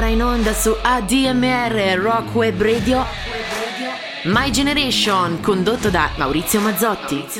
ora in onda su ADMR Rock Web Radio My Generation, condotto da Maurizio Mazzotti.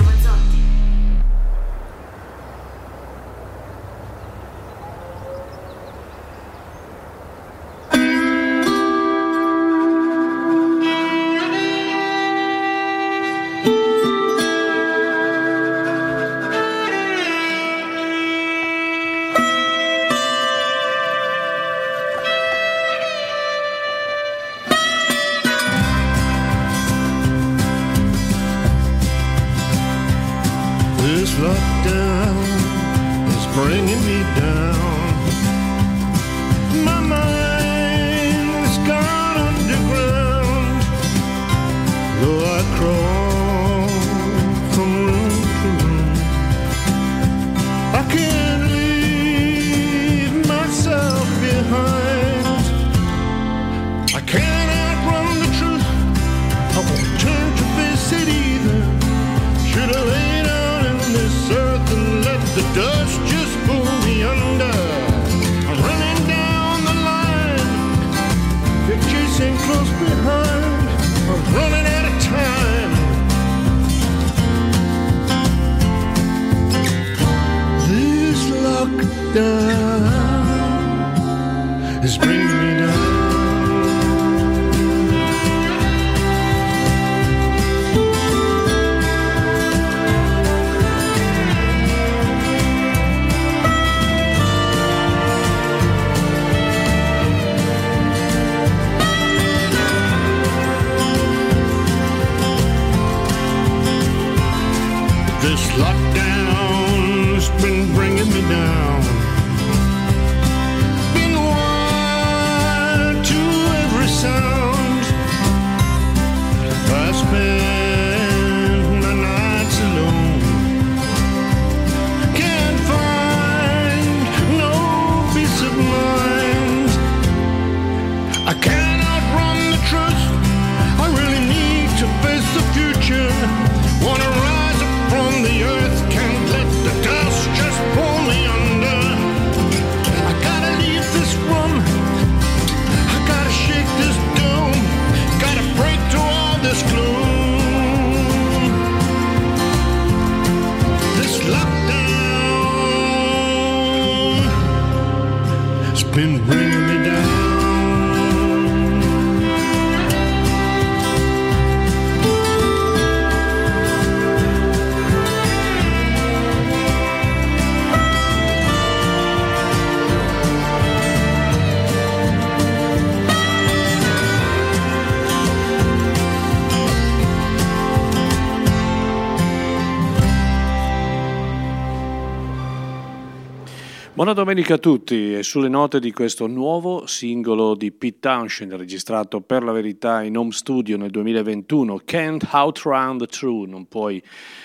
Buona domenica a tutti, e sulle note di questo nuovo singolo di Pete Townshend registrato per la verità in home studio nel 2021, Can't Outrun the Truth, non puoi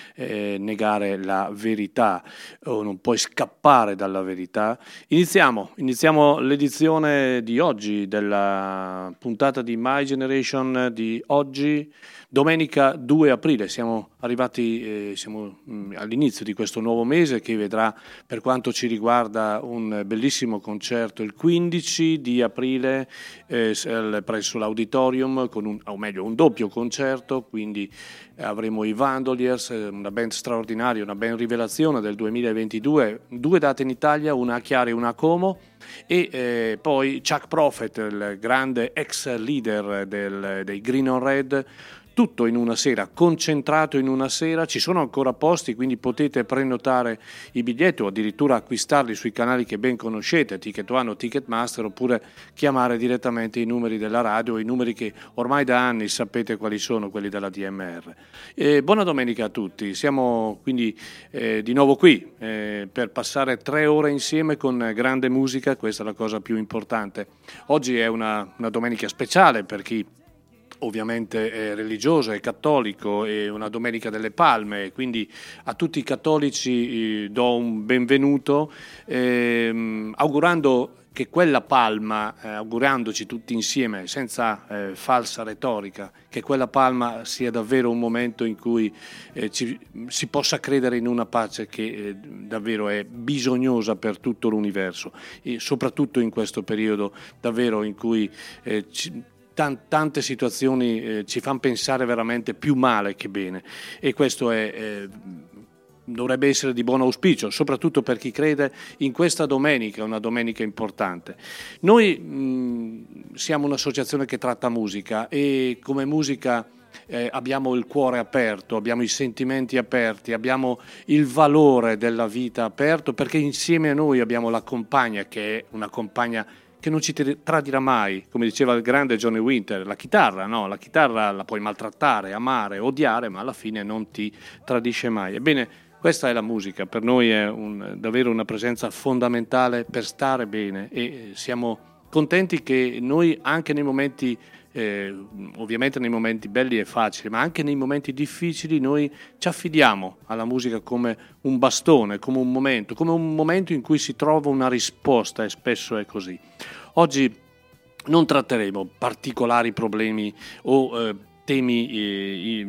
negare la verità o non puoi scappare dalla verità. Iniziamo l'edizione di oggi della puntata di My Generation di oggi, domenica 2 aprile. Siamo arrivati all'inizio di questo nuovo mese che vedrà, per quanto ci riguarda, un bellissimo concerto il 15 di aprile presso l'Auditorium con un doppio concerto, quindi avremo i Vandoliers, una band straordinaria, una band rivelazione del 2022, 2 date in Italia, una a Chiari e una a Como, e poi Chuck Prophet, il grande ex leader dei Green on Red, tutto in una sera, concentrato in una sera. Ci sono ancora posti, quindi potete prenotare i biglietti o addirittura acquistarli sui canali che ben conoscete, Ticket One o Ticketmaster, oppure chiamare direttamente i numeri della radio, i numeri che ormai da anni sapete quali sono, quelli della DMR. Buona domenica a tutti, siamo quindi di nuovo qui per passare 3 ore insieme con grande musica, questa è la cosa più importante. Oggi è una domenica speciale per chi ovviamente è religioso, è cattolico, è una Domenica delle Palme, quindi a tutti i cattolici do un benvenuto, augurando che quella palma, augurandoci tutti insieme, senza falsa retorica, che quella palma sia davvero un momento in cui si possa credere in una pace che davvero è bisognosa per tutto l'universo, e soprattutto in questo periodo davvero in cui tante situazioni ci fanno pensare veramente più male che bene, e questo dovrebbe essere di buon auspicio, soprattutto per chi crede in questa domenica, una domenica importante. Noi siamo un'associazione che tratta musica, e come musica abbiamo il cuore aperto, abbiamo i sentimenti aperti, abbiamo il valore della vita aperto, perché insieme a noi abbiamo la compagna, che è una compagna che non ci tradirà mai, come diceva il grande Johnny Winter. La chitarra la puoi maltrattare, amare, odiare, ma alla fine non ti tradisce mai. Ebbene, questa è la musica, per noi è davvero una presenza fondamentale per stare bene, e siamo contenti che noi anche nei momenti, ovviamente nei momenti belli e facili, ma anche nei momenti difficili, noi ci affidiamo alla musica come un bastone, come un momento in cui si trova una risposta, e spesso è così. Oggi non tratteremo particolari problemi o temi,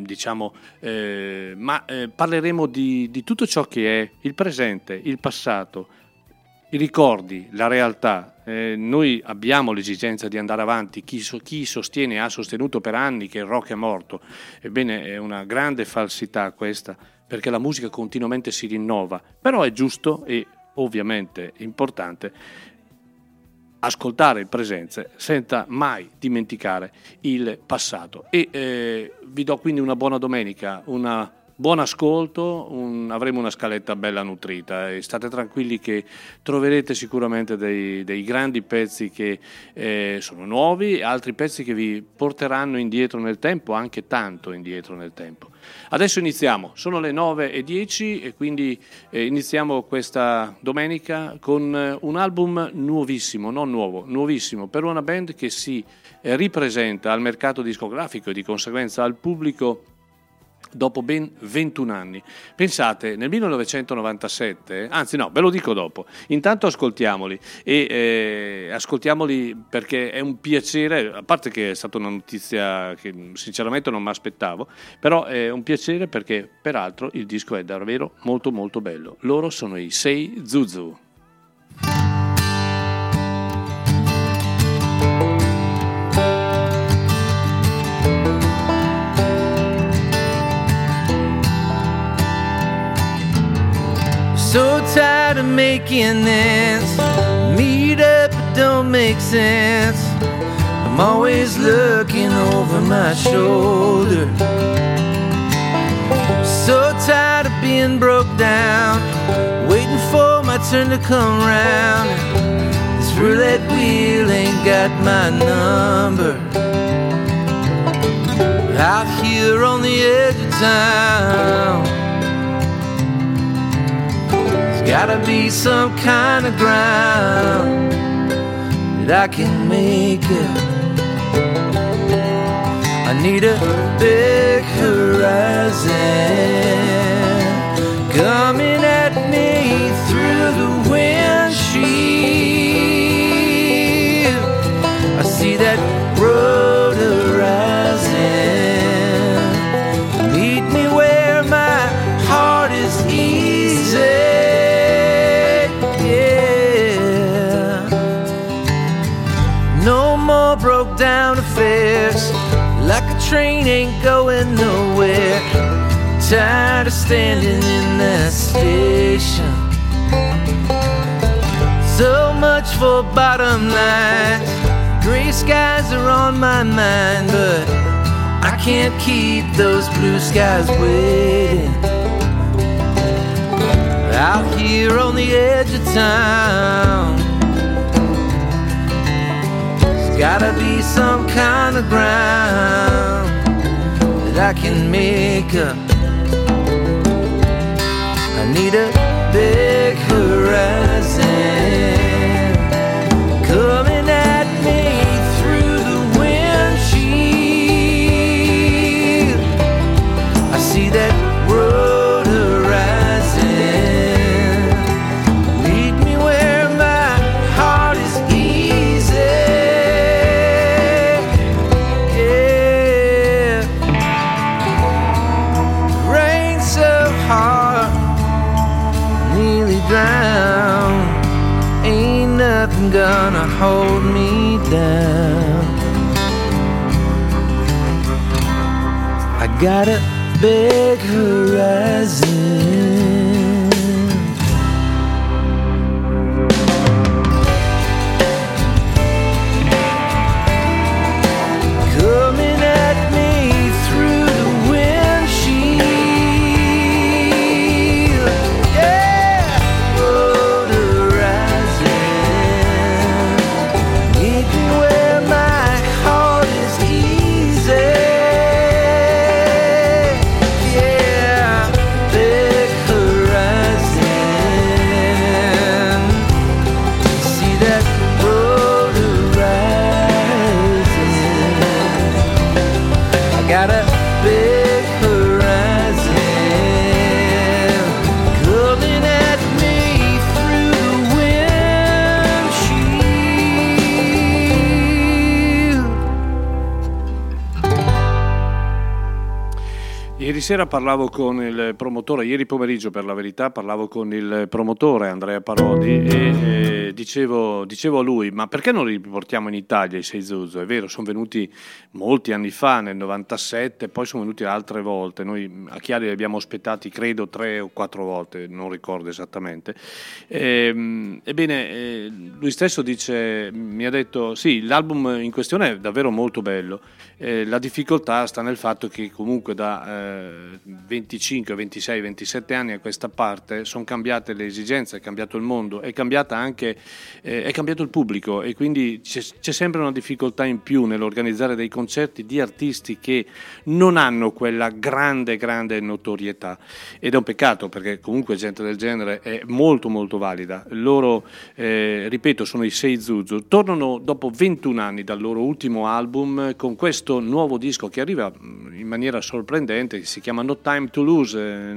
ma parleremo di tutto ciò che è il presente, il passato, i ricordi, la realtà. Noi abbiamo l'esigenza di andare avanti. Chi sostiene, ha sostenuto per anni che il rock è morto, ebbene è una grande falsità questa, perché la musica continuamente si rinnova, però è giusto e ovviamente importante ascoltare il presente senza mai dimenticare il passato. E vi do quindi una buona domenica, un buon ascolto, avremo una scaletta bella nutrita, e state tranquilli che troverete sicuramente dei grandi pezzi che sono nuovi, e altri pezzi che vi porteranno indietro nel tempo, anche tanto indietro nel tempo. Adesso iniziamo, sono le 9:10 e quindi iniziamo questa domenica con un album nuovissimo, non nuovo, nuovissimo, per una band che si ripresenta al mercato discografico e di conseguenza al pubblico dopo ben 21 anni. Pensate, nel 1997, anzi no, ve lo dico dopo, intanto ascoltiamoli, e ascoltiamoli perché è un piacere, a parte che è stata una notizia che sinceramente non mi aspettavo, però è un piacere perché peraltro il disco è davvero molto molto bello. Loro sono i Sei Zuzu. So tired of making this meet up, it don't make sense. I'm always looking over my shoulder. So tired of being broke down, waiting for my turn to come round. This roulette wheel ain't got my number. Out here on the edge of town, gotta be some kind of ground that I can make it. I need a big horizon coming at me through the windshield. I see that road horizon. Meet me where my heart is easy. Broke down affairs, like a train ain't going nowhere. Tired of standing in that station. So much for bottom lines. Gray skies are on my mind, but I can't keep those blue skies waiting. Out here on the edge of town, gotta be some kind of ground that I can make up. I need a big horizon coming at me through the windshield. I see that road horizon. Meet me where my heart is easy. gonna hold me down. I got a big horizon. Ieri sera parlavo con il promotore, ieri pomeriggio per la verità parlavo con il promotore Andrea Parodi e dicevo a lui: ma perché non li riportiamo in Italia i Sei Zuzu? È vero, sono venuti molti anni fa, nel 97, poi sono venuti altre volte. Noi a Chiari li abbiamo aspettati credo 3 o 4 volte, non ricordo esattamente. Ebbene, lui stesso mi ha detto sì, l'album in questione è davvero molto bello. La difficoltà sta nel fatto che comunque da 25, 26, 27 anni a questa parte sono cambiate le esigenze, è cambiato il mondo, è cambiato il pubblico, e quindi c'è sempre una difficoltà in più nell'organizzare dei concerti di artisti che non hanno quella grande notorietà, ed è un peccato, perché comunque gente del genere è molto molto valida. Loro, ripeto, sono i Sei Zuzu, tornano dopo 21 anni dal loro ultimo album con questo nuovo disco che arriva in maniera sorprendente, che si chiama No Time to Lose,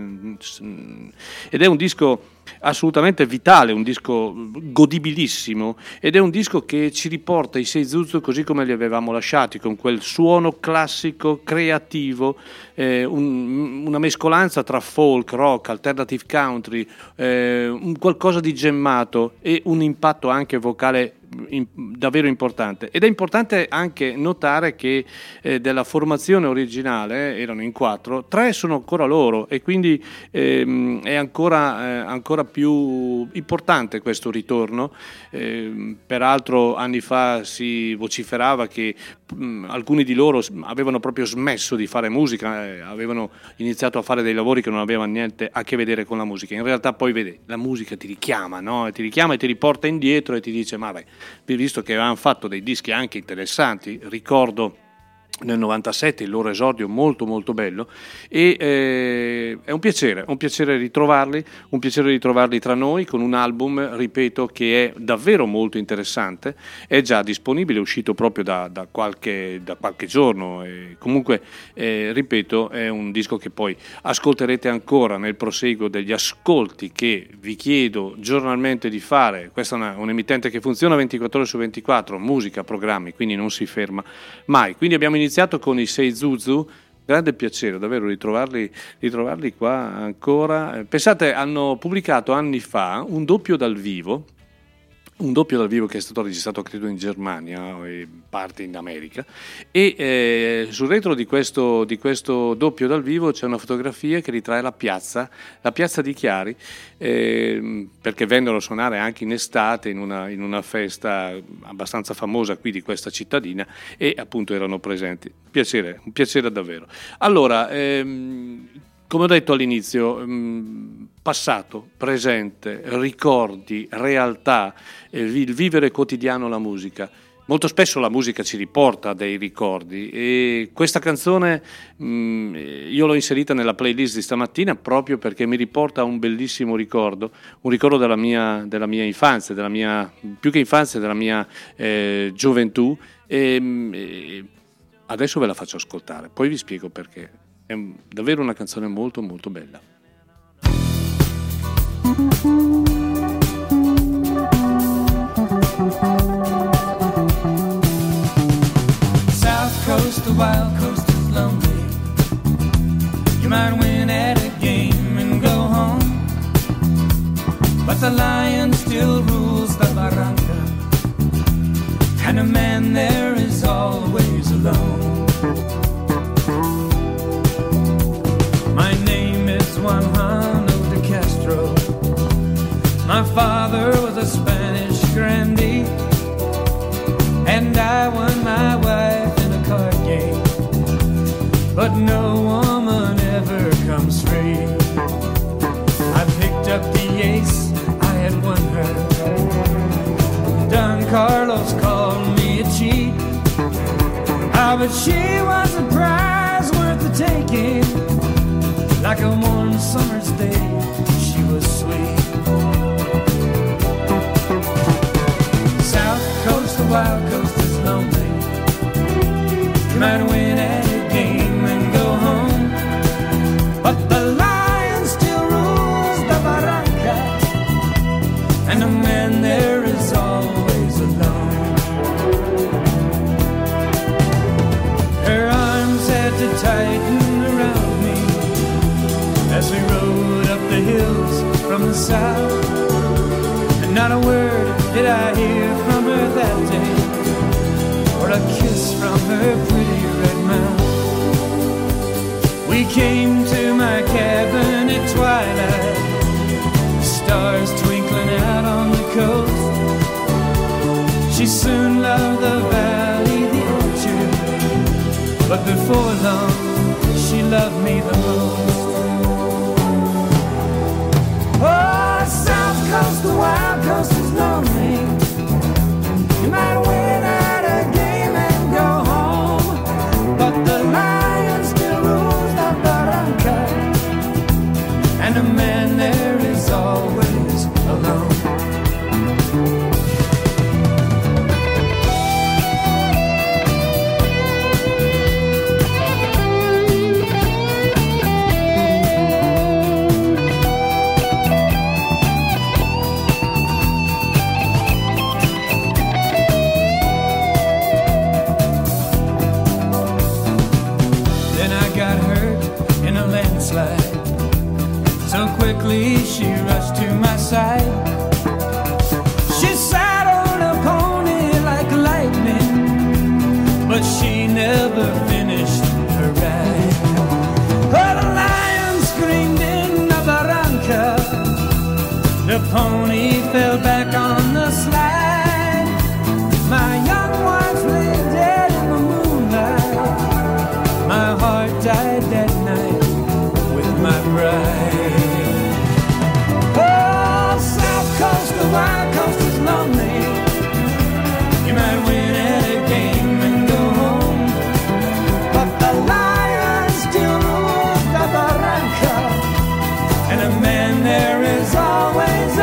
ed è un disco assolutamente vitale, un disco godibilissimo, ed è un disco che ci riporta i Sei Zuzu così come li avevamo lasciati, con quel suono classico, creativo, una mescolanza tra folk, rock, alternative country, un qualcosa di gemmato e un impatto anche vocale davvero importante. Ed è importante anche notare che della formazione originale erano in 4, 3 sono ancora loro, e quindi è ancora più importante questo ritorno. Peraltro anni fa si vociferava che alcuni di loro avevano proprio smesso di fare musica, avevano iniziato a fare dei lavori che non avevano niente a che vedere con la musica. In realtà poi vedi, la musica ti richiama, no? Ti richiama e ti riporta indietro e ti dice: ma beh, visto che avevano fatto dei dischi anche interessanti, ricordo nel 97 il loro esordio molto molto bello, e è un piacere ritrovarli tra noi con un album, ripeto, che è davvero molto interessante. È già disponibile, è uscito proprio da qualche giorno, e comunque ripeto, è un disco che poi ascolterete ancora nel proseguo degli ascolti che vi chiedo giornalmente di fare. Questa è un emittente che funziona 24 ore su 24, musica, programmi, quindi non si ferma mai. Quindi abbiamo iniziato con i Sei Zuzu, grande piacere davvero ritrovarli qua ancora. Pensate, hanno pubblicato anni fa un doppio dal vivo che è stato registrato credo in Germania e parte in America, e sul retro di questo doppio dal vivo c'è una fotografia che ritrae la piazza di Chiari, perché vennero a suonare anche in estate in una festa abbastanza famosa qui di questa cittadina, e appunto erano presenti. Un piacere davvero. Allora, come ho detto all'inizio, passato, presente, ricordi, realtà, il vivere quotidiano la musica. Molto spesso la musica ci riporta a dei ricordi, e questa canzone io l'ho inserita nella playlist di stamattina proprio perché mi riporta a un bellissimo ricordo, un ricordo della mia infanzia, più che infanzia, della mia gioventù, e adesso ve la faccio ascoltare, poi vi spiego perché. È davvero una canzone molto molto bella. South coast, the wild coast is lonely. You might win at a game and go home, but the lion still rules the barranca. and a man there is always alone. My name is Juan de Castro. My father was a Spanish grandee, and I won my wife in a card game. But no woman ever comes free. I picked up the ace, I had won her. Don Carlos called me a cheat. Ah, but she was a prize worth the taking. Like a warm summer's day, she was sweet. South coast, the wild coast is lonely. You might win at a game and go home, but the lion still rules the barranca, and the man there is always alone. Her arms had to tighten around me as we rode up the hills from the south, and not a word did I hear from her that day, or a kiss from her pretty red mouth. We came to my cabin at twilight, stars twinkling out on the coast. She soon loved the valley, the orchard, but before long she loved me the most. Oh, South Coast, the wild coast is lonely. You might win at a game and go home, but the lion still rules the barranca, and a man there is always alone. So quickly she rushed to my side. She sat on a pony like lightning, but she never finished her ride. Oh, the lion screamed in the barranca. The pony fell back on the slide. My young wife lay dead in the moonlight. My heart died that night with my bride. Oh, South Coast, the wild coast is lonely. You might win at a game and go home, but the lion still rules the barranca, and a man there is always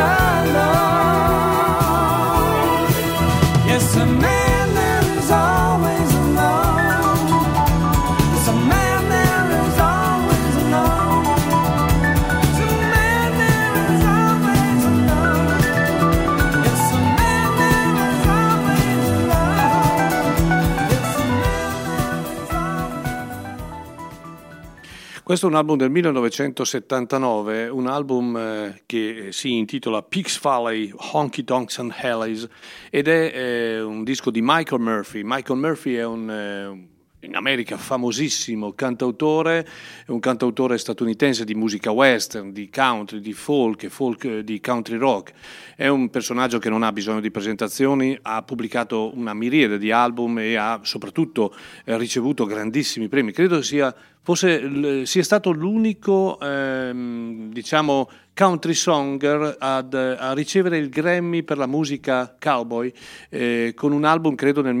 alone. Yes, a man there is always alone. Yes, a man there is always alone. Yes, a man there is always alone. Yes, a man there is always alone. Yes, a man there is always. Questo è un album del 1979, un album che si intitola Peaks Valley, Honky Tonks and Hellies, ed è un disco di Michael Murphy. Michael Murphy è un in America famosissimo cantautore, è un cantautore statunitense di musica western, di country, di folk di country rock. È un personaggio che non ha bisogno di presentazioni, ha pubblicato una miriade di album e ha soprattutto ricevuto grandissimi premi. Credo sia stato l'unico diciamo country songer a ricevere il Grammy per la musica cowboy con un album credo nel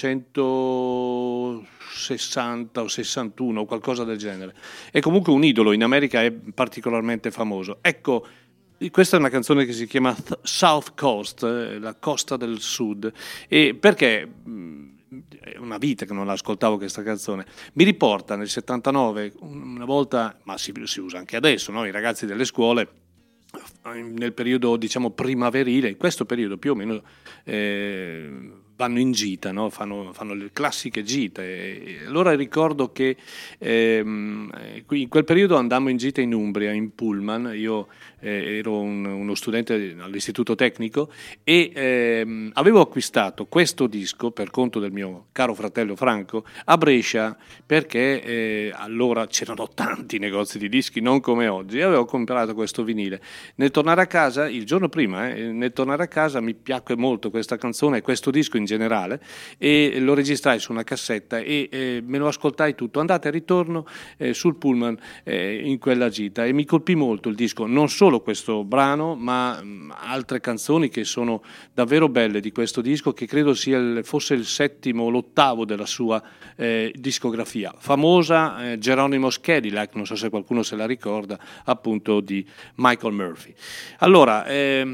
1960 o 61 o qualcosa del genere. È comunque un idolo, in America è particolarmente famoso. Ecco, questa è una canzone che si chiama South Coast, la costa del sud. E perché è una vita che non ascoltavo questa canzone, mi riporta nel 79, una volta, ma si usa anche adesso, no? I ragazzi delle scuole nel periodo diciamo primaverile, in questo periodo più o meno vanno in gita, no? fanno le classiche gite. E allora ricordo che in quel periodo andammo in gita in Umbria, in pullman. Io ero uno studente all'istituto tecnico e avevo acquistato questo disco per conto del mio caro fratello Franco a Brescia, perché allora c'erano tanti negozi di dischi, non come oggi, e avevo comprato questo vinile. Nel tornare a casa, il giorno prima, nel tornare a casa mi piacque molto questa canzone e questo disco in generale, e lo registrai su una cassetta e me lo ascoltai tutto, andata e ritorno sul pullman in quella gita, e mi colpì molto il disco, non solo questo brano ma altre canzoni che sono davvero belle di questo disco, che credo fosse il settimo o l'ottavo della sua discografia famosa, Geronimo's Cadillac, non so se qualcuno se la ricorda, appunto di Michael Murphy. Allora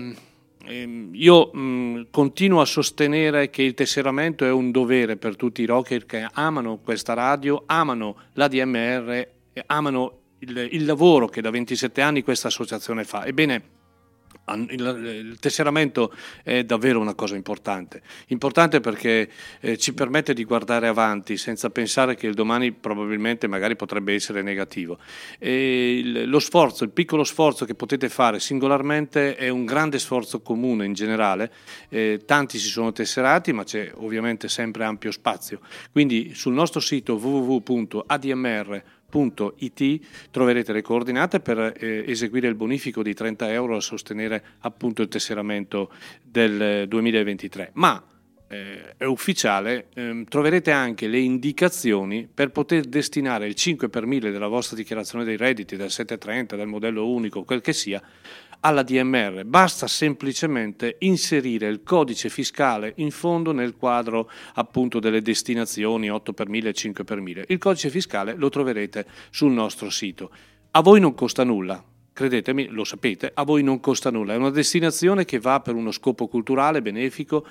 io continuo a sostenere che il tesseramento è un dovere per tutti i rocker che amano questa radio, amano l'ADMR, amano il lavoro che da 27 anni questa associazione fa. Ebbene, il tesseramento è davvero una cosa importante perché ci permette di guardare avanti senza pensare che il domani probabilmente magari potrebbe essere negativo. E lo sforzo, il piccolo sforzo che potete fare singolarmente è un grande sforzo comune in generale. Tanti si sono tesserati, ma c'è ovviamente sempre ampio spazio, quindi sul nostro sito www.admr.it troverete le coordinate per eseguire il bonifico di 30 euro a sostenere appunto il tesseramento del 2023. Ma è ufficiale, troverete anche le indicazioni per poter destinare il 5 per 1000 della vostra dichiarazione dei redditi, del 730, del modello unico, quel che sia, alla DMR. Basta semplicemente inserire il codice fiscale in fondo nel quadro appunto delle destinazioni 8 per 1000 e 5 per 1000. Il codice fiscale lo troverete sul nostro sito. A voi non costa nulla. Credetemi, lo sapete, a voi non costa nulla, è una destinazione che va per uno scopo culturale, benefico,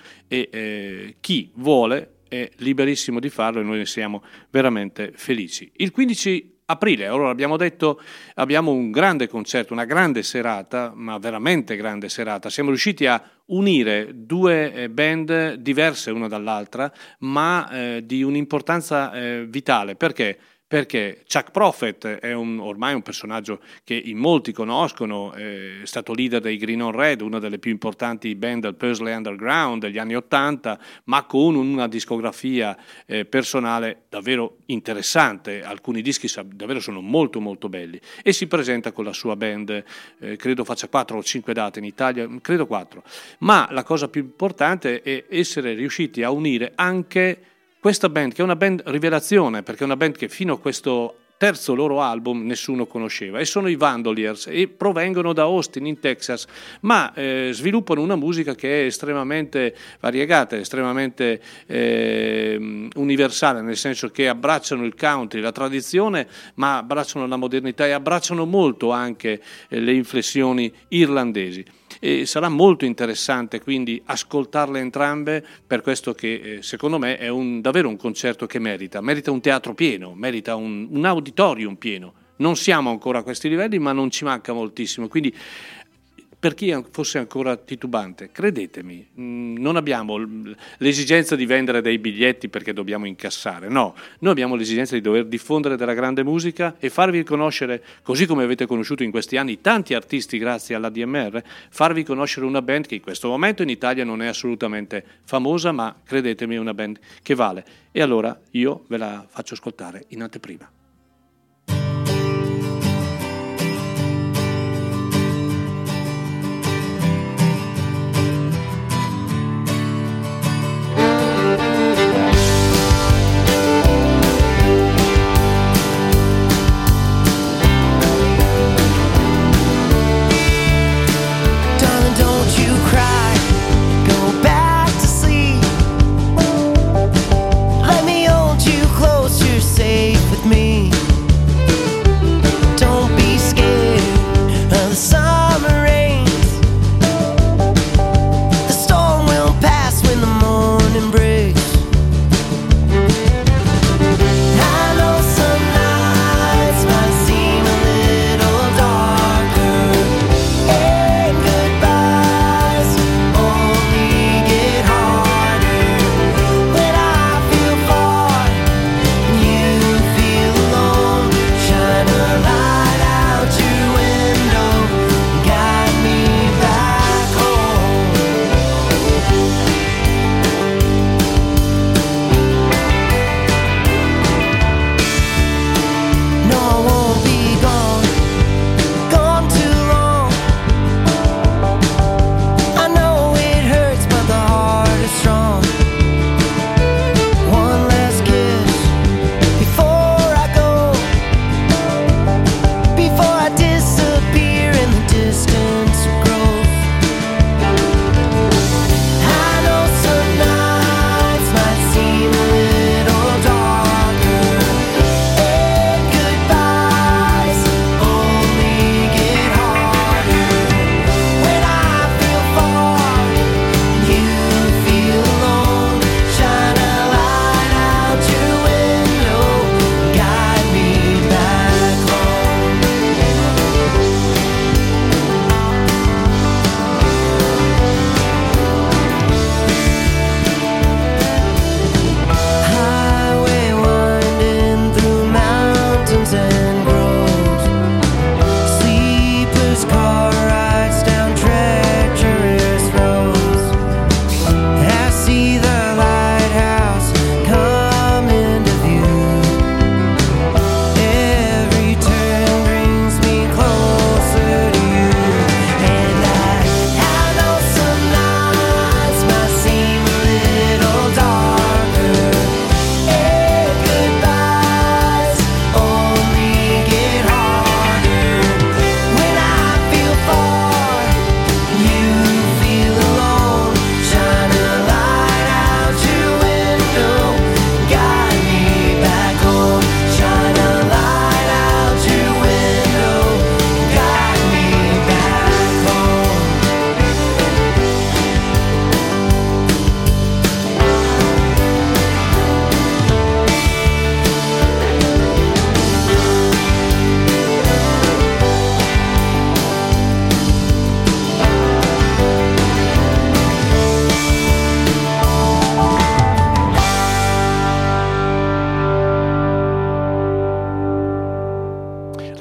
e chi vuole è liberissimo di farlo e noi ne siamo veramente felici. Il 15 aprile, allora abbiamo detto, abbiamo un grande concerto, una grande serata, ma veramente grande serata. Siamo riusciti a unire due band diverse una dall'altra, ma di un'importanza vitale. Perché? Perché Chuck Prophet è ormai un personaggio che in molti conoscono, è stato leader dei Green on Red, una delle più importanti band del Paisley Underground degli anni '80, ma con una discografia personale davvero interessante. Alcuni dischi davvero sono molto molto belli, e si presenta con la sua band, credo faccia 4 o 5 date in Italia, credo 4, ma la cosa più importante è essere riusciti a unire anche questa band, che è una band rivelazione, perché è una band che fino a questo terzo loro album nessuno conosceva, e sono i Vandoliers, e provengono da Austin in Texas, ma sviluppano una musica che è estremamente variegata, estremamente universale, nel senso che abbracciano il country, la tradizione, ma abbracciano la modernità e abbracciano molto anche le inflessioni irlandesi. E sarà molto interessante quindi ascoltarle entrambe, per questo che secondo me è davvero un concerto che merita un teatro pieno, merita un auditorium pieno. Non siamo ancora a questi livelli, ma non ci manca moltissimo, quindi per chi fosse ancora titubante, credetemi, non abbiamo l'esigenza di vendere dei biglietti perché dobbiamo incassare, no, noi abbiamo l'esigenza di dover diffondere della grande musica e farvi conoscere, così come avete conosciuto in questi anni tanti artisti grazie all'ADMR, farvi conoscere una band che in questo momento in Italia non è assolutamente famosa, ma credetemi è una band che vale. E allora io ve la faccio ascoltare in anteprima. Safe with me.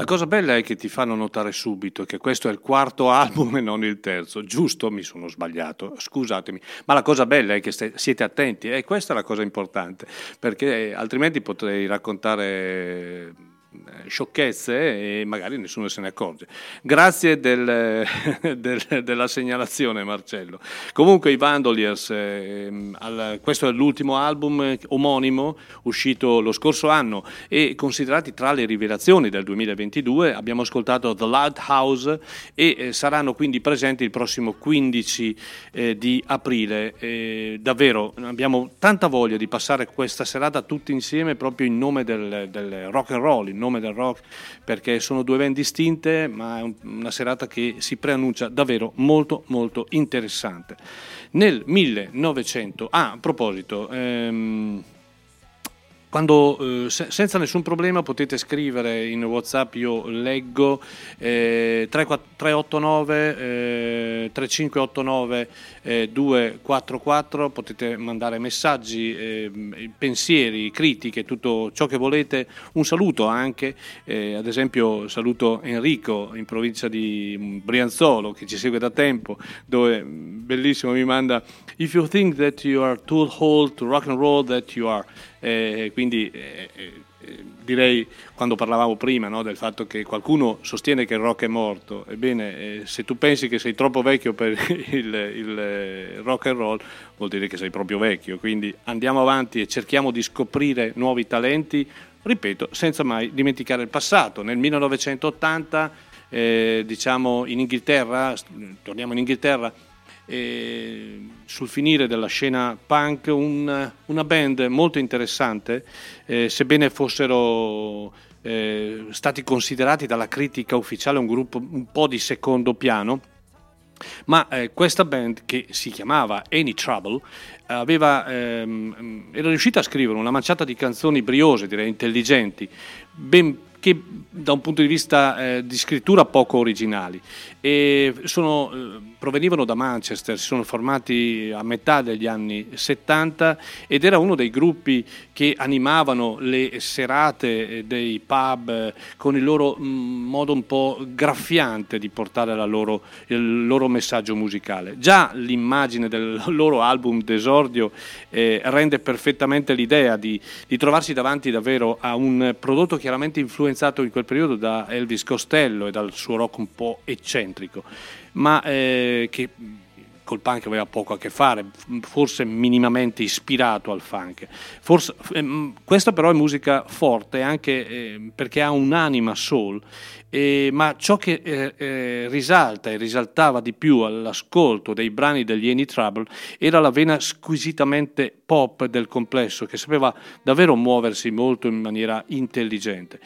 cosa bella è che ti fanno notare subito che questo è il quarto album e non il terzo. Giusto, mi sono sbagliato, scusatemi, ma la cosa bella è che siete attenti, e questa è la cosa importante, perché altrimenti potrei raccontare sciocchezze e magari nessuno se ne accorge. Grazie della segnalazione, Marcello. Comunque i Vandoliers, questo è l'ultimo album omonimo uscito lo scorso anno e considerati tra le rivelazioni del 2022. Abbiamo ascoltato The Lighthouse e saranno quindi presenti il prossimo 15 di aprile. Davvero abbiamo tanta voglia di passare questa serata tutti insieme proprio in nome del rock and roll, in nome del rock, perché sono due band distinte, ma è una serata che si preannuncia davvero molto molto interessante. Nel 1900, a proposito, quando senza nessun problema potete scrivere in WhatsApp, io leggo 389 3589 244, potete mandare messaggi, pensieri, critiche, tutto ciò che volete. Un saluto anche, ad esempio saluto Enrico in provincia di Brianzolo che ci segue da tempo, dove bellissimo mi manda: if you think that you are too old to rock and roll, that you are. Quindi direi, quando parlavamo prima, no, del fatto che qualcuno sostiene che il rock è morto, ebbene se tu pensi che sei troppo vecchio per il rock and roll, vuol dire che sei proprio vecchio. Quindi andiamo avanti e cerchiamo di scoprire nuovi talenti, ripeto, senza mai dimenticare il passato. Nel 1980 diciamo in Inghilterra, torniamo in Inghilterra, sul finire della scena punk una band molto interessante, sebbene fossero stati considerati dalla critica ufficiale un gruppo un po' di secondo piano, ma questa band, che si chiamava Any Trouble, era riuscita a scrivere una manciata di canzoni briose, direi intelligenti, che da un punto di vista di scrittura poco originali, e provenivano da Manchester, si sono formati a metà degli anni 70 ed era uno dei gruppi che animavano le serate dei pub con il loro modo un po' graffiante di portare il loro messaggio musicale. Già l'immagine del loro album d'esordio rende perfettamente l'idea di trovarsi davanti davvero a un prodotto chiaramente influenzato in quel periodo da Elvis Costello e dal suo rock un po' eccentrico, ma che col punk aveva poco a che fare, forse minimamente ispirato al funk. Questa però è musica forte anche perché ha un'anima soul, ma ciò che risalta e risaltava di più all'ascolto dei brani degli Any Trouble era la vena squisitamente pop del complesso, che sapeva davvero muoversi molto in maniera intelligente.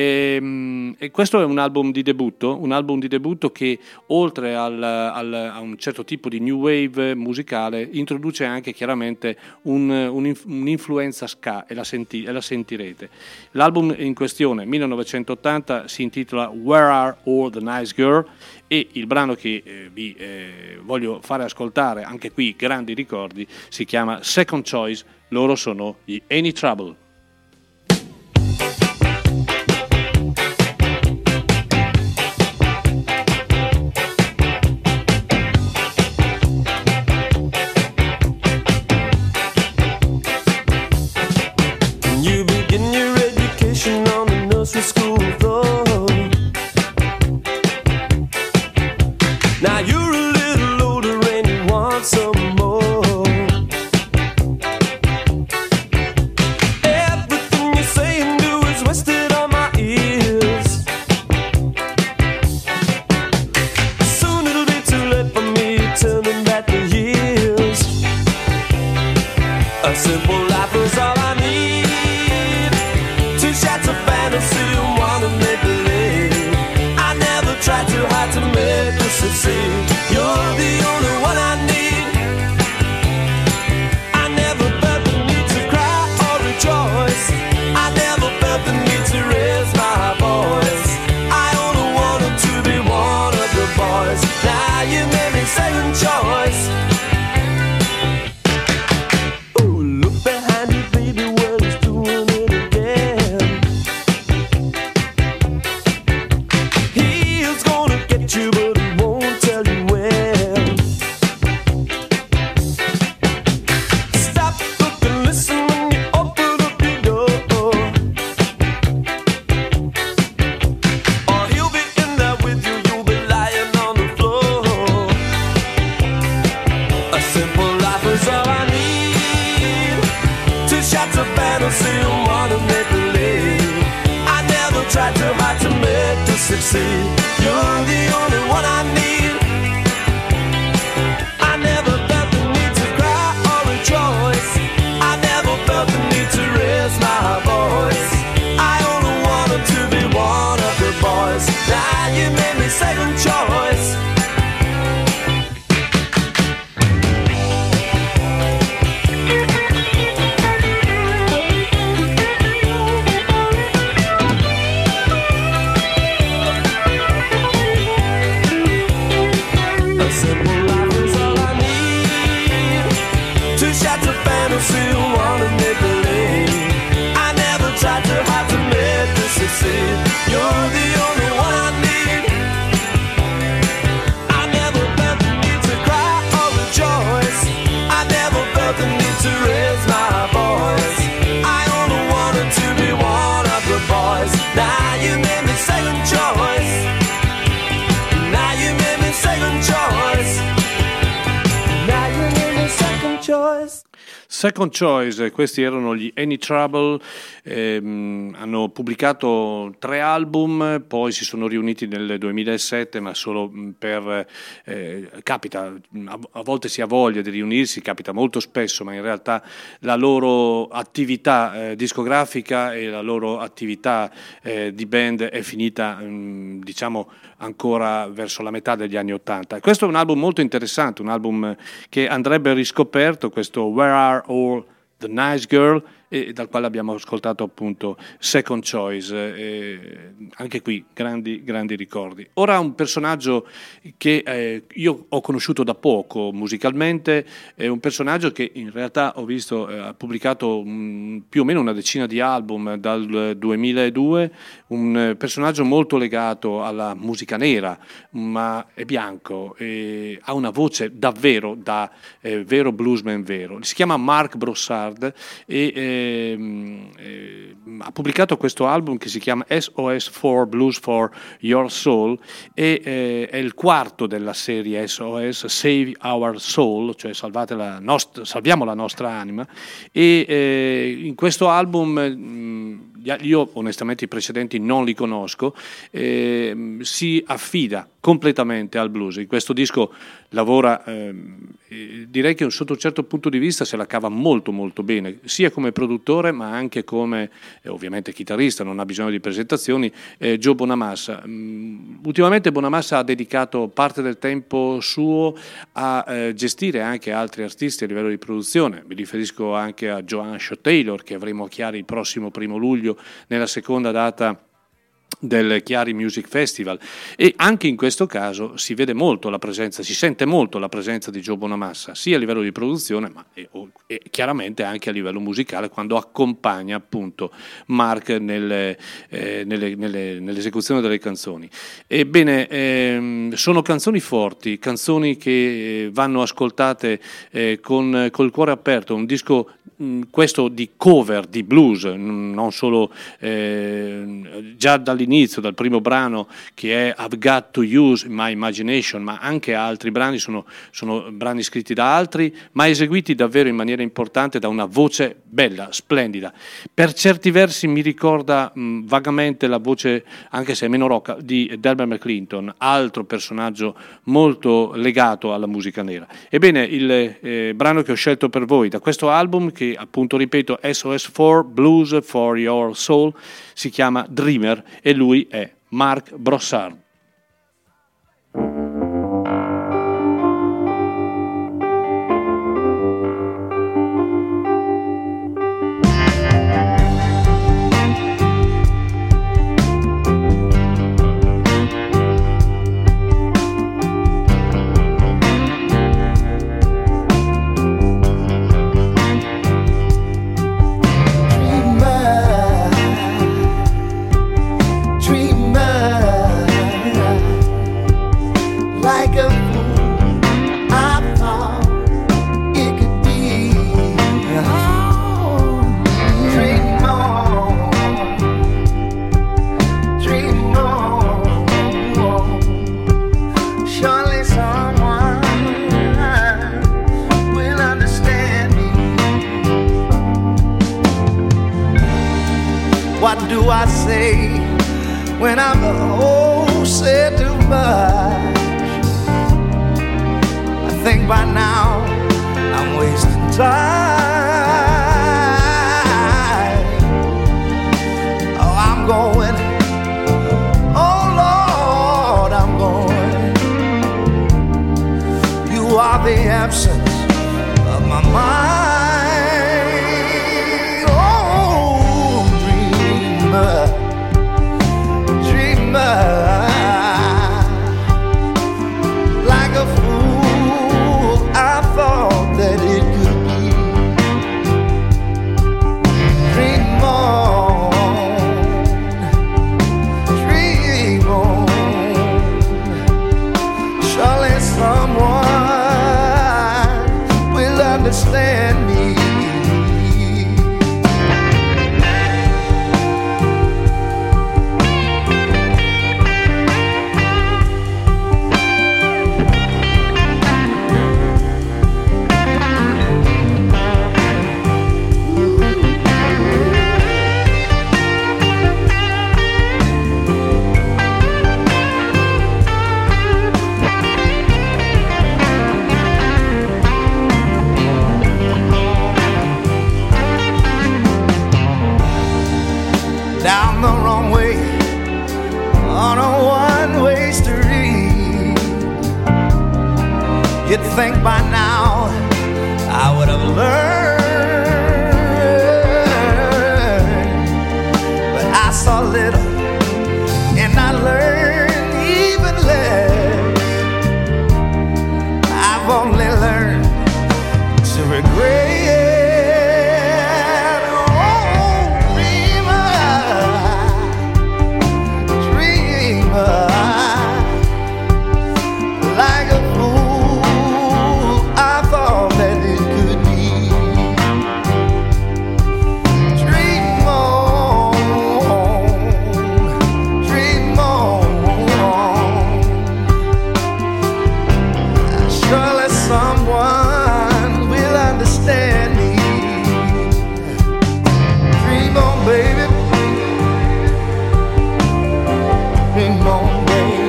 E questo è un album di debutto che oltre a un certo tipo di new wave musicale introduce anche chiaramente un'influenza ska, e la sentirete. L'album in questione, 1980, si intitola Where Are All the Nice Girl, e il brano che vi voglio fare ascoltare, anche qui grandi ricordi, si chiama Second Choice. Loro sono gli Any Trouble. You begin your education on the nursery school floor. Now you're a little older and you want some more. Everything you say and do is wasted on my ears. Soon it'll be too late for me turning back the years. A simple life is all I need. Two shots of fantasy and one to make believe. I never tried too hard to make you succeed. You're the only one I need. I never felt the need to cry or rejoice. I never felt the need to raise my voice. I only wanted to be one of the boys. Now you made me second choice. Ooh, look behind you, baby, well, he's doing it again. fantasy and wanna make believe. I never tried too hard to make to succeed. You're the only one I need. I never felt the need to cry or rejoice. I never felt the need to raise my voice. I only wanted to be one of the boys. Now you made me second choice. You're the only one I need. I never felt the need to cry or rejoice. I never felt the need to raise my voice. I only wanted to be one of the boys. Now you made me second choice. Now you made me second choice. Now you made me second choice. Second Choice, questi erano gli Any Trouble, hanno pubblicato 3 album, poi si sono riuniti nel 2007, ma solo per capita, a volte si ha voglia di riunirsi, capita molto spesso, ma in realtà la loro attività discografica e la loro attività di band è finita diciamo ancora verso la metà degli anni '80. Questo è un album molto interessante, un album che andrebbe riscoperto, questo Where Are All the Nice Girl, e dal quale abbiamo ascoltato appunto Second Choice, anche qui grandi ricordi. Ora un personaggio che io ho conosciuto da poco musicalmente, è un personaggio che in realtà ho visto ha pubblicato più o meno una decina di album dal 2002, un personaggio molto legato alla musica nera, ma è bianco e ha una voce davvero da vero bluesman vero. Si chiama Mark Brossard e ha pubblicato questo album che si chiama SOS for Blues for Your Soul e è il quarto della serie SOS, Save Our Soul, cioè salviamo la nostra anima, e in questo album io onestamente i precedenti non li conosco, si affida completamente al blues. In questo disco lavora, direi che sotto un certo punto di vista se la cava molto molto bene, sia come produttore ma anche come ovviamente chitarrista, non ha bisogno di presentazioni, Joe Bonamassa. Ultimamente Bonamassa ha dedicato parte del tempo suo a gestire anche altri artisti a livello di produzione, mi riferisco anche a Joan Shaw Taylor, che avremo a Chiari il prossimo 1 luglio nella seconda data del Chiari Music Festival, e anche in questo caso si vede molto la presenza, si sente molto la presenza di Joe Bonamassa sia a livello di produzione ma e chiaramente anche a livello musicale quando accompagna appunto Mark nell'esecuzione delle canzoni. Ebbene, sono canzoni forti, canzoni che vanno ascoltate col cuore aperto, un disco questo di cover di blues, non solo già dall'inizio, dal primo brano che è I've Got to Use My Imagination, ma anche altri brani sono brani scritti da altri ma eseguiti davvero in maniera importante da una voce bella, splendida. Per certi versi mi ricorda vagamente la voce, anche se è meno rocca, di Delbert McClinton, altro personaggio molto legato alla musica nera. Ebbene, il brano che ho scelto per voi da questo album, che appunto ripeto SOS for Blues for Your Soul, si chiama Dreamer e lui è Mark Brossard. Dreamer, What do I say when I'm said too much? I think by now I'm wasting time. Oh, I'm going. Oh Lord, I'm going. You are the absence of my mind. Like a fool, I thought that it could be. Dream on. Surely someone will understand me. Down the wrong way on a one-way street. You'd think by now I would have learned, but I saw little and I learned even less. I've only learned to regret. Like a fool, I thought that it could be. Dream on. Surely someone will understand me. Dream on, baby. Dream on, baby.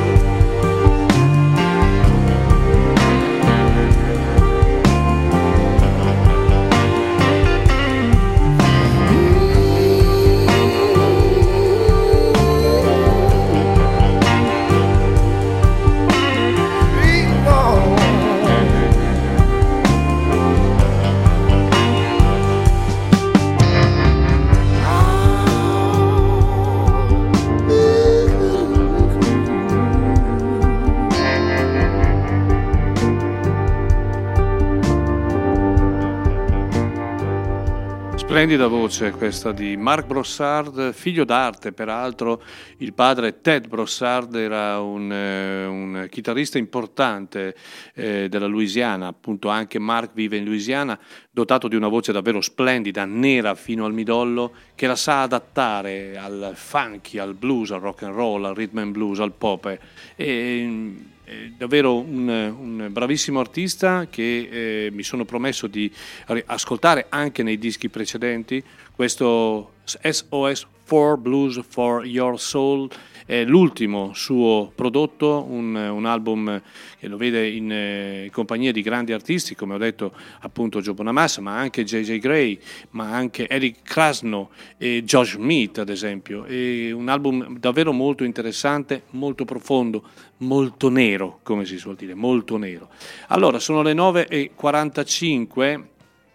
Splendida voce questa di Marc Brossard, figlio d'arte peraltro. Il padre Ted Brossard era un chitarrista importante della Louisiana, appunto anche Marc vive in Louisiana, dotato di una voce davvero splendida, nera fino al midollo, che la sa adattare al funky, al blues, al rock and roll, al rhythm and blues, al pop. Davvero un bravissimo artista che mi sono promesso di ascoltare anche nei dischi precedenti. Questo SOS for Blues for Your Soul è l'ultimo suo prodotto, un album che lo vede in compagnia di grandi artisti, come ho detto appunto Joe Bonamassa, ma anche J.J. Gray, ma anche Eric Krasno e Josh Smith ad esempio. È un album davvero molto interessante, molto profondo, molto nero, come si suol dire, molto nero. Allora, sono le 9:45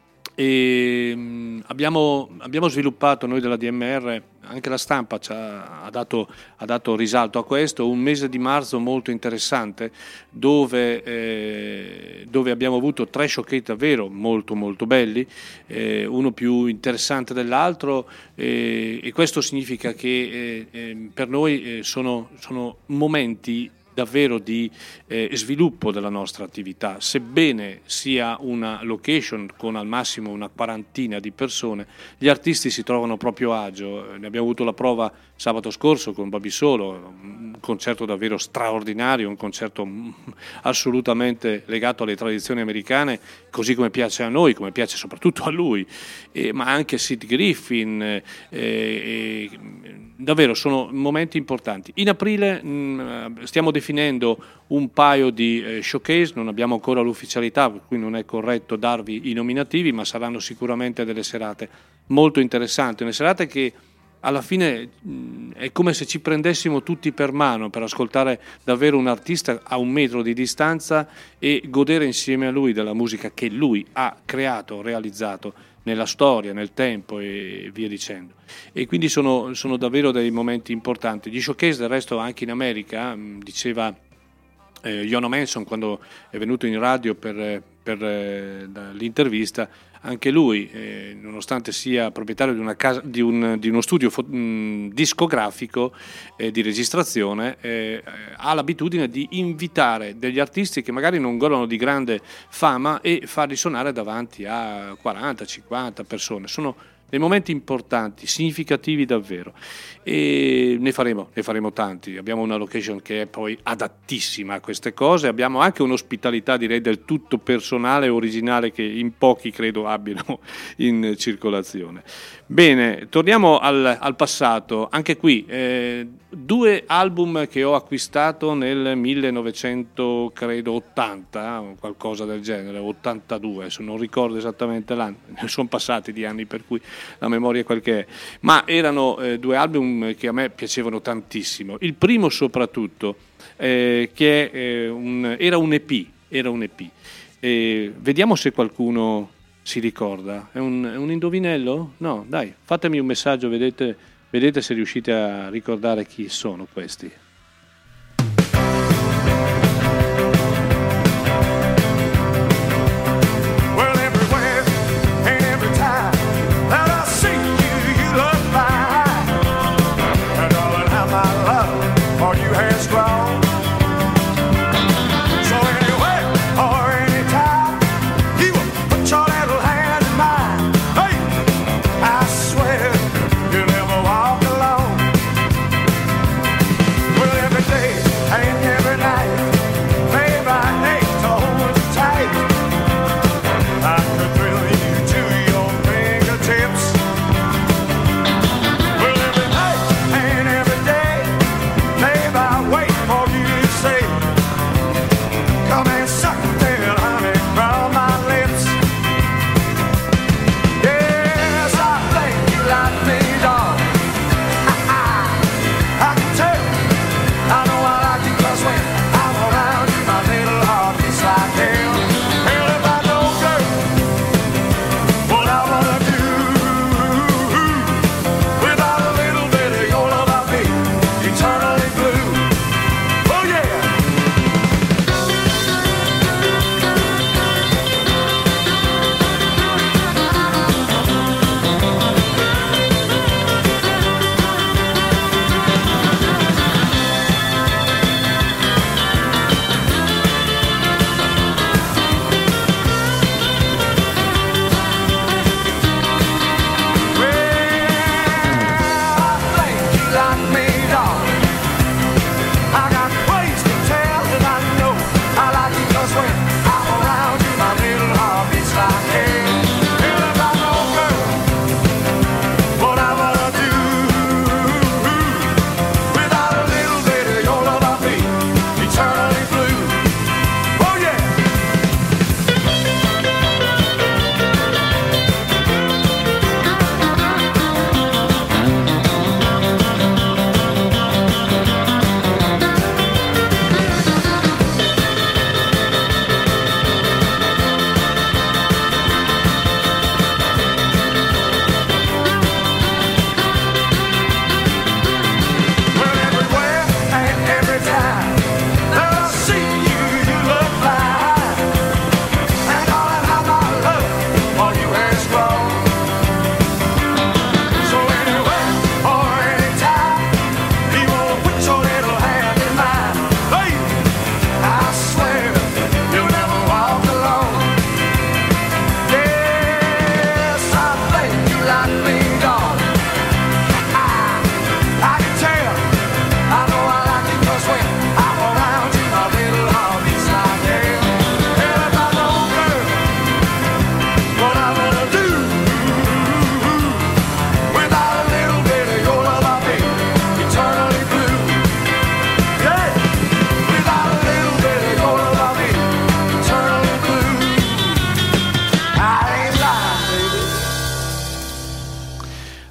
e abbiamo sviluppato noi della DMR, anche la stampa ha dato risalto a questo, un mese di marzo molto interessante dove abbiamo avuto 3 showcase davvero molto molto belli, uno più interessante dell'altro, e questo significa che per noi sono momenti davvero di sviluppo della nostra attività. Sebbene sia una location con al massimo una quarantina di persone, gli artisti si trovano proprio a agio. Ne abbiamo avuto la prova sabato scorso con Babi Solo, un concerto davvero straordinario, un concerto assolutamente legato alle tradizioni americane, così come piace a noi, come piace soprattutto a lui, ma anche Sid Griffin, davvero sono momenti importanti. In aprile stiamo definendo un paio di showcase, non abbiamo ancora l'ufficialità, per cui non è corretto darvi i nominativi, ma saranno sicuramente delle serate molto interessanti, una serata che alla fine è come se ci prendessimo tutti per mano per ascoltare davvero un artista a 1 metro di distanza e godere insieme a lui della musica che lui ha creato, realizzato nella storia, nel tempo e via dicendo. E quindi sono davvero dei momenti importanti. Gli showcase del resto anche in America, diceva Jono Manson quando è venuto in radio per l'intervista, anche lui, nonostante sia proprietario di una casa, di uno studio discografico di registrazione, ha l'abitudine di invitare degli artisti che magari non godono di grande fama e farli suonare davanti a 40-50 persone. Sono dei momenti importanti, significativi davvero, e ne faremo tanti. Abbiamo una location che è poi adattissima a queste cose, abbiamo anche un'ospitalità direi del tutto personale e originale che in pochi credo abbiano in circolazione. Bene, torniamo al passato, anche qui 2 album che ho acquistato nel 1980 o qualcosa del genere, 82, adesso non ricordo esattamente l'anno, ne sono passati di anni per cui la memoria è quel che è, ma erano 2 album che a me piacevano tantissimo. Il primo soprattutto che era un EP. Vediamo se qualcuno si ricorda. È un indovinello? No, dai, fatemi un messaggio, vedete se riuscite a ricordare chi sono questi. Well,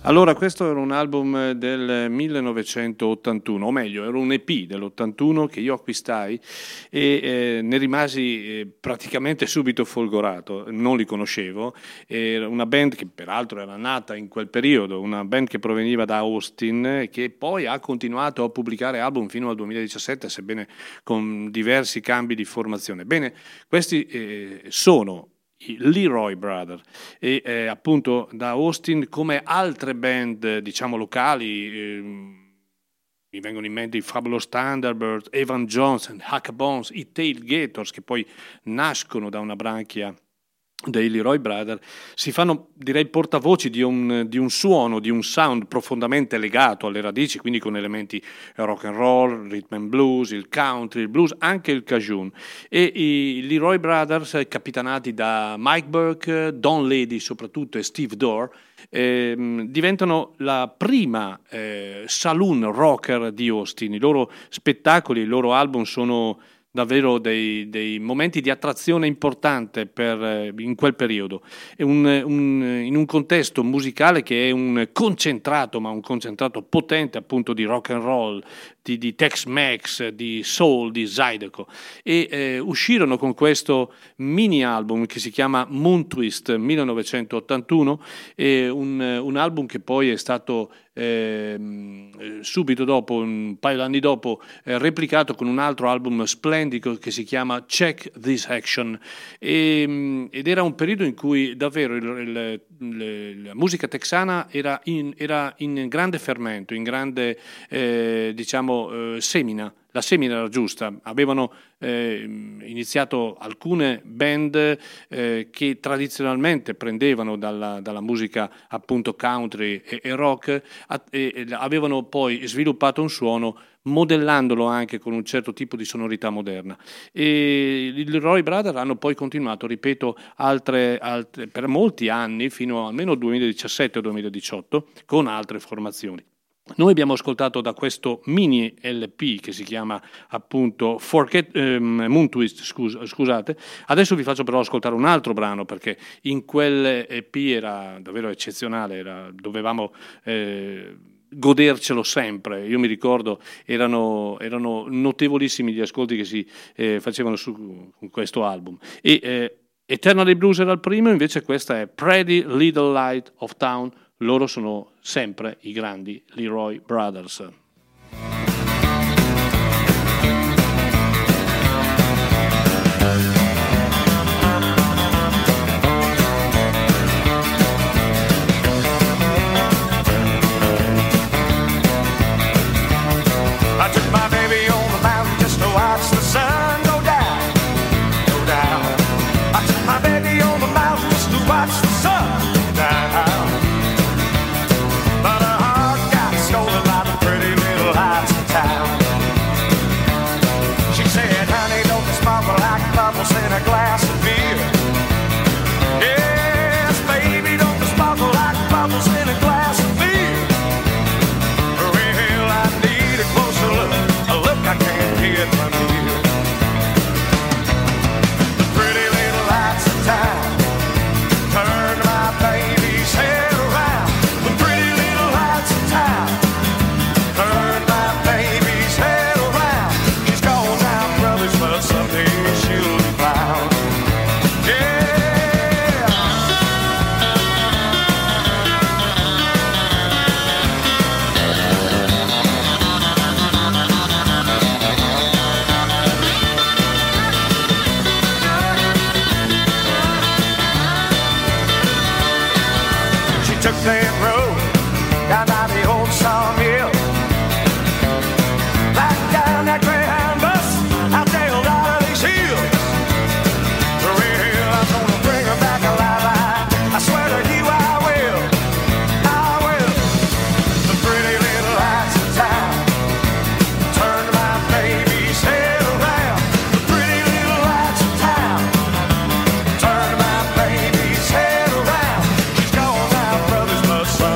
Allora, questo era un album del 1981, o meglio, era un EP dell'81 che io acquistai e ne rimasi praticamente subito folgorato, non li conoscevo. Era una band che peraltro era nata in quel periodo, una band che proveniva da Austin, che poi ha continuato a pubblicare album fino al 2017, sebbene con diversi cambi di formazione. Bene, questi sono i Leroy Brothers e appunto da Austin, come altre band diciamo locali, mi vengono in mente i Fabulous Thunderbirds, Evan Johnson, Huck Bones, i Tailgators, che poi nascono da una branchia dei Leroy Brothers, si fanno, direi, portavoci di un suono, di un sound profondamente legato alle radici, quindi con elementi rock and roll, rhythm and blues, il country, il blues, anche il cajun. E i Leroy Brothers, capitanati da Mike Burke, Don Lady soprattutto e Steve Dorr, diventano la prima saloon rocker di Austin. I loro spettacoli, i loro album sono davvero dei momenti di attrazione importante in quel periodo. È in un contesto musicale che è un concentrato, ma un concentrato potente appunto di rock and roll, di Tex-Mex, di soul, di Zydeco, e uscirono con questo mini album che si chiama Moon Twist 1981, un album che poi è stato subito dopo, un paio d'anni dopo, replicato con un altro album splendido che si chiama Check This Action, ed era un periodo in cui davvero la musica texana era in grande fermento, in grande semina. La semina era giusta, avevano iniziato alcune band che tradizionalmente prendevano dalla musica appunto country e rock, e avevano poi sviluppato un suono modellandolo anche con un certo tipo di sonorità moderna. E i Leroy Brothers hanno poi continuato, ripeto, altre per molti anni, fino almeno al 2017 o 2018, con altre formazioni. Noi abbiamo ascoltato da questo mini LP che si chiama appunto Moon Twist, scusate. Adesso vi faccio però ascoltare un altro brano, perché in quel EP era davvero eccezionale, dovevamo godercelo sempre. Io mi ricordo erano notevolissimi gli ascolti che si facevano su questo album. Eternally Blues era il primo, invece questa è Pretty Little Light of Town. Loro sono sempre i grandi Leroy Brothers. I took my baby on the mountain just to watch the sun go down, go down. I took my baby on the mountain just to watch the sun go down. But her heart got stolen by the pretty little lights of town. She said, honey, don't you sparkle like bubbles in a glass of beer? Yes, baby, don't you sparkle like bubbles in a glass of beer? Well, I need a closer look, a look I can't get from here. The pretty little lights of town turned my baby's head around. The pretty little lights of town turned my baby's head around. She's gone now, brothers, but someday she'll be found. Yeah. She took that road down by the old sawmill, back down that Greyhound bus, out there out of these hills. Well, I'm gonna bring her back alive. I swear to you I will. I will. The pretty little lights of town turned my baby's head around. The pretty little lights of town turned my baby's head around. She's gone now, brothers, but son.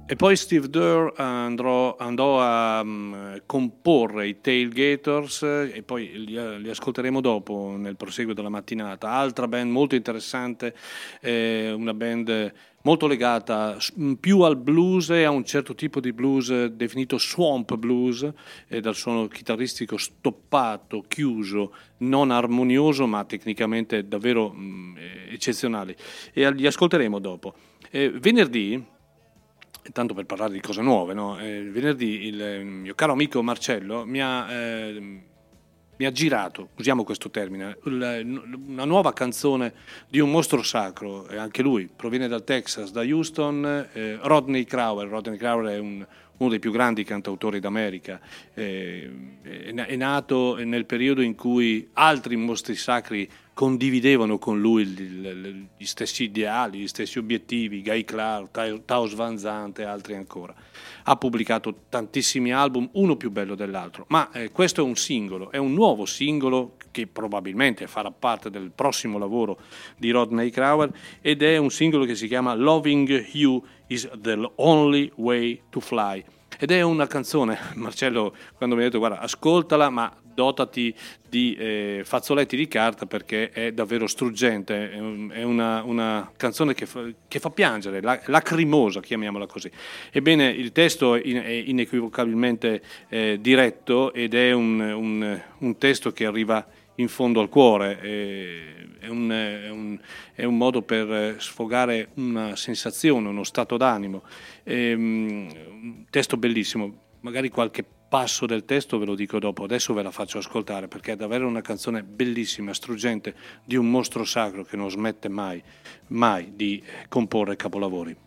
E poi Steve Durr andò a comporre i Tailgaters e poi li ascolteremo dopo nel proseguo della mattinata. Altra band molto interessante, una band molto legata più al blues e a un certo tipo di blues definito swamp blues, dal suono chitarristico stoppato, chiuso, non armonioso ma tecnicamente davvero eccezionali, e li ascolteremo dopo. Venerdì, tanto per parlare di cose nuove, no? Venerdì il mio caro amico Marcello mi ha girato, usiamo questo termine, una nuova canzone di un mostro sacro, anche lui proviene dal Texas, da Houston, Rodney Crowell. Rodney Crowell è uno dei più grandi cantautori d'America, è nato nel periodo in cui altri mostri sacri condividevano con lui gli stessi ideali, gli stessi obiettivi, Guy Clark, Townes Van Zandt e altri ancora. Ha pubblicato tantissimi album, uno più bello dell'altro, ma questo è un singolo, è un nuovo singolo che probabilmente farà parte del prossimo lavoro di Rodney Crowell, ed è un singolo che si chiama Loving You is the Only Way to Fly. Ed è una canzone, Marcello quando mi ha detto guarda ascoltala ma dotati di fazzoletti di carta perché è davvero struggente, è una canzone che fa piangere, lacrimosa, chiamiamola così. Ebbene, il testo è inequivocabilmente diretto ed è un testo che arriva in fondo al cuore, è un modo per sfogare una sensazione, uno stato d'animo, un testo bellissimo. Magari qualche passo del testo ve lo dico dopo, adesso ve la faccio ascoltare perché è davvero una canzone bellissima, struggente, di un mostro sacro che non smette mai di comporre capolavori.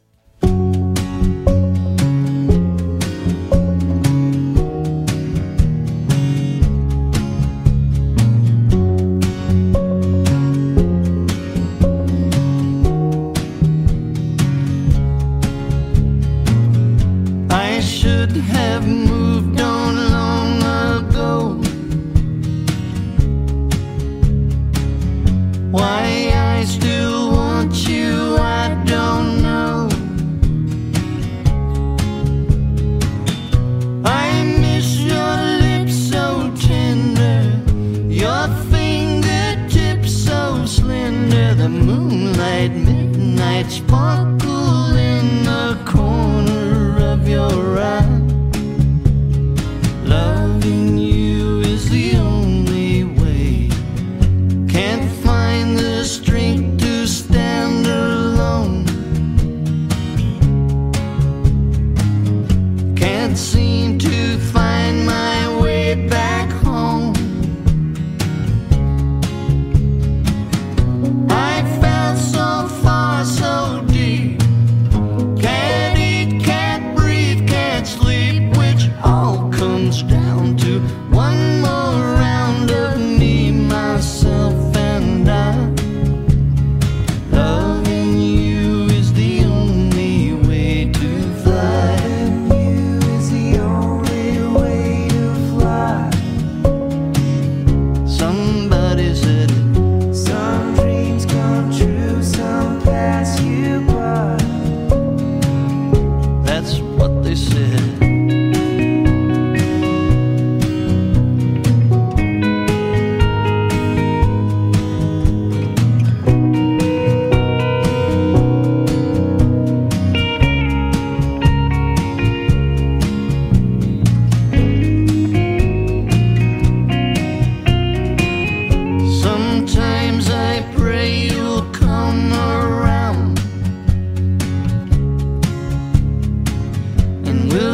Have moved on long ago. Why I still want you, I don't know. I miss your lips so tender, your fingertips so slender, the moonlight midnight sparkle in the corner of your eye. Loving you is the only way. Can't find the strength to stand alone. Can't seem to find my way back home. I fell so far, so deep. Can't eat, can't breathe, can't sleep, which all comes down to one more round of me, myself and I. Loving you is the only way to fly. You is the only way to fly. Somebody said it. Some dreams come true, some pass you by. That's what they said. Sometimes I pray you'll come around and we'll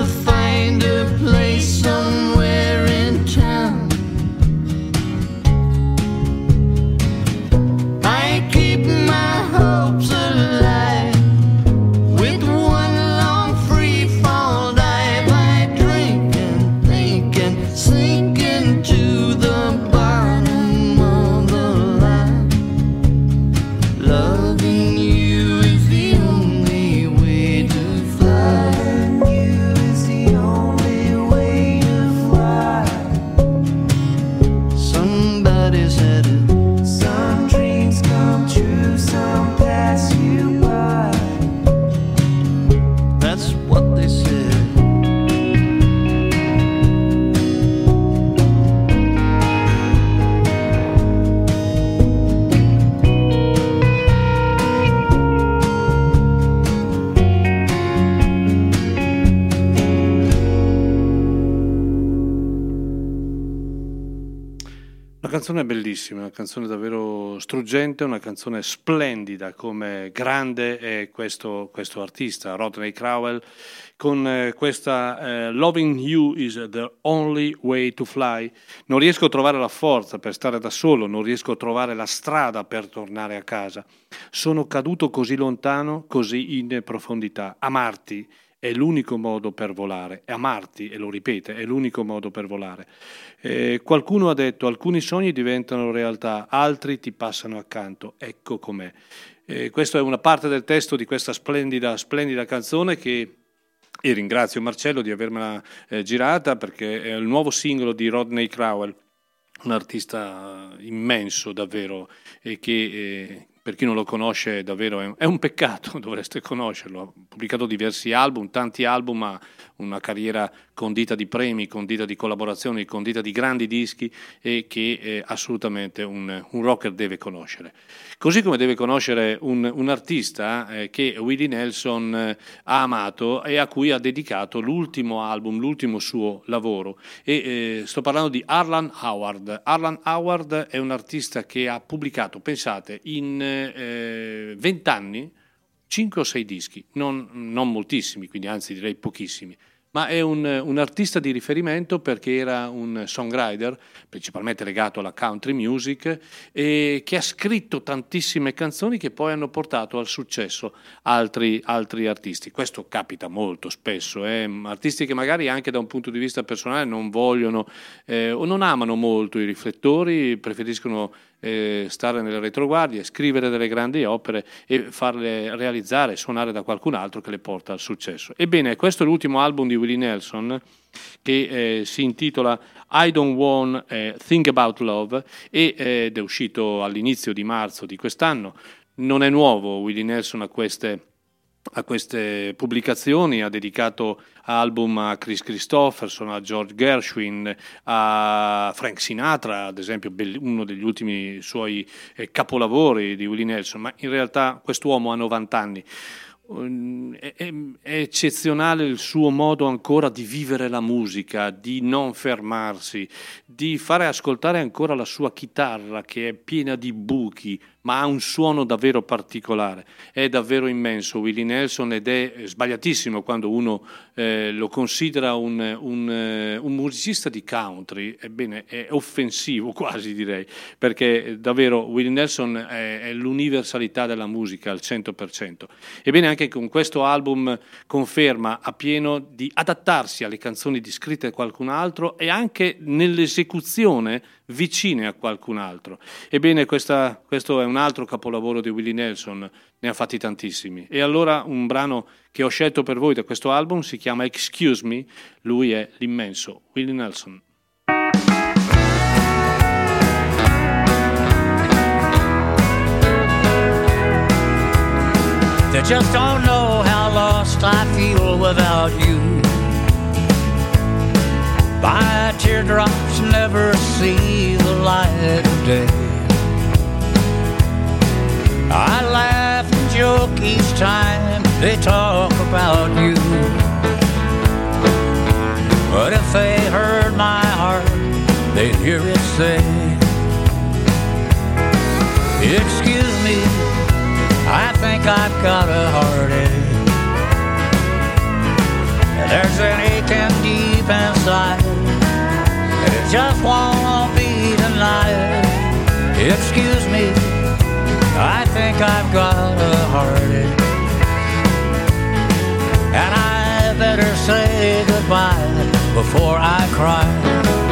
canzone bellissima, una canzone davvero struggente, una canzone splendida, come grande è questo artista, Rodney Crowell, con questa Loving You is the only way to fly. Non riesco a trovare la forza per stare da solo, non riesco a trovare la strada per tornare a casa. Sono caduto così lontano, così in profondità. Amarti è l'unico modo per volare, amarti, e lo ripete, è l'unico modo per volare. Qualcuno ha detto: alcuni sogni diventano realtà, altri ti passano accanto. Ecco com'è. Questa è una parte del testo di questa splendida canzone e ringrazio Marcello di avermela girata, perché è il nuovo singolo di Rodney Crowell, un artista immenso davvero, e che per chi non lo conosce davvero è un peccato, dovreste conoscerlo. Ha pubblicato diversi album, tanti album, ha una carriera condita di premi, condita di collaborazioni, condita di grandi dischi, e che assolutamente un rocker deve conoscere. Così come deve conoscere un artista che Willie Nelson ha amato e a cui ha dedicato l'ultimo album, l'ultimo suo lavoro. E sto parlando di Arlan Howard. Arlan Howard è un artista che ha pubblicato, pensate, in 20 anni 5 o 6 dischi, non moltissimi, quindi anzi direi pochissimi, ma è un artista di riferimento perché era un songwriter principalmente legato alla country music, e che ha scritto tantissime canzoni che poi hanno portato al successo altri artisti. Questo capita molto spesso, artisti che magari anche da un punto di vista personale non vogliono o non amano molto i riflettori, preferiscono stare nelle retroguardie, scrivere delle grandi opere e farle realizzare, suonare da qualcun altro che le porta al successo. Ebbene, questo è l'ultimo album di Willie Nelson, che si intitola I Don't Want Think About Love, ed è uscito all'inizio di marzo di quest'anno. Non è nuovo Willie Nelson a queste pubblicazioni, ha dedicato album a Chris Christopherson, a George Gershwin, a Frank Sinatra, ad esempio, uno degli ultimi suoi capolavori di Willie Nelson, ma in realtà quest'uomo ha 90 anni. È eccezionale il suo modo ancora di vivere la musica, di non fermarsi, di fare ascoltare ancora la sua chitarra, che è piena di buchi, ma ha un suono davvero particolare. È davvero immenso Willie Nelson, ed è sbagliatissimo quando uno lo considera un musicista di country. Ebbene, è offensivo quasi, direi, perché davvero Willie Nelson è l'universalità della musica al 100%. Ebbene, anche con questo album conferma appieno di adattarsi alle canzoni scritte da qualcun altro, e anche nell'esecuzione vicine a qualcun altro. Ebbene, questo è un altro capolavoro di Willie Nelson, ne ha fatti tantissimi. E allora un brano che ho scelto per voi da questo album si chiama Excuse Me, lui è l'immenso Willie Nelson. They just don't know how lost I feel without you. My teardrops never see the light of day. I laugh and joke each time they talk about you. But if they heard my heart, they'd hear it say, excuse me, I think I've got a heartache. There's an aching deep inside, and it just won't be denied. Excuse me, I think I've got a heartache, and I better say goodbye before I cry.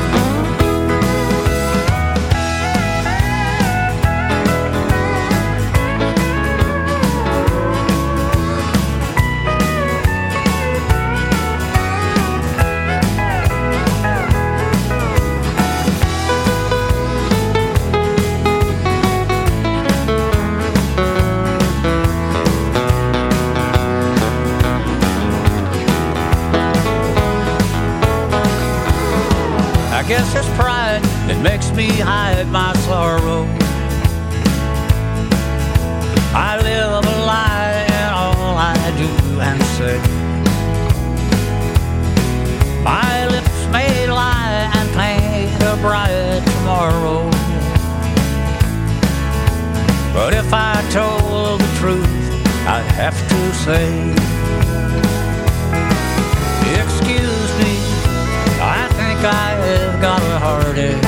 I guess it's pride that makes me hide my sorrow. I live a lie in all I do and say. My lips may lie and paint a bright tomorrow, say, excuse me, I think I've got a heartache,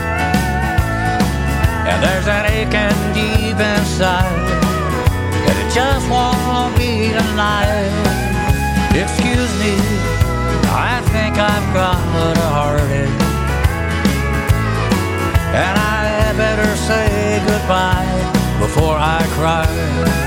and there's an aching deep inside, and it just won't be tonight. Excuse me, I think I've got a heartache, and I better say goodbye before I cry.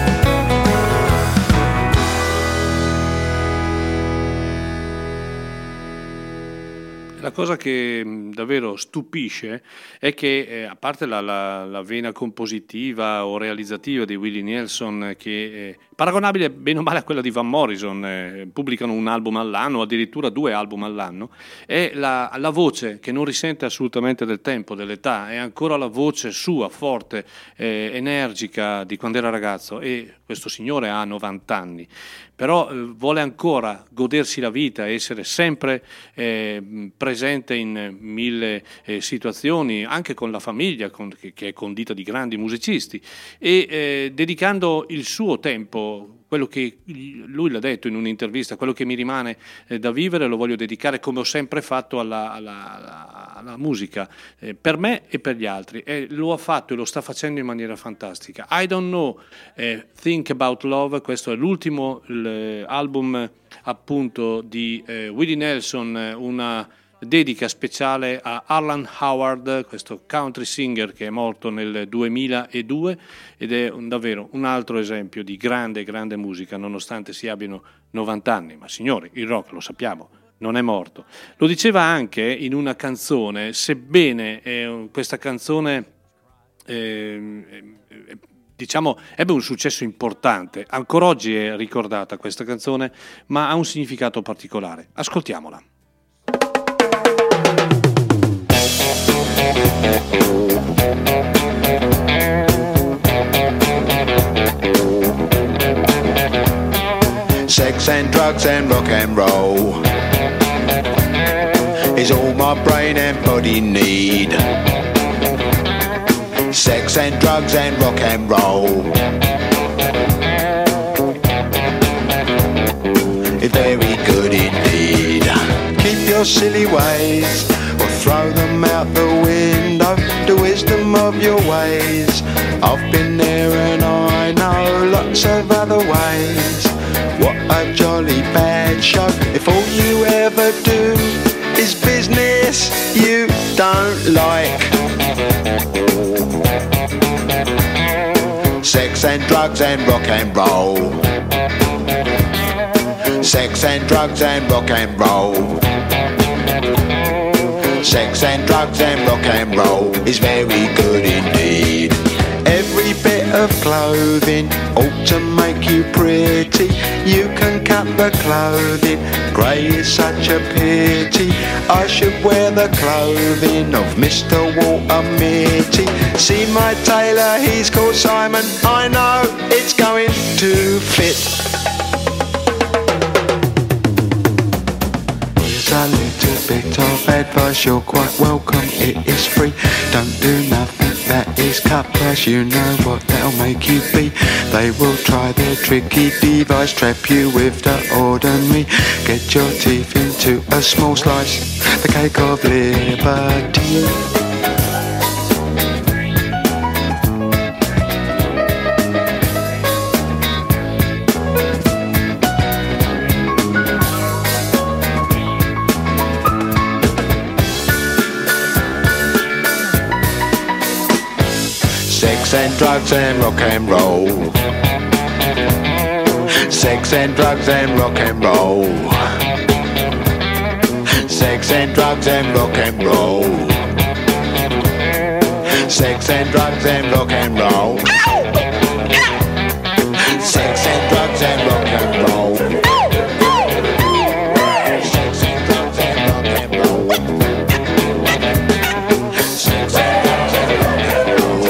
La cosa che davvero stupisce è che, a parte la vena compositiva o realizzativa di Willie Nelson, che è paragonabile bene o male a quella di Van Morrison, pubblicano un album all'anno, addirittura 2 album all'anno, è la voce che non risente assolutamente del tempo, dell'età, è ancora la voce sua, forte, energica di quando era ragazzo, e questo signore ha 90 anni. Però vuole ancora godersi la vita, essere sempre presente in 1000 situazioni, anche con la famiglia, che è condita di grandi musicisti, e dedicando il suo tempo, quello che lui l'ha detto in un'intervista, quello che mi rimane da vivere lo voglio dedicare, come ho sempre fatto, alla musica, per me e per gli altri, e lo ha fatto e lo sta facendo in maniera fantastica. I Don't Know, Think About Love, questo è l'ultimo album appunto di Willie Nelson, una dedica speciale a Alan Howard, questo country singer che è morto nel 2002, ed è davvero un altro esempio di grande musica, nonostante si abbiano 90 anni. Ma signori, il rock, lo sappiamo, non è morto. Lo diceva anche in una canzone, sebbene questa canzone diciamo ebbe un successo importante, ancora oggi è ricordata questa canzone, ma ha un significato particolare. Ascoltiamola. Sex and drugs and rock and roll is all my brain and body need. Sex and drugs and rock and roll is very good indeed. Keep your silly ways or throw them out the window, the wisdom of your ways. I've been there and I know lots of other ways. What a jolly bad show if all you ever do is business you don't like. Sex and drugs and rock and roll. Sex and drugs and rock and roll. Sex and drugs and rock and roll is very good indeed. Every bit of clothing ought to make you pretty. You can cut the clothing, grey is such a pity. I should wear the clothing of Mr. Walter Mitty. See my tailor, he's called Simon, I know it's going to fit. A little bit of advice, you're quite welcome, it is free. Don't do nothing that is cut price, you know what that'll make you be. They will try their tricky device, trap you with the ordinary. Get your teeth into a small slice, the cake of liberty. Sex and drugs and rock and roll. Sex and drugs and rock and roll. Sex and drugs and rock and roll. Sex and drugs and rock and roll. Sex and drugs and rock and roll. Sex and drugs and rock and roll. Sex and drugs and rock and roll.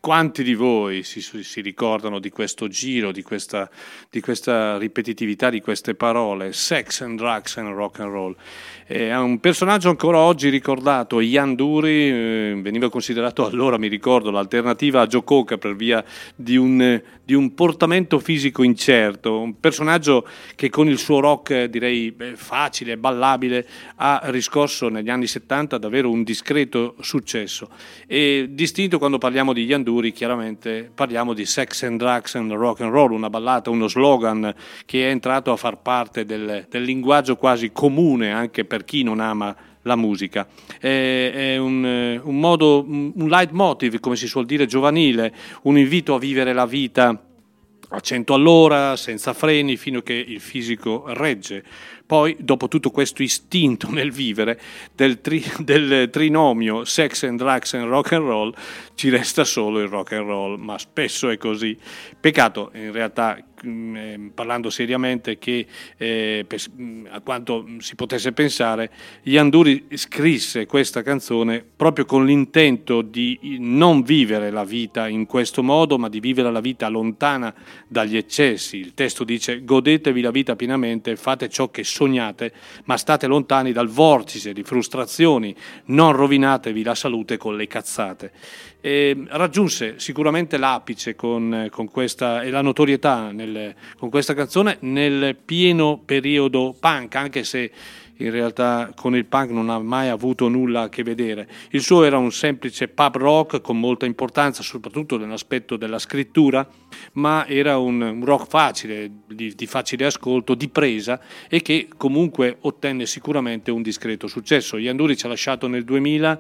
Quanti di voi si ricordano di questo giro, di questa ripetitività di queste parole, sex and drugs and rock and roll? È un personaggio ancora oggi ricordato, Ian Dury, veniva considerato allora, mi ricordo, l'alternativa a Joe Cocker per via di un portamento fisico incerto, un personaggio che con il suo rock direi facile, ballabile, ha riscosso negli anni 70 davvero un discreto successo. E distinto, quando parliamo di Ian Dury, chiaramente parliamo di sex and drugs and rock and roll, una ballata, uno slogan che è entrato a far parte del linguaggio quasi comune anche per chi non ama la musica. È un modo, un leitmotiv, come si suol dire, giovanile, un invito a vivere la vita a 100 all'ora, senza freni, fino a che il fisico regge. Poi, dopo tutto questo istinto nel vivere del trinomio sex and drugs and rock and roll, ci resta solo il rock and roll, ma spesso è così. Peccato, in realtà, parlando seriamente, che a quanto si potesse pensare, Ian Dury scrisse questa canzone proprio con l'intento di non vivere la vita in questo modo, ma di vivere la vita lontana dagli eccessi. Il testo dice: godetevi la vita pienamente, fate ciò che sognate, ma state lontani dal vortice di frustrazioni, non rovinatevi la salute con le cazzate. Raggiunse sicuramente l'apice con questa, e la notorietà con questa canzone nel pieno periodo punk, anche se in realtà con il punk non ha mai avuto nulla a che vedere. Il suo era un semplice pub rock con molta importanza, soprattutto nell'aspetto della scrittura, ma era un rock facile, di facile ascolto, di presa, e che comunque ottenne sicuramente un discreto successo. Ian Dury ci ha lasciato nel 2000,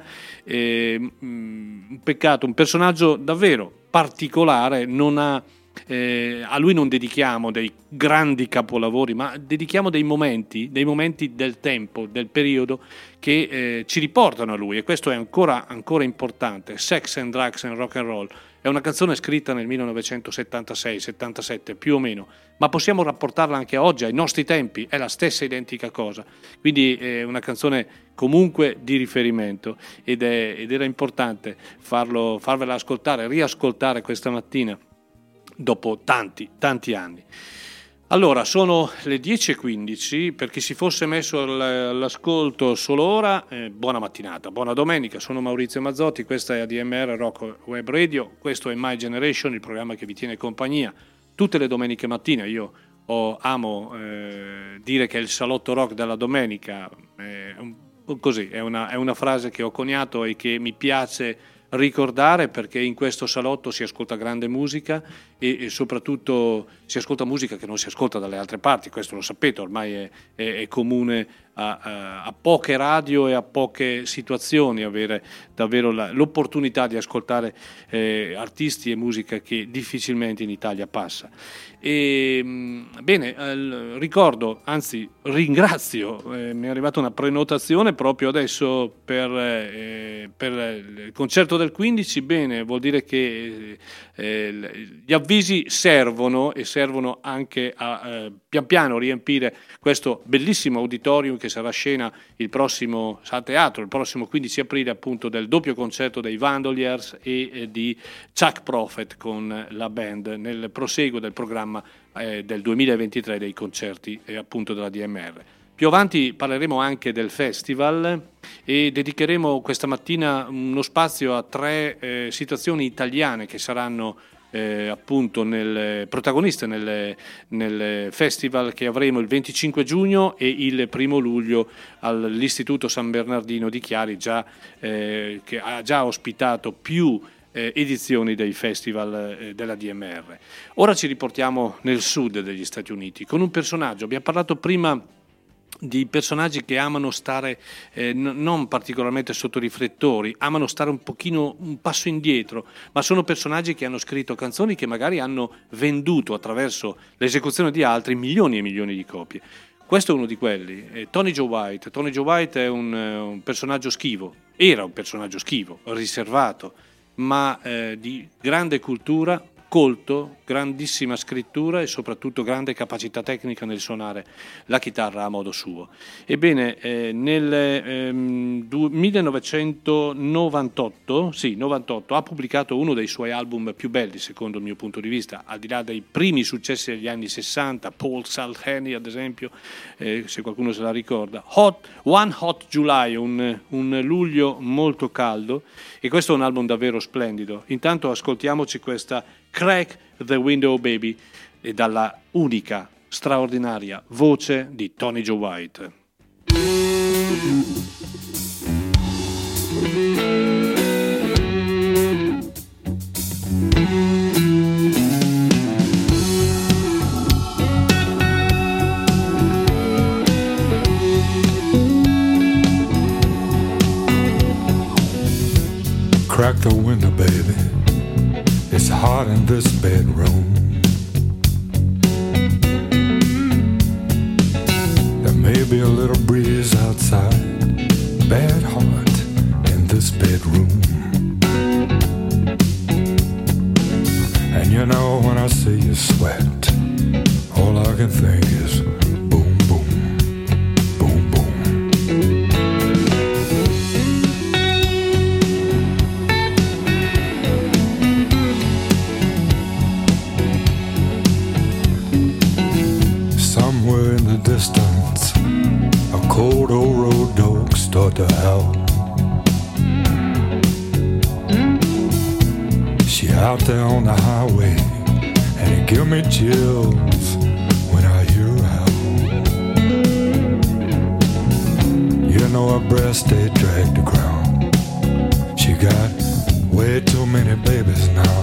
un peccato, un personaggio davvero particolare. A lui non dedichiamo dei grandi capolavori, ma dedichiamo dei momenti del tempo, del periodo, che ci riportano a lui, e questo è ancora importante. Sex and Drugs and Rock and Roll è una canzone scritta nel 1976-77 più o meno, ma possiamo rapportarla anche oggi, ai nostri tempi, è la stessa identica cosa, quindi è una canzone comunque di riferimento, ed era importante farvela ascoltare, riascoltare questa mattina dopo tanti anni. Allora, sono le 10:15, per chi si fosse messo all'ascolto solo ora, buona mattinata, buona domenica, sono Maurizio Mazzotti, questa è ADMR Rock Web Radio, questo è My Generation, il programma che vi tiene compagnia tutte le domeniche mattine. Io amo dire che è il salotto rock della domenica, così, è una frase che ho coniato e che mi piace ricordare, perché in questo salotto si ascolta grande musica e soprattutto si ascolta musica che non si ascolta dalle altre parti, questo lo sapete, ormai è comune a poche radio e a poche situazioni avere davvero l'opportunità di ascoltare artisti e musica che difficilmente in Italia passa. Ricordo, anzi ringrazio, mi è arrivata una prenotazione proprio adesso per il concerto del 15. Bene, vuol dire che gli avvisi servono, e servono anche a pian piano riempire questo bellissimo auditorium che sarà scena il prossimo teatro, il prossimo 15 aprile, appunto, del doppio concerto dei Vandoliers e di Chuck Prophet con la band nel proseguo del programma del 2023 dei concerti appunto della DMR. Più avanti parleremo anche del festival e dedicheremo questa mattina uno spazio a 3 situazioni italiane che saranno appunto protagoniste nel festival che avremo il 25 giugno e il 1 luglio all'Istituto San Bernardino di Chiari, che ha già ospitato più edizioni dei festival della DMR. Ora ci riportiamo nel sud degli Stati Uniti con un personaggio. Abbiamo parlato prima di personaggi che amano stare non particolarmente sotto riflettori, amano stare un passo indietro, ma sono personaggi che hanno scritto canzoni che magari hanno venduto attraverso l'esecuzione di altri milioni e milioni di copie. Questo è uno di quelli, Tony Joe White. Tony Joe White è un personaggio schivo, era un personaggio schivo, riservato, ma di grande cultura, colto, grandissima scrittura e soprattutto grande capacità tecnica nel suonare la chitarra a modo suo. Ebbene, nel 1998 ha pubblicato uno dei suoi album più belli, secondo il mio punto di vista, al di là dei primi successi degli anni 60, Paul Salhany ad esempio, se qualcuno se la ricorda, One Hot July, un luglio molto caldo, e questo è un album davvero splendido. Intanto ascoltiamoci questa Crack the Window Baby, e dalla unica, straordinaria voce di Tony Joe White. Crack the window, baby. It's hot in this bedroom. There may be a little breeze outside, bad heart in this bedroom. And you know when I see you sweat, all I can think is boom, boom, boom, boom. Somewhere in the distance, a cold old road dog start to howl. She out there on the highway, and it give me chills when I hear her howl. You know her breast they drag the ground. She got way too many babies now.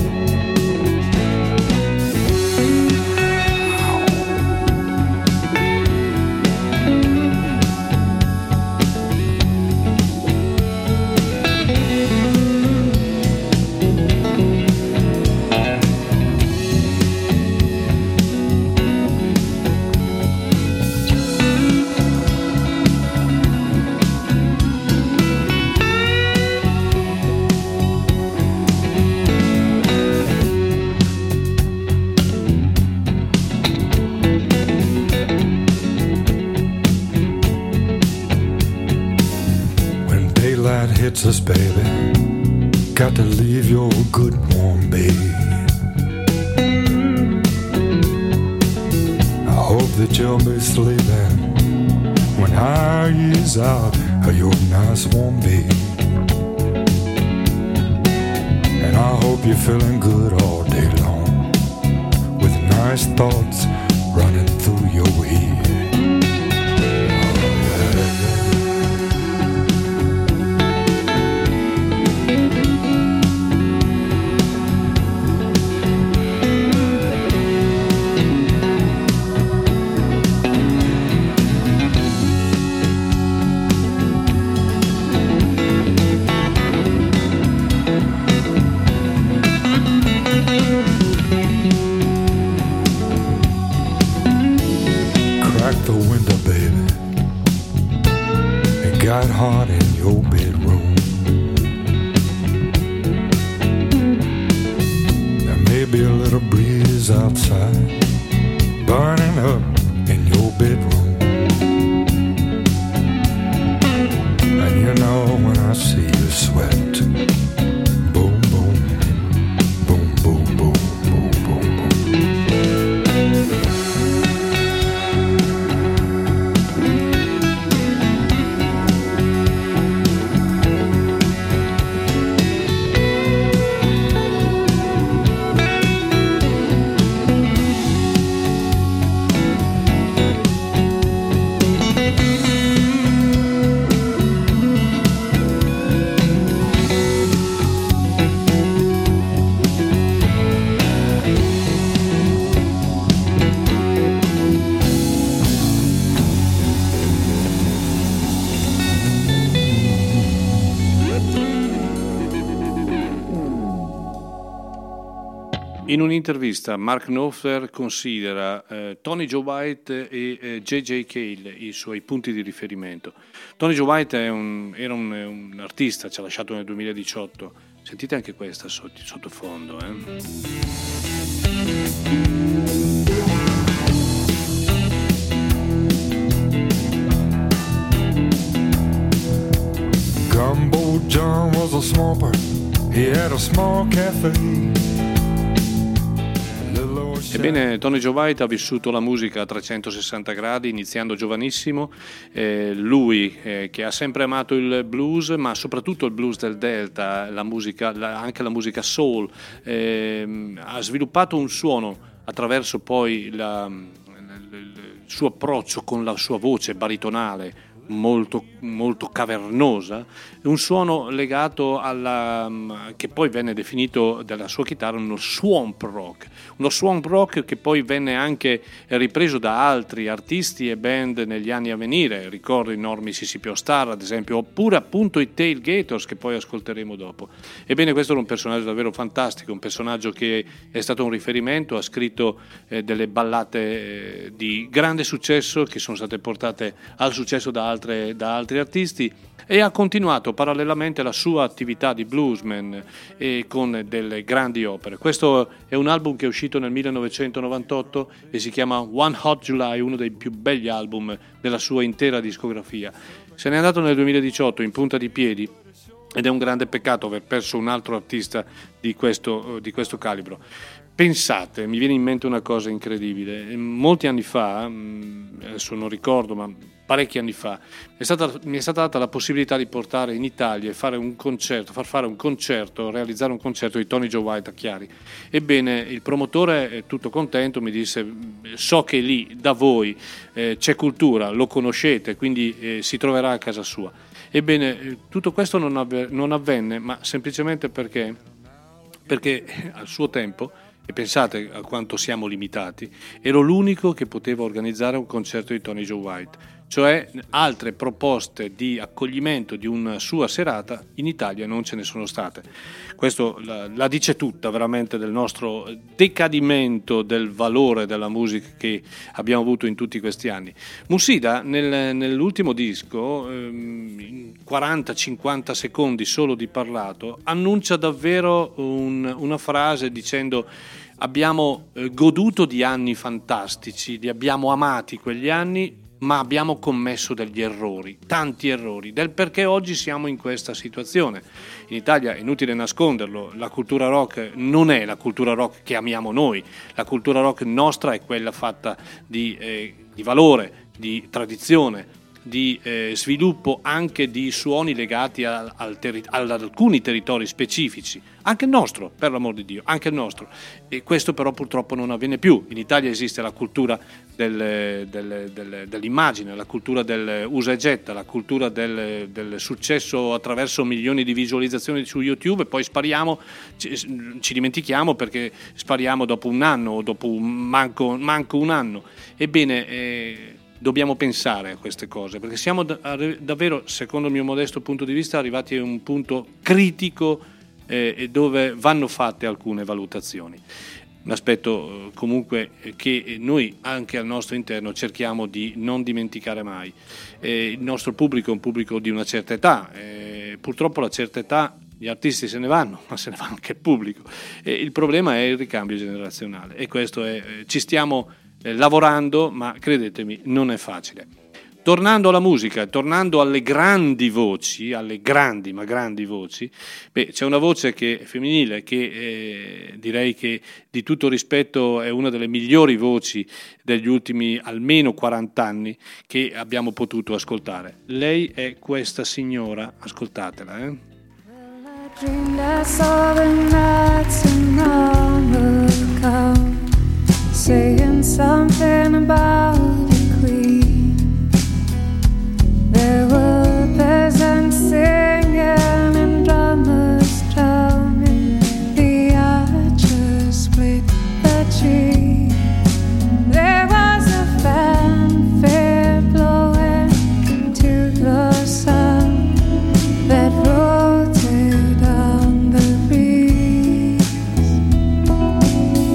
Hits us, baby, got to leave your good warm bed. I hope that you'll be sleeping when I ease out of your nice warm bed. And I hope you're feeling good all day long, with nice thoughts running through your head. The wind In un'intervista Mark Knopfler considera Tony Joe White e J.J. Cale i suoi punti di riferimento. Tony Joe White era un artista, ci ha lasciato nel 2018. Sentite anche questa sottofondo. Gumbo John was a smoker. He had a small cafe. Ebbene, Tony Joe White ha vissuto la musica a 360 gradi, iniziando giovanissimo. Lui che ha sempre amato il blues, ma soprattutto il blues del Delta, la musica, anche la musica soul, ha sviluppato un suono attraverso poi il suo approccio con la sua voce baritonale, molto, molto cavernosa, un suono legato che poi venne definito dalla sua chitarra uno swamp rock che poi venne anche ripreso da altri artisti e band negli anni a venire. Ricordo i North Mississippi Star, ad esempio, oppure appunto i Tailgaters, che poi ascolteremo dopo. Ebbene, questo era un personaggio davvero fantastico, un personaggio che è stato un riferimento, ha scritto delle ballate di grande successo che sono state portate al successo da altri artisti, e ha continuato parallelamente la sua attività di bluesman e con delle grandi opere. Questo è un album che è uscito nel 1998 e si chiama One Hot July, uno dei più belli album della sua intera discografia. Se n'è andato nel 2018 in punta di piedi ed è un grande peccato aver perso un altro artista di questo calibro. Pensate, mi viene in mente una cosa incredibile. Molti anni fa, adesso non ricordo, ma parecchi anni fa, mi è stata data la possibilità di portare in Italia e far fare un concerto, realizzare un concerto di Tony Joe White a Chiari. Ebbene, il promotore è tutto contento, mi disse: so che lì da voi c'è cultura, lo conoscete, quindi si troverà a casa sua. Ebbene, tutto questo non avvenne, ma semplicemente perché al suo tempo, e pensate a quanto siamo limitati, ero l'unico che poteva organizzare un concerto di Tony Joe White, cioè altre proposte di accoglimento di una sua serata in Italia non ce ne sono state. Questo la dice tutta veramente del nostro decadimento del valore della musica che abbiamo avuto in tutti questi anni. Musida nell'ultimo disco, in 40-50 secondi solo di parlato, annuncia davvero una frase dicendo: abbiamo goduto di anni fantastici, li abbiamo amati quegli anni, ma abbiamo commesso degli errori, tanti errori, del perché oggi siamo in questa situazione. In Italia, è inutile nasconderlo, la cultura rock non è la cultura rock che amiamo noi. La cultura rock nostra è quella fatta di valore, di tradizione, di sviluppo anche di suoni legati ad alcuni territori specifici, anche il nostro, per l'amor di Dio, anche il nostro. E questo però purtroppo non avviene più. In Italia esiste la cultura dell'immagine, la cultura del usa e getta, la cultura del successo attraverso milioni di visualizzazioni su YouTube, e poi ci dimentichiamo perché spariamo dopo un anno o dopo manco un anno. Ebbene, dobbiamo pensare a queste cose, perché siamo davvero, secondo il mio modesto punto di vista, arrivati a un punto critico dove vanno fatte alcune valutazioni. Un aspetto comunque che noi anche al nostro interno cerchiamo di non dimenticare mai. Il nostro pubblico è un pubblico di una certa età, purtroppo a una certa età gli artisti se ne vanno, ma se ne va anche il pubblico. Il problema è il ricambio generazionale, e questo ci stiamo lavorando, ma credetemi non è facile. Tornando alla musica, tornando alle grandi voci, alle grandi voci, c'è una voce che è femminile, che direi che di tutto rispetto è una delle migliori voci degli ultimi almeno 40 anni che abbiamo potuto ascoltare. Lei è questa signora, ascoltatela. Well, I dreamed I saw the knights in armor come, saying something about a queen. There were peasants singing and drummers drumming. The archers split the tree. There was a fanfare blowing to the sun that floated on the breeze.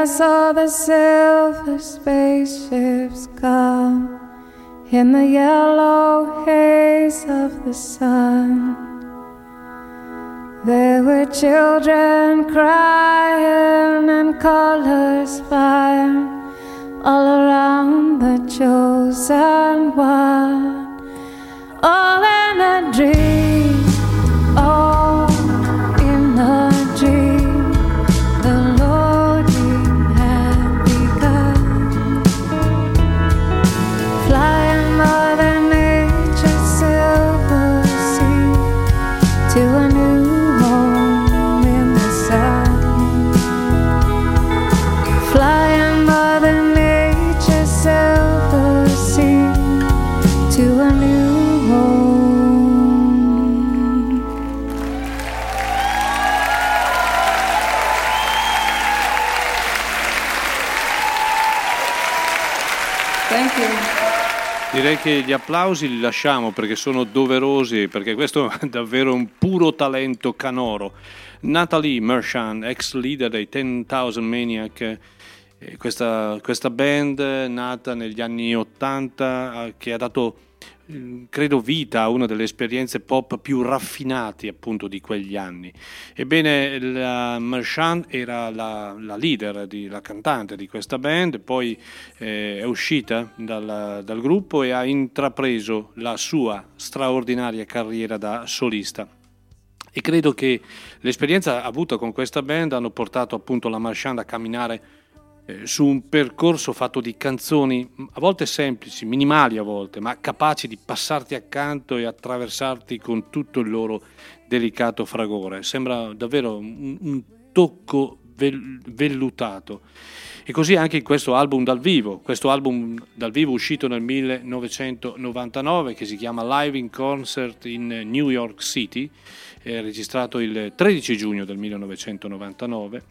saw the silver spaceships come in the yellow haze of the sun. There were children crying and colors flying all around the chosen one, all in a dream, all in a dream. The loading had begun, flying Mother Nature's silver sea to a new home in the sun, flying Mother Nature's silver sea to a new home. Thank you. Direi che gli applausi li lasciamo perché sono doverosi, perché questo è davvero un puro talento canoro. Natalie Merchant, ex leader dei 10,000 Maniac, questa band nata negli anni 80 che ha dato, credo, vita a una delle esperienze pop più raffinate appunto di quegli anni. Ebbene, la Merchant era la leader, la cantante di questa band, poi è uscita dal gruppo e ha intrapreso la sua straordinaria carriera da solista. E credo che l'esperienza avuta con questa band hanno portato appunto la Merchant a camminare su un percorso fatto di canzoni a volte semplici, minimali a volte, ma capaci di passarti accanto e attraversarti con tutto il loro delicato fragore. Sembra davvero un tocco vellutato. E così anche in questo album dal vivo uscito nel 1999, che si chiama Live in Concert in New York City, registrato il 13 giugno del 1999.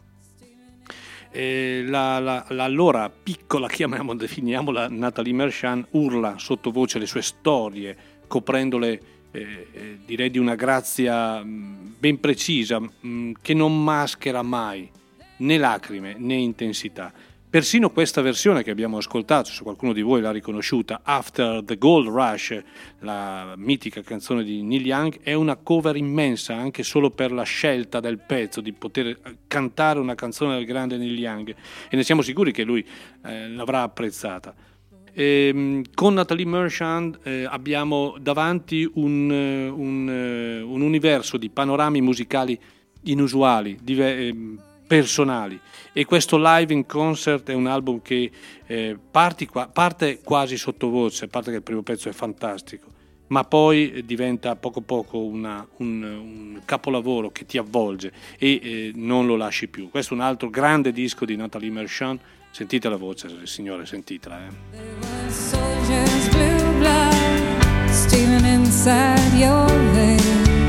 L'allora piccola, definiamola, Natalie Merchant urla sottovoce le sue storie, coprendole direi di una grazia ben precisa, che non maschera mai né lacrime né intensità. Persino questa versione che abbiamo ascoltato, se qualcuno di voi l'ha riconosciuta, After the Gold Rush, la mitica canzone di Neil Young, è una cover immensa anche solo per la scelta del pezzo, di poter cantare una canzone del grande Neil Young, e ne siamo sicuri che lui l'avrà apprezzata. Con Natalie Merchant abbiamo davanti un universo di panorami musicali inusuali, personali, e questo Live in Concert è un album che parte quasi sottovoce, a parte che il primo pezzo è fantastico, ma poi diventa poco poco un capolavoro che ti avvolge e non lo lasci più. Questo è un altro grande disco di Natalie Merchant. Sentite la voce, signore, sentitela. Soldiers' blue blood steaming inside your veins.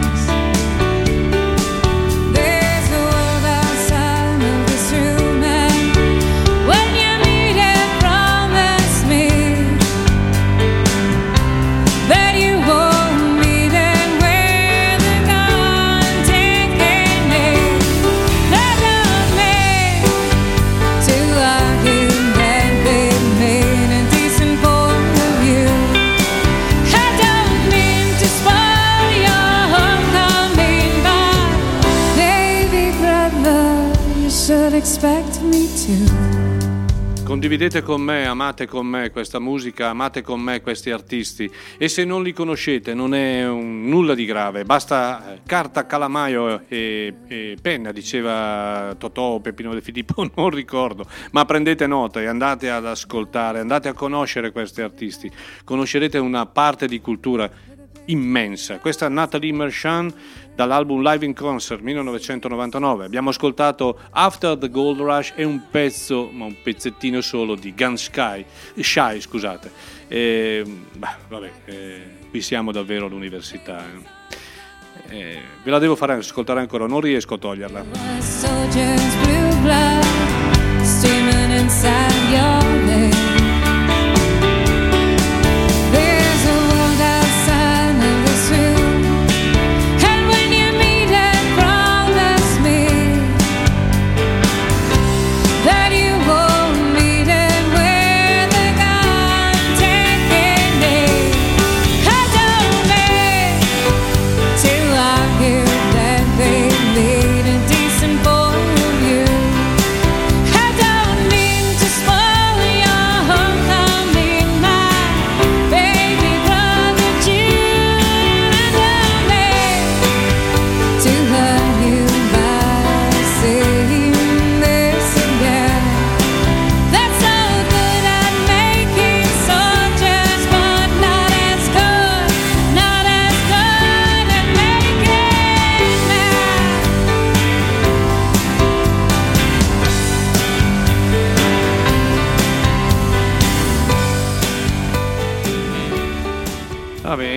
There's a world outside of this room, and when you meet it, promise me that you won't meet it where they're gone, taking me, not on me, to argue and be made a decent point of view. I don't mean to spoil your homecoming, but baby brother, you should expect me to. Condividete con me, amate con me questa musica, amate con me questi artisti, e se non li conoscete non è nulla di grave, basta carta, calamaio e penna, diceva Totò o Peppino De Filippo, non ricordo, ma prendete nota e andate ad ascoltare, andate a conoscere questi artisti, conoscerete una parte di cultura immensa. Questa è Natalie Merchant dall'album Live in Concert 1999. Abbiamo ascoltato After the Gold Rush e un pezzettino solo di Guns Shy, scusate. Qui siamo davvero all'università. Ve la devo fare ascoltare ancora, non riesco a toglierla. Soldiers' blue blood steaming inside your veins. There's a world outside of this room, and when you meet it, promise me that you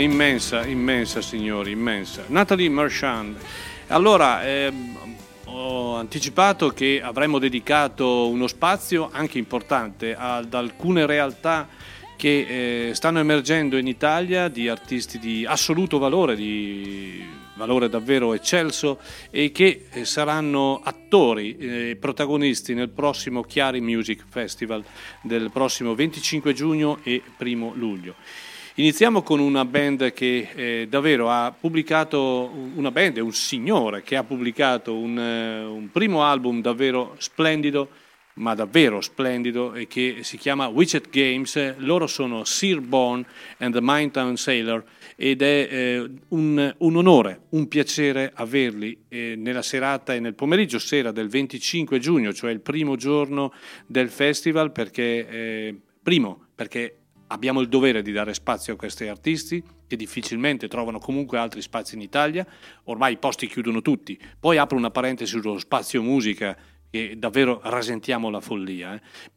immensa signori, immensa. Nathalie Marchand. Allora, ho anticipato che avremmo dedicato uno spazio anche importante ad alcune realtà che stanno emergendo in Italia, di artisti di assoluto valore, di valore davvero eccelso, e che saranno attori, protagonisti nel prossimo Chiari Music Festival del prossimo 25 giugno e 1 luglio. Iniziamo con una band che davvero ha pubblicato, un signore che ha pubblicato un primo album davvero splendido, ma davvero splendido, e che si chiama Witched Games. Loro sono Searborn and the Mountain Sailor, ed è un onore, un piacere averli nella serata e nel pomeriggio sera del 25 giugno, cioè il primo giorno del festival, perché abbiamo il dovere di dare spazio a questi artisti che difficilmente trovano comunque altri spazi in Italia. Ormai i posti chiudono tutti. Poi apro una parentesi sullo spazio musica, che davvero rasentiamo la follia.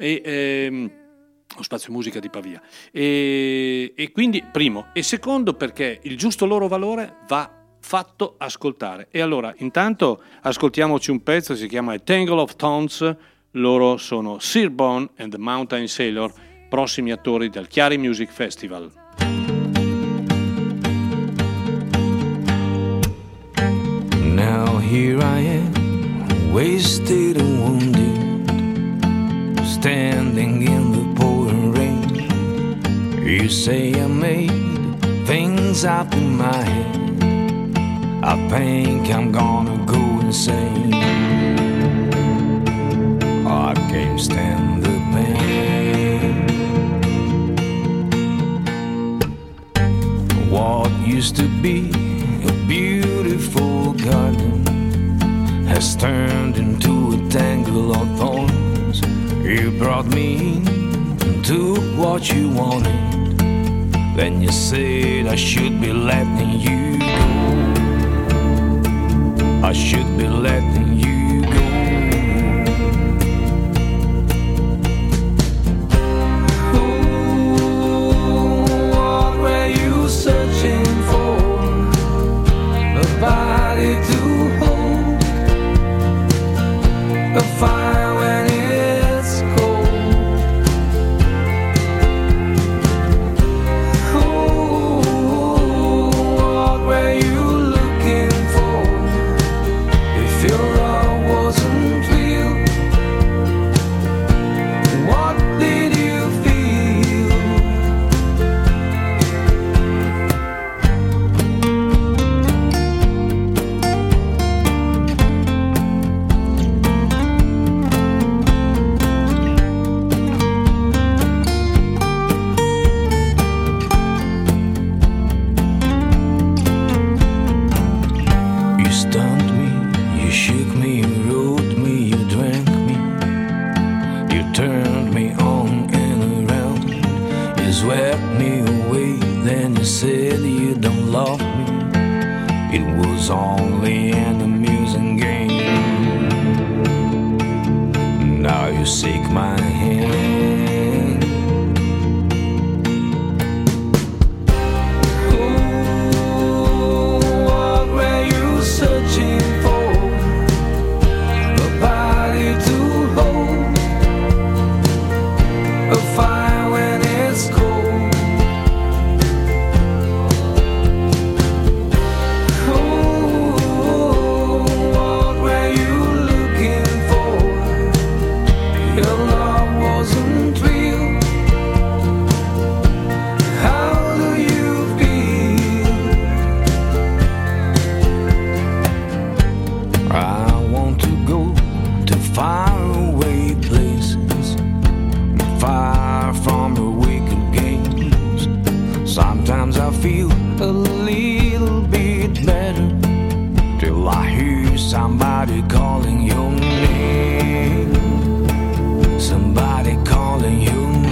Lo spazio musica di Pavia. E quindi, primo. E secondo, perché il giusto loro valore va fatto ascoltare. E allora, intanto, ascoltiamoci un pezzo, si chiama A Tangle of Tones. Loro sono Searborn and the Mountain Sailor, prossimi attori del Chiari Music Festival. Now here I am, wasted and wounded, standing in the pouring rain. You say I made things up in my head, I think I'm gonna go insane. I can't stand the pain. What used to be a beautiful garden has turned into a tangle of thorns. You brought me in and took what you wanted, then you said I should be letting you go. I should be letting you go. Searching for a body to hold, a fire when it's cold. Oh, what were you looking for? If your love wasn't real, what did you feel? Said you don't love me, it was only an amusing game. Now you seek my hand. Oh, what were you searching for? A body to hold, a fire when it's cold. Sometimes I feel a little bit better till I hear somebody calling your name. Somebody calling your name.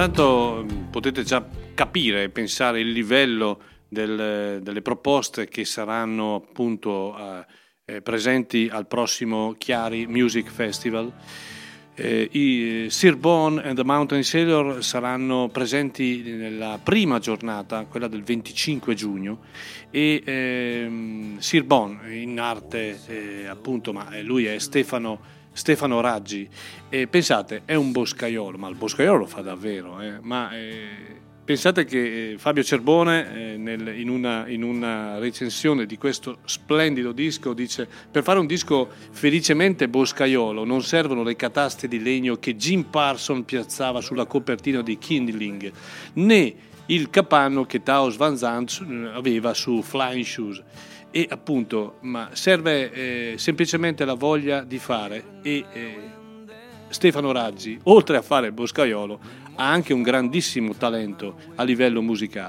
intanto potete già capire e pensare il livello delle proposte che saranno appunto presenti al prossimo Chiari Music Festival. I Sir Bon and the Mountain Sailor saranno presenti nella prima giornata, quella del 25 giugno, e Sir Bon in arte appunto, ma lui è Stefano Raggi, e pensate, è un boscaiolo, ma il boscaiolo lo fa davvero, pensate che Fabio Cerbone in una recensione di questo splendido disco dice: per fare un disco felicemente boscaiolo non servono le cataste di legno che Jim Parsons piazzava sulla copertina di Kindling, né il capanno che Thaos Van Zandt aveva su Flying Shoes. E appunto, ma serve semplicemente la voglia di fare, e Stefano Raggi, oltre a fare il boscaiolo, ha anche un grandissimo talento a livello musicale,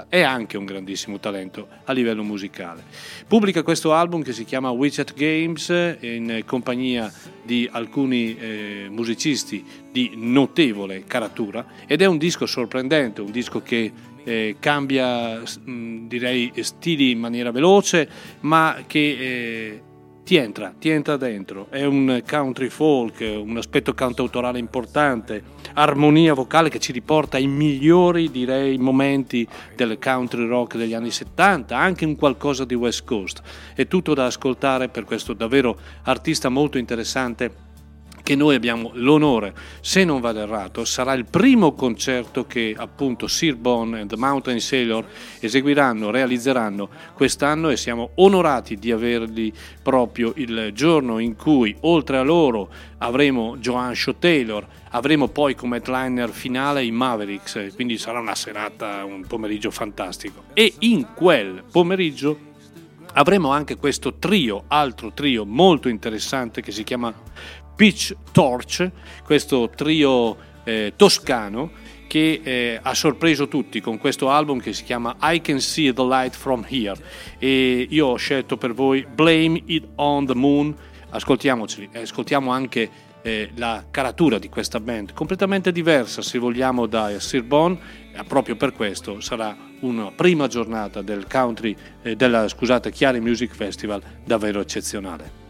Pubblica questo album che si chiama Widget Games in compagnia di alcuni musicisti di notevole caratura, ed è un disco sorprendente, un disco che cambia direi stili in maniera veloce, ma che ti entra dentro. È un country folk, un aspetto cantautorale importante, armonia vocale che ci riporta ai migliori, direi, momenti del country rock degli anni 70, anche un qualcosa di West Coast. È tutto da ascoltare per questo davvero artista molto interessante, che noi abbiamo l'onore, se non vado errato, sarà il primo concerto che appunto Sir Bon and the Mountain Sailor realizzeranno quest'anno, e siamo onorati di averli proprio il giorno in cui, oltre a loro, avremo Joan Shaw Taylor, avremo poi come headliner finale i Mavericks, quindi sarà una serata, un pomeriggio fantastico. E in quel pomeriggio avremo anche questo altro trio molto interessante che si chiama Peach Torch, questo trio toscano che ha sorpreso tutti con questo album che si chiama I Can See the Light From Here, e io ho scelto per voi Blame It on the Moon. Ascoltiamoceli, ascoltiamo anche la caratura di questa band, completamente diversa se vogliamo da Sir Bon, proprio per questo sarà una prima giornata del Chiari Music Festival davvero eccezionale.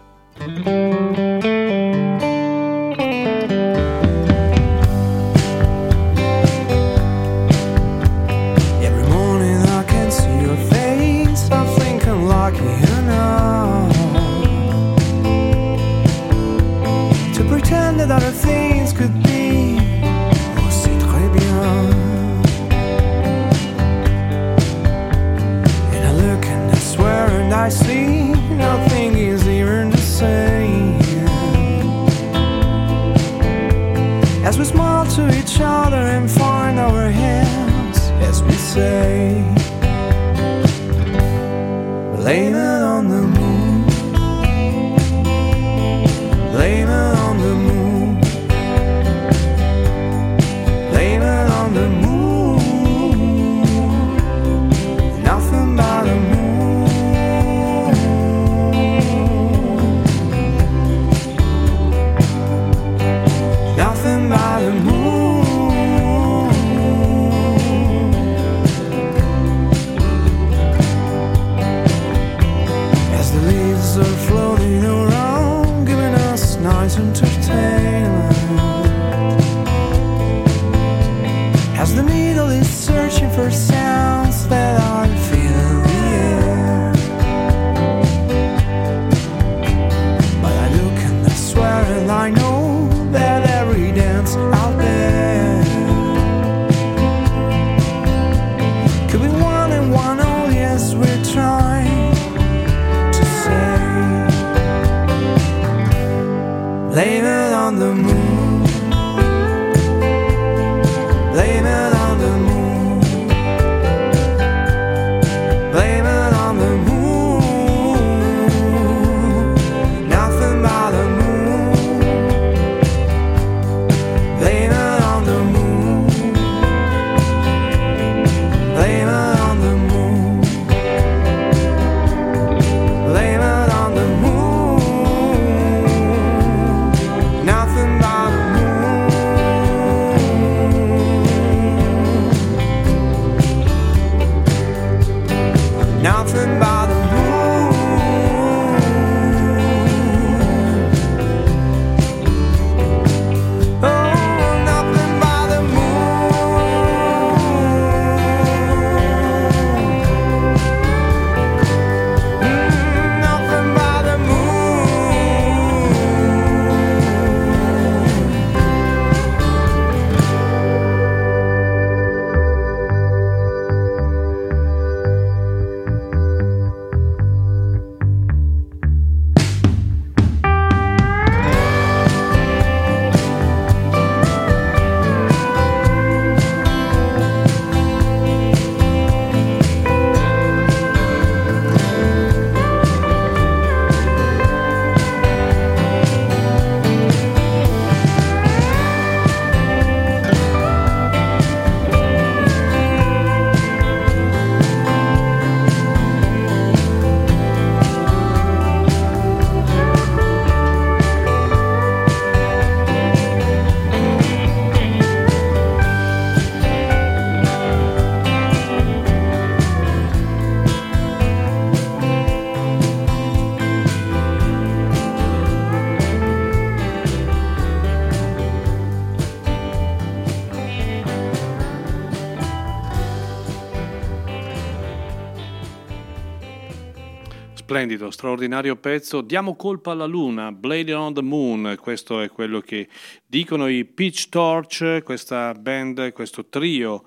Every morning I can see your face, I think I'm lucky enough to pretend that other things could be aussi très bien. And I look and I swear and I see nothing is even the same. As we smile to each other and find our hands as we say, blame it on the moon, blame it on the moon, blame it on the moon, nothing but the moon. Nothing but the moon. As the leaves are floating around, giving us nice entertainment. As the needle is searching for sounds that are filling the air. But I look and I swear and I know that every dance out there could be one and one only, as we're trying to say. Blame it on the moon, blame it on the moon, blame it on the moon, nothing but the moon. Blame it on the moon, blame it on the moon, blame it on the moon, nothing but the moon. splendido, straordinario pezzo. Diamo colpa alla luna, Blade on the Moon, questo è quello che dicono i Peach Torch, questa band, questo trio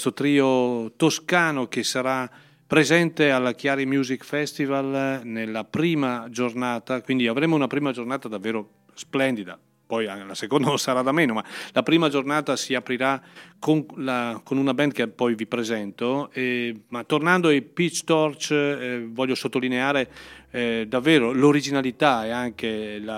toscano che sarà presente alla Chiari Music Festival nella prima giornata, quindi avremo una prima giornata davvero splendida. Poi la seconda non sarà da meno, ma la prima giornata si aprirà con una band che poi vi presento. Ma tornando ai Peach Torch, voglio sottolineare davvero l'originalità e anche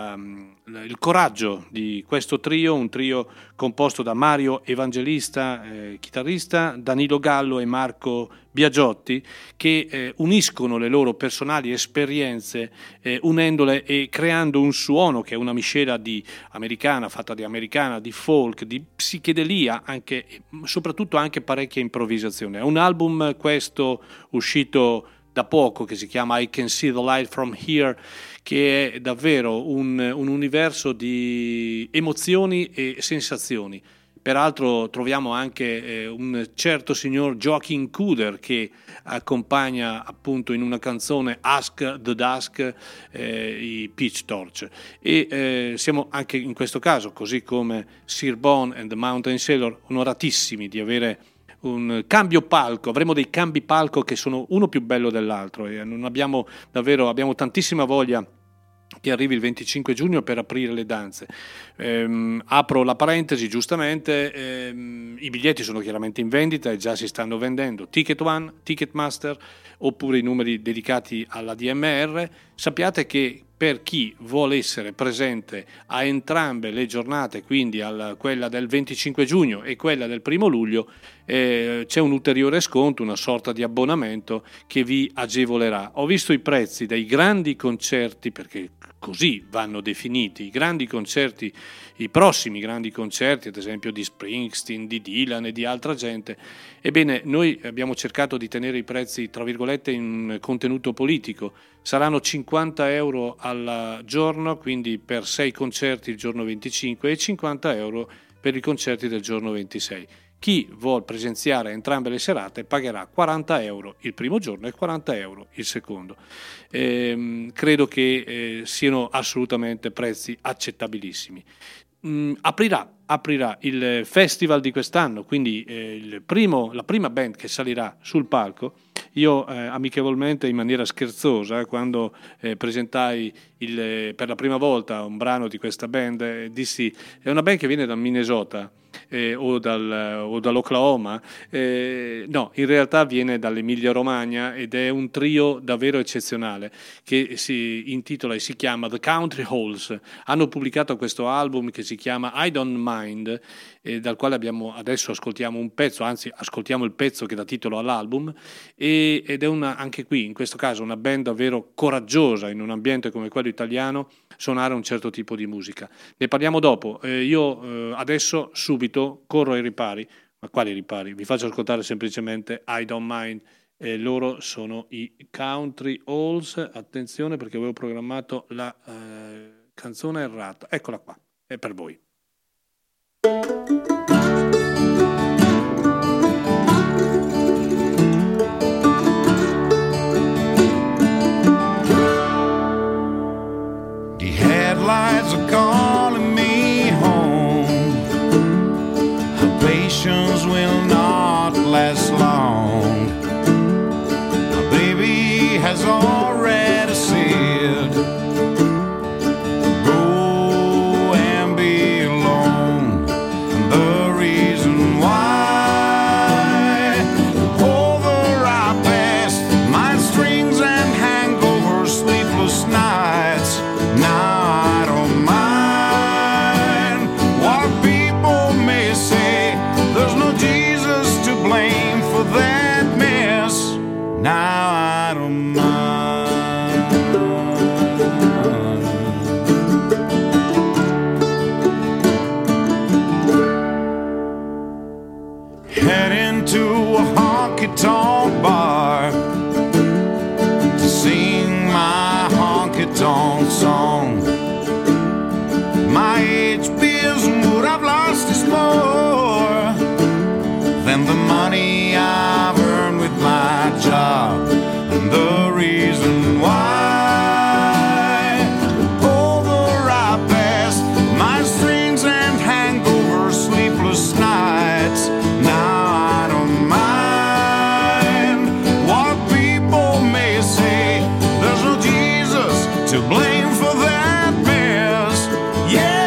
il coraggio di questo trio, un trio composto da Mario Evangelista, chitarrista, Danilo Gallo e Marco Biagiotti, che uniscono le loro personali esperienze, unendole e creando un suono che è una miscela di americana, fatta di americana, di folk, di psichedelia, anche, soprattutto anche parecchia improvvisazione. È un album questo uscito da poco che si chiama I Can See the Light From Here, che è davvero un universo di emozioni e sensazioni. Peraltro troviamo anche un certo signor Joachim Kuder che accompagna appunto in una canzone Ask the Dusk i Peach Torch, e siamo anche in questo caso, così come Sir Bone and the Mountain Sailor, onoratissimi di avere un cambio palco. Avremo dei cambi palco che sono uno più bello dell'altro e abbiamo tantissima voglia che arrivi il 25 giugno per aprire le danze. Apro la parentesi, giustamente, i biglietti sono chiaramente in vendita e già si stanno vendendo. Ticket One, Ticketmaster oppure i numeri dedicati alla DMR. Sappiate che per chi vuole essere presente a entrambe le giornate, quindi quella del 25 giugno e quella del 1 luglio, c'è un ulteriore sconto, una sorta di abbonamento che vi agevolerà. Ho visto i prezzi dei grandi concerti, perché così vanno definiti i grandi concerti, i prossimi grandi concerti, ad esempio di Springsteen, di Dylan e di altra gente. Ebbene, noi abbiamo cercato di tenere i prezzi, tra virgolette, in contenuto politico. Saranno 50 euro al giorno, quindi per 6 concerti il giorno 25, e 50 euro per i concerti del giorno 26. Chi vuol presenziare entrambe le serate pagherà 40 euro il primo giorno e 40 euro il secondo. Credo che siano assolutamente prezzi accettabilissimi. Aprirà il festival di quest'anno, quindi la prima band che salirà sul palco. Io amichevolmente, in maniera scherzosa, quando presentai per la prima volta un brano di questa band, dissi: è una band che viene dal Minnesota o dall'Oklahoma. No, in realtà viene dall'Emilia Romagna ed è un trio davvero eccezionale che si intitola e si chiama The Country Halls. Hanno pubblicato questo album che si chiama I Don't Mind, dal quale adesso ascoltiamo un pezzo, anzi ascoltiamo il pezzo che dà titolo all'album, ed è anche qui, in questo caso, una band davvero coraggiosa in un ambiente come quello italiano, suonare un certo tipo di musica. Ne parliamo dopo. Io adesso subito corro ai ripari. Ma quali ripari? Vi faccio ascoltare semplicemente I Don't Mind. Loro sono i Country Halls. Attenzione, perché avevo programmato la canzone errata. Eccola qua, è per voi. The headlights are calling me home. Her patience will not last long. My baby has already said, go and be alone. And the reason why, over our past, mind strings and hangovers, sleepless nights. Now I don't mind what people may say. There's no Jesus to blame for that mess. Now I don't mind. Heading to a honky-tonk bar to sing my honky-tonk song. My HBism would have lost its more than the money I've earned with my job. And the reason why to blame for that mess. Yeah.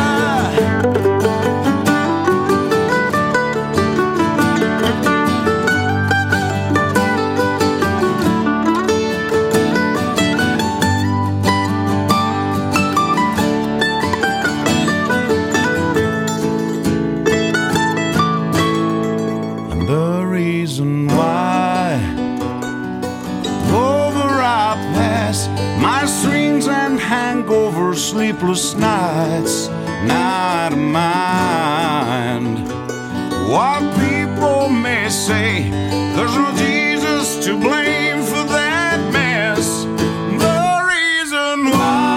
Hangover, sleepless nights, not a mind what people may say. There's no Jesus to blame for that mess. The reason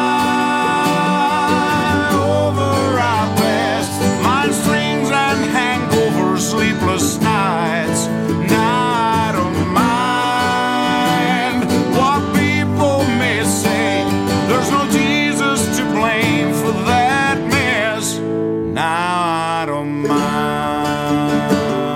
why over our past, mind strings and hangover, sleepless nights, not a mind what people may say. There's no Jesus to blame for that mess. Now I don't mind.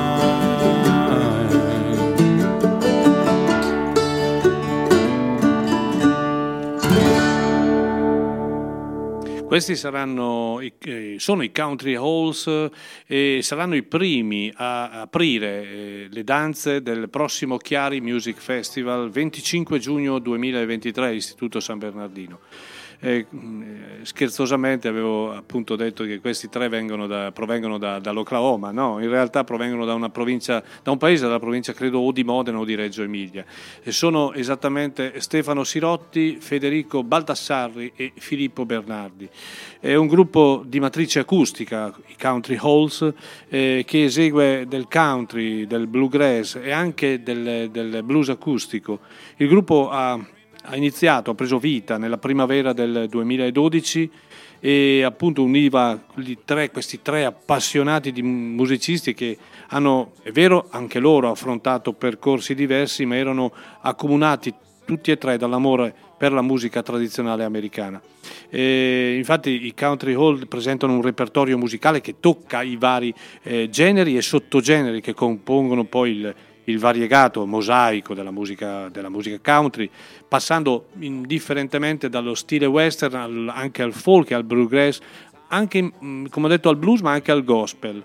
Questi sono i Country Halls e saranno i primi a aprire le danze del prossimo Chiari Music Festival 25 giugno 2023, Istituto San Bernardino. Scherzosamente avevo appunto detto che questi tre provengono dall'Oklahoma, no? In realtà provengono da una provincia, da un paese della provincia credo o di Modena o di Reggio Emilia, e sono esattamente Stefano Sirotti, Federico Baldassarri e Filippo Bernardi. È un gruppo di matrice acustica, i Country Halls, che esegue del country, del bluegrass e anche del blues acustico. Il gruppo ha preso vita nella primavera del 2012 e appunto univa questi tre appassionati di musicisti che hanno, è vero, anche loro affrontato percorsi diversi, ma erano accomunati tutti e tre dall'amore per la musica tradizionale americana. Infatti i Country Hall presentano un repertorio musicale che tocca i vari generi e sottogeneri che compongono poi il variegato mosaico della musica country, passando indifferentemente dallo stile western anche al folk e al bluegrass, anche, come ho detto, al blues, ma anche al gospel.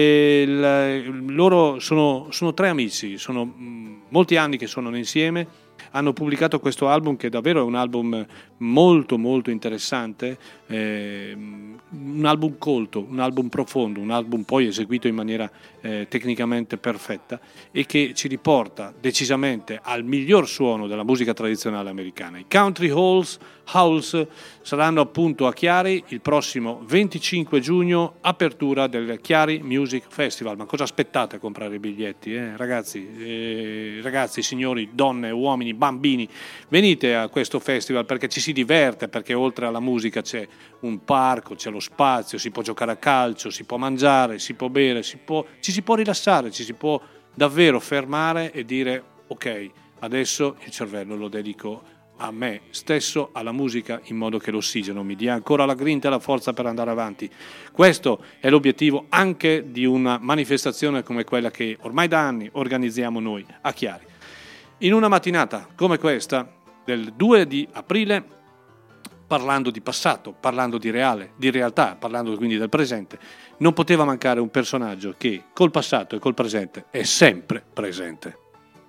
Loro sono tre amici, sono molti anni che sono insieme. Hanno pubblicato questo album che davvero è un album molto molto interessante, un album colto, un album profondo, un album poi eseguito in maniera tecnicamente perfetta e che ci riporta decisamente al miglior suono della musica tradizionale americana. I Country Halls saranno appunto a Chiari il prossimo 25 giugno, apertura del Chiari Music Festival. Ma cosa aspettate a comprare i biglietti, ragazzi, signori, donne, uomini, bambini? Venite a questo festival perché ci si diverte, perché oltre alla musica c'è un parco, c'è lo spazio, si può giocare a calcio, si può mangiare, si può bere, ci si può rilassare, ci si può davvero fermare e dire ok, adesso il cervello lo dedico a me stesso, alla musica, in modo che l'ossigeno mi dia ancora la grinta e la forza per andare avanti. Questo è l'obiettivo anche di una manifestazione come quella che ormai da anni organizziamo noi a Chiari. In una mattinata come questa del 2 di aprile, parlando di passato, parlando di realtà, parlando quindi del presente, non poteva mancare un personaggio che col passato e col presente è sempre presente.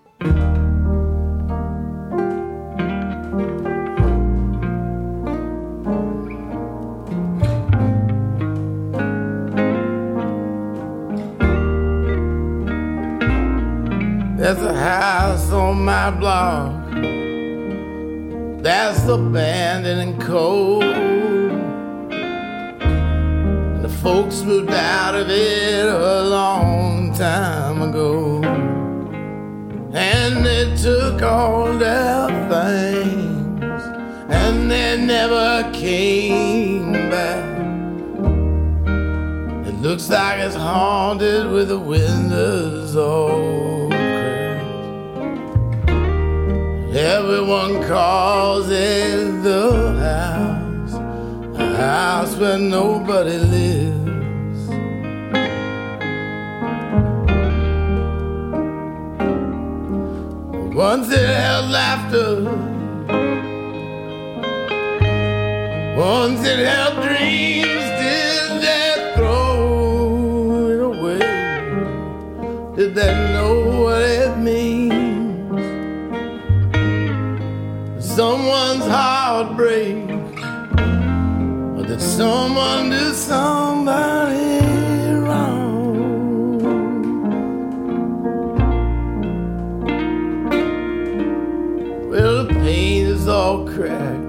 There's a house on my block that's abandoned and cold, and the folks moved out of it a long time ago, and they took all their things and they never came back. It looks like it's haunted with the windows all everyone calls it the house, a house where nobody lives. Once it held laughter, Once it held dreams, did that throw it away? Did that know what it means? Someone's heartbreak, or did someone do somebody wrong? Well, the paint is all cracked,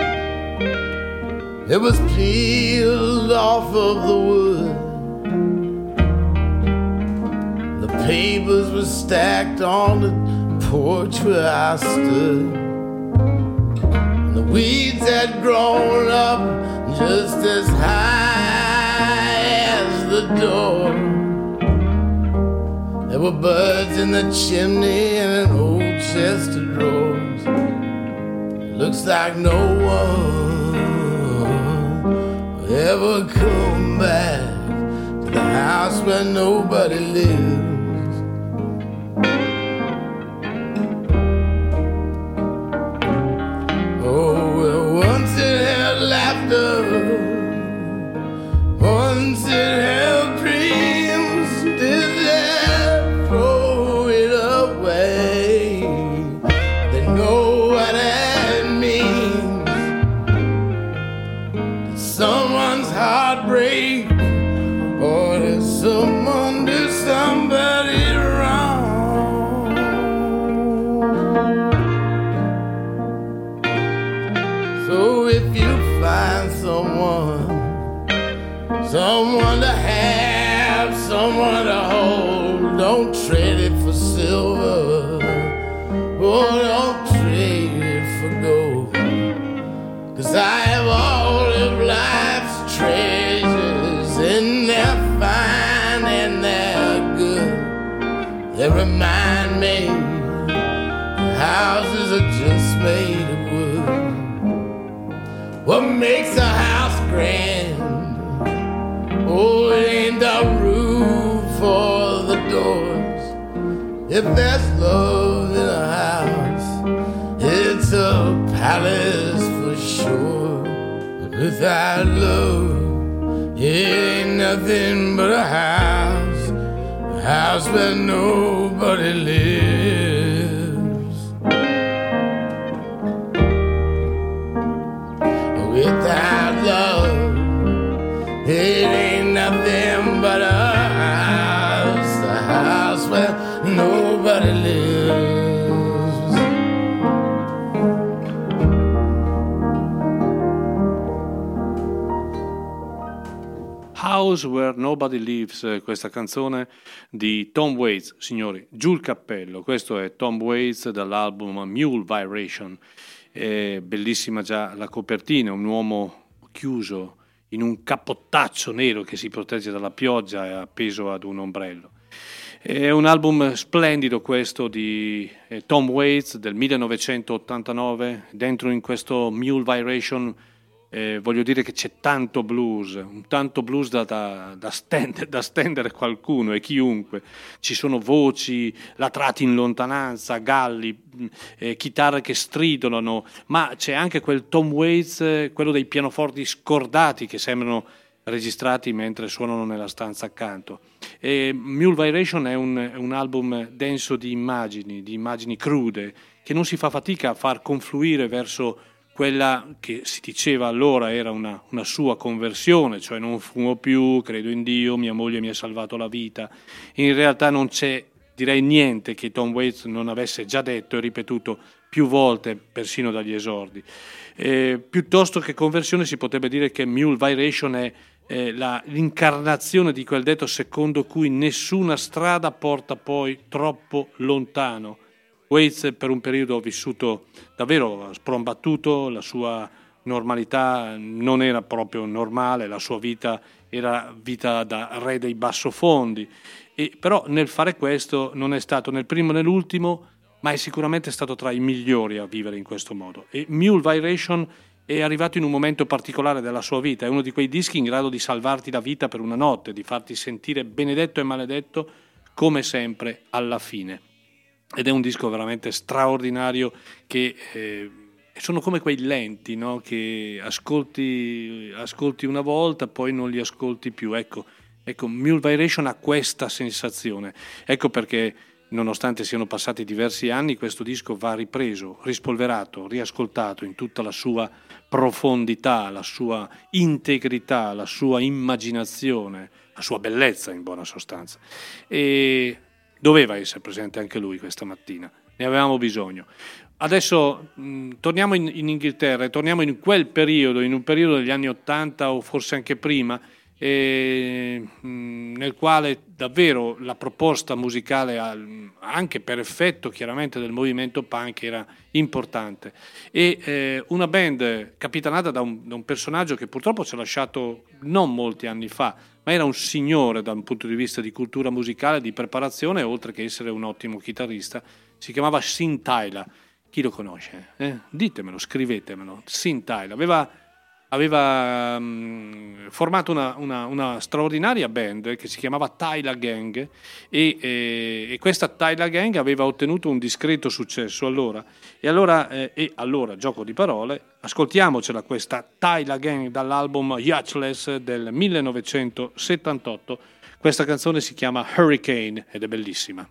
it was peeled off of the wood. The papers were stacked on the porch where I stood. And the weeds had grown up just as high as the door. There were birds in the chimney and an old chest of drawers. It looks like no one ever come back to the house where nobody lives. Oh, well, once it held laughter, once it held dreams, did that throw it away? They know what that means. Did someone's heartbreak, or did someone do somebody wrong? So if you find someone to have, someone to hold, don't trade it for silver, oh, don't trade it for gold. 'Cause I have all of life's treasures, and they're fine and they're good. They remind me houses are just made of wood. What makes a house grand? Oh, it ain't the roof or the doors. If there's love in a house, it's a palace for sure. But without love, it ain't nothing but a house where nobody lives. Without love, it ain't nothing but a house where nobody lives. House Where Nobody Lives, questa canzone di Tom Waits, signori, giù il cappello. Questo è Tom Waits dall'album Mule Vibration. È bellissima già la copertina, un uomo chiuso in un cappottaccio nero che si protegge dalla pioggia e appeso ad un ombrello. È un album splendido questo di Tom Waits del 1989. Dentro in questo Mule Vibration voglio dire che c'è tanto blues da stendere qualcuno e chiunque. Ci sono voci, latrati in lontananza, galli, chitarre che stridolano, ma c'è anche quel Tom Waits, quello dei pianoforti scordati che sembrano registrati mentre suonano nella stanza accanto. E Mule Vibration è un album denso di immagini crude, che non si fa fatica a far confluire verso quella che si diceva allora era una sua conversione, cioè non fumo più, credo in Dio, mia moglie mi ha salvato la vita. In realtà non c'è, direi, niente che Tom Waits non avesse già detto e ripetuto più volte, persino dagli esordi. Piuttosto che conversione si potrebbe dire che Mule Vibration è l'incarnazione di quel detto secondo cui nessuna strada porta poi troppo lontano. Waits per un periodo ha vissuto davvero sprombattuto, la sua normalità non era proprio normale, la sua vita era vita da re dei bassofondi, però nel fare questo non è stato né il primo né l'ultimo, ma è sicuramente stato tra i migliori a vivere in questo modo. E Mule Vibration è arrivato in un momento particolare della sua vita, è uno di quei dischi in grado di salvarti la vita per una notte, di farti sentire benedetto e maledetto come sempre alla fine. Ed è un disco veramente straordinario che è sono come quei lenti, no? Che ascolti una volta, poi non li ascolti più. Ecco, Mule Vibration ha questa sensazione. Ecco perché, nonostante siano passati diversi anni, questo disco va ripreso, rispolverato, riascoltato in tutta la sua profondità, la sua integrità, la sua immaginazione, la sua bellezza in buona sostanza. E doveva essere presente anche lui questa mattina, ne avevamo bisogno. Adesso torniamo in Inghilterra, torniamo in quel periodo, in un periodo degli anni '80 o forse anche prima, nel quale davvero la proposta musicale, anche per effetto chiaramente del movimento punk, era importante. E una band capitanata da un personaggio che purtroppo ci ha lasciato non molti anni fa, ma era un signore dal punto di vista di cultura musicale, di preparazione, oltre che essere un ottimo chitarrista. Si chiamava Sin Tyler. Chi lo conosce? Ditemelo, scrivetemelo. Sin Tyler aveva formato una straordinaria band che si chiamava Tyler Gang e questa Tyler Gang aveva ottenuto un discreto successo allora, gioco di parole, ascoltiamocela questa Tyler Gang dall'album Yachthless del 1978. Questa canzone si chiama Hurricane ed è bellissima.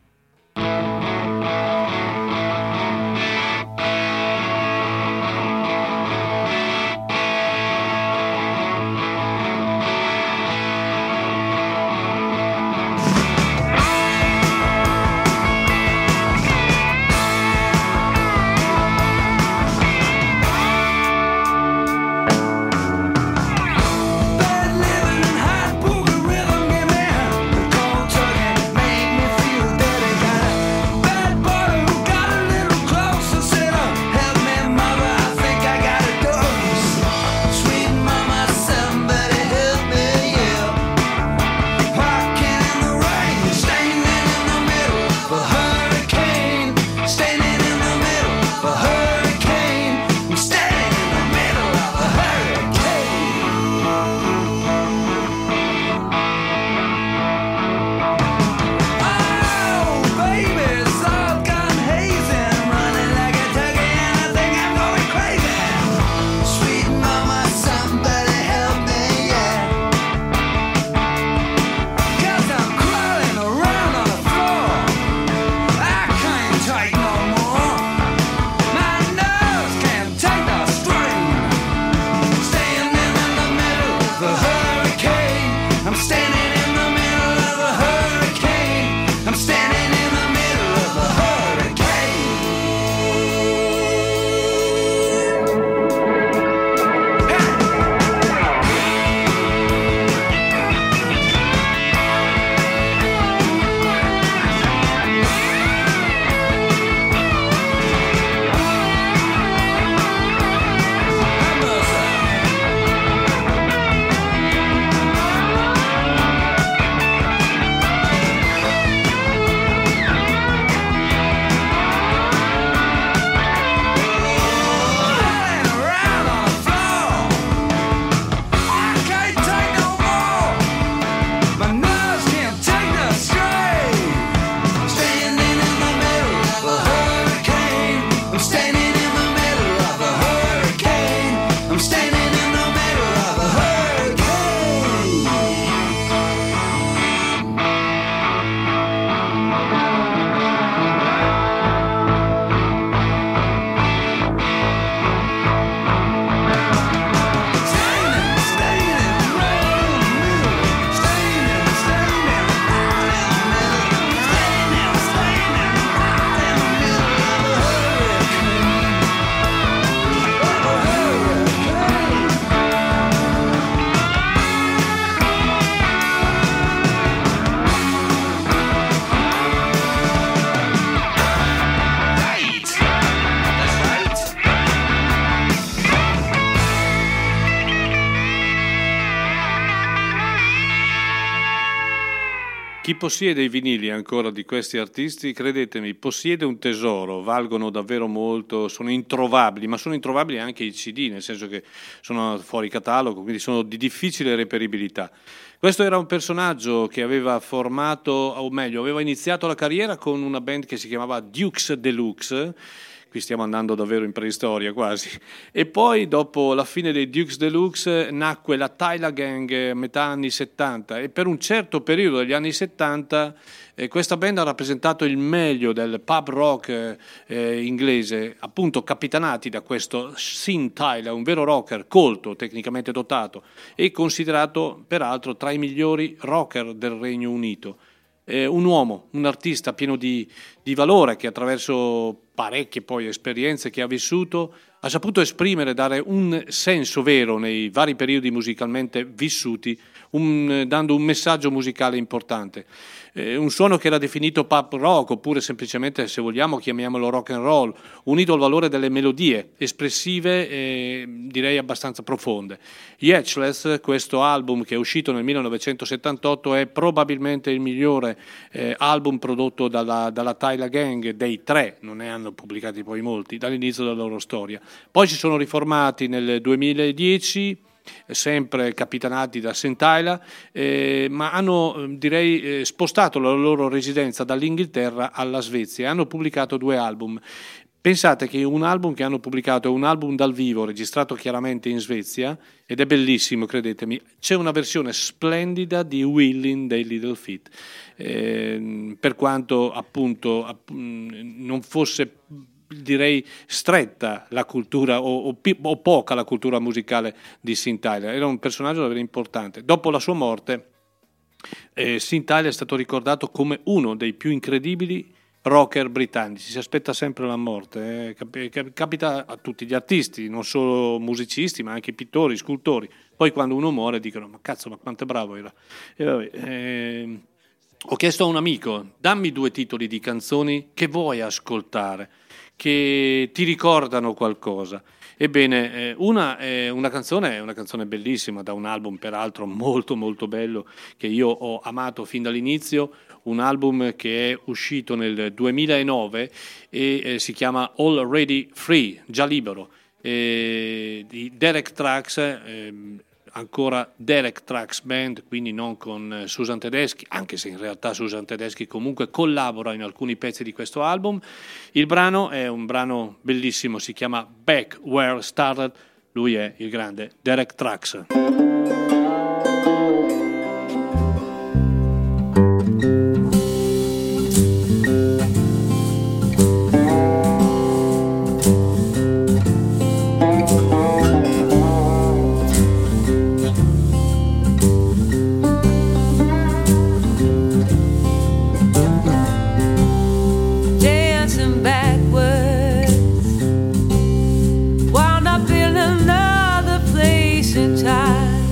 Chi possiede i vinili ancora di questi artisti, credetemi, possiede un tesoro, valgono davvero molto, sono introvabili, ma sono introvabili anche i CD, nel senso che sono fuori catalogo, quindi sono di difficile reperibilità. Questo era un personaggio che aveva formato, o meglio, aveva iniziato la carriera con una band che si chiamava Dukes Deluxe, qui stiamo andando davvero in preistoria quasi. E poi dopo la fine dei Dukes Deluxe nacque la Tyla Gang, metà anni 70, e per un certo periodo degli anni 70 questa band ha rappresentato il meglio del pub rock inglese, appunto capitanati da questo Sean Tyler, un vero rocker colto, tecnicamente dotato e considerato peraltro tra i migliori rocker del Regno Unito. Un uomo, un artista pieno di valore, che attraverso parecchie poi esperienze che ha vissuto ha saputo esprimere, dare un senso vero nei vari periodi musicalmente vissuti, dando un messaggio musicale importante. Un suono che era definito pop rock, oppure semplicemente, se vogliamo, chiamiamolo rock and roll, unito al valore delle melodie espressive e direi abbastanza profonde. Yetchless, questo album che è uscito nel 1978, è probabilmente il migliore album prodotto dalla Tyla Gang, dei tre, non ne hanno pubblicati poi molti, dall'inizio della loro storia. Poi si sono riformati nel 2010, sempre capitanati da Sean Tyler, ma hanno direi spostato la loro residenza dall'Inghilterra alla Svezia e hanno pubblicato 2 album. Pensate che un album che hanno pubblicato è un album dal vivo registrato chiaramente in Svezia ed è bellissimo, credetemi. C'è una versione splendida di Willin' dei Little Feat, per quanto appunto non fosse, direi, stretta la cultura o poca la cultura musicale di Sean Tyler. Era un personaggio davvero importante. Dopo la sua morte Sean Tyler è stato ricordato come uno dei più incredibili rocker britannici. Si aspetta sempre la morte, capita a tutti gli artisti, non solo musicisti ma anche pittori, scultori. Poi quando uno muore dicono ma cazzo, ma quanto è bravo era. E vabbè, ho chiesto a un amico: dammi 2 titoli di canzoni che vuoi ascoltare, che ti ricordano qualcosa. Ebbene, una canzone è una canzone bellissima, da un album peraltro molto molto bello che io ho amato fin dall'inizio, un album che è uscito nel 2009 e si chiama Already Free, già libero, di Derek Trucks, ancora Derek Trucks Band, quindi non con Susan Tedeschi, anche se in realtà Susan Tedeschi comunque collabora in alcuni pezzi di questo album. Il brano è un brano bellissimo, si chiama Back Where Started, lui è il grande Derek Trucks. Wound up in another place in time.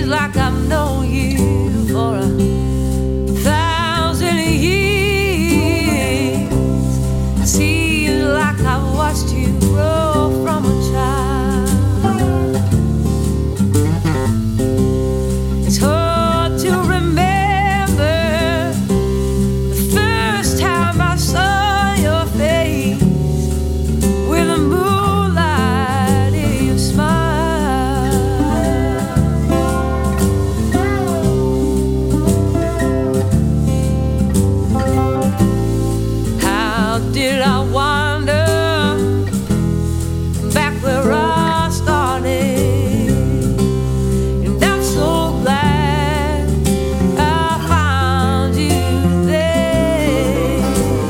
Seems like I've known you for 1,000 years. Seems like I've watched you grow from a child. It's hard to remember the first time I saw your face with the moonlight in your smile. How did I wander back where I started? And I'm so glad I found you there.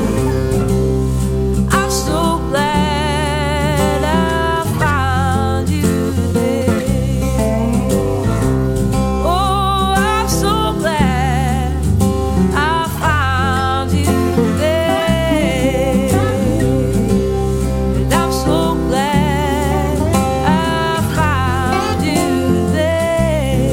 I'm so glad I found you there. Oh, I'm so glad I found you there. And I'm so glad I found you there.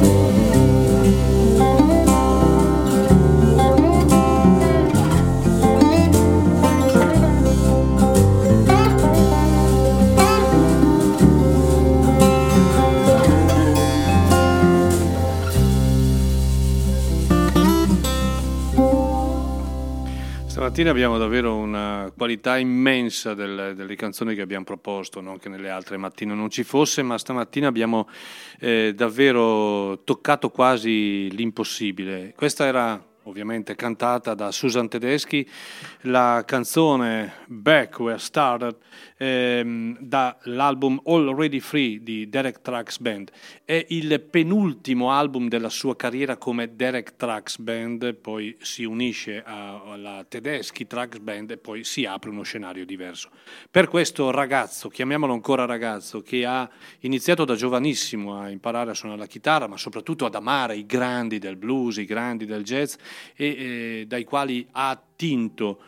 Stamattina abbiamo davvero una qualità immensa delle canzoni che abbiamo proposto, non che nelle altre mattine non ci fosse, ma stamattina abbiamo davvero toccato quasi l'impossibile. Questa era ovviamente cantata da Susan Tedeschi, la canzone Back Where I Started, dall'album Already Free di Derek Trucks Band. È il penultimo album della sua carriera come Derek Trucks Band, poi si unisce alla Tedeschi Trucks Band e poi si apre uno scenario diverso. Per questo ragazzo, chiamiamolo ancora ragazzo, che ha iniziato da giovanissimo a imparare a suonare la chitarra, ma soprattutto ad amare i grandi del blues, i grandi del jazz, e dai quali ha attinto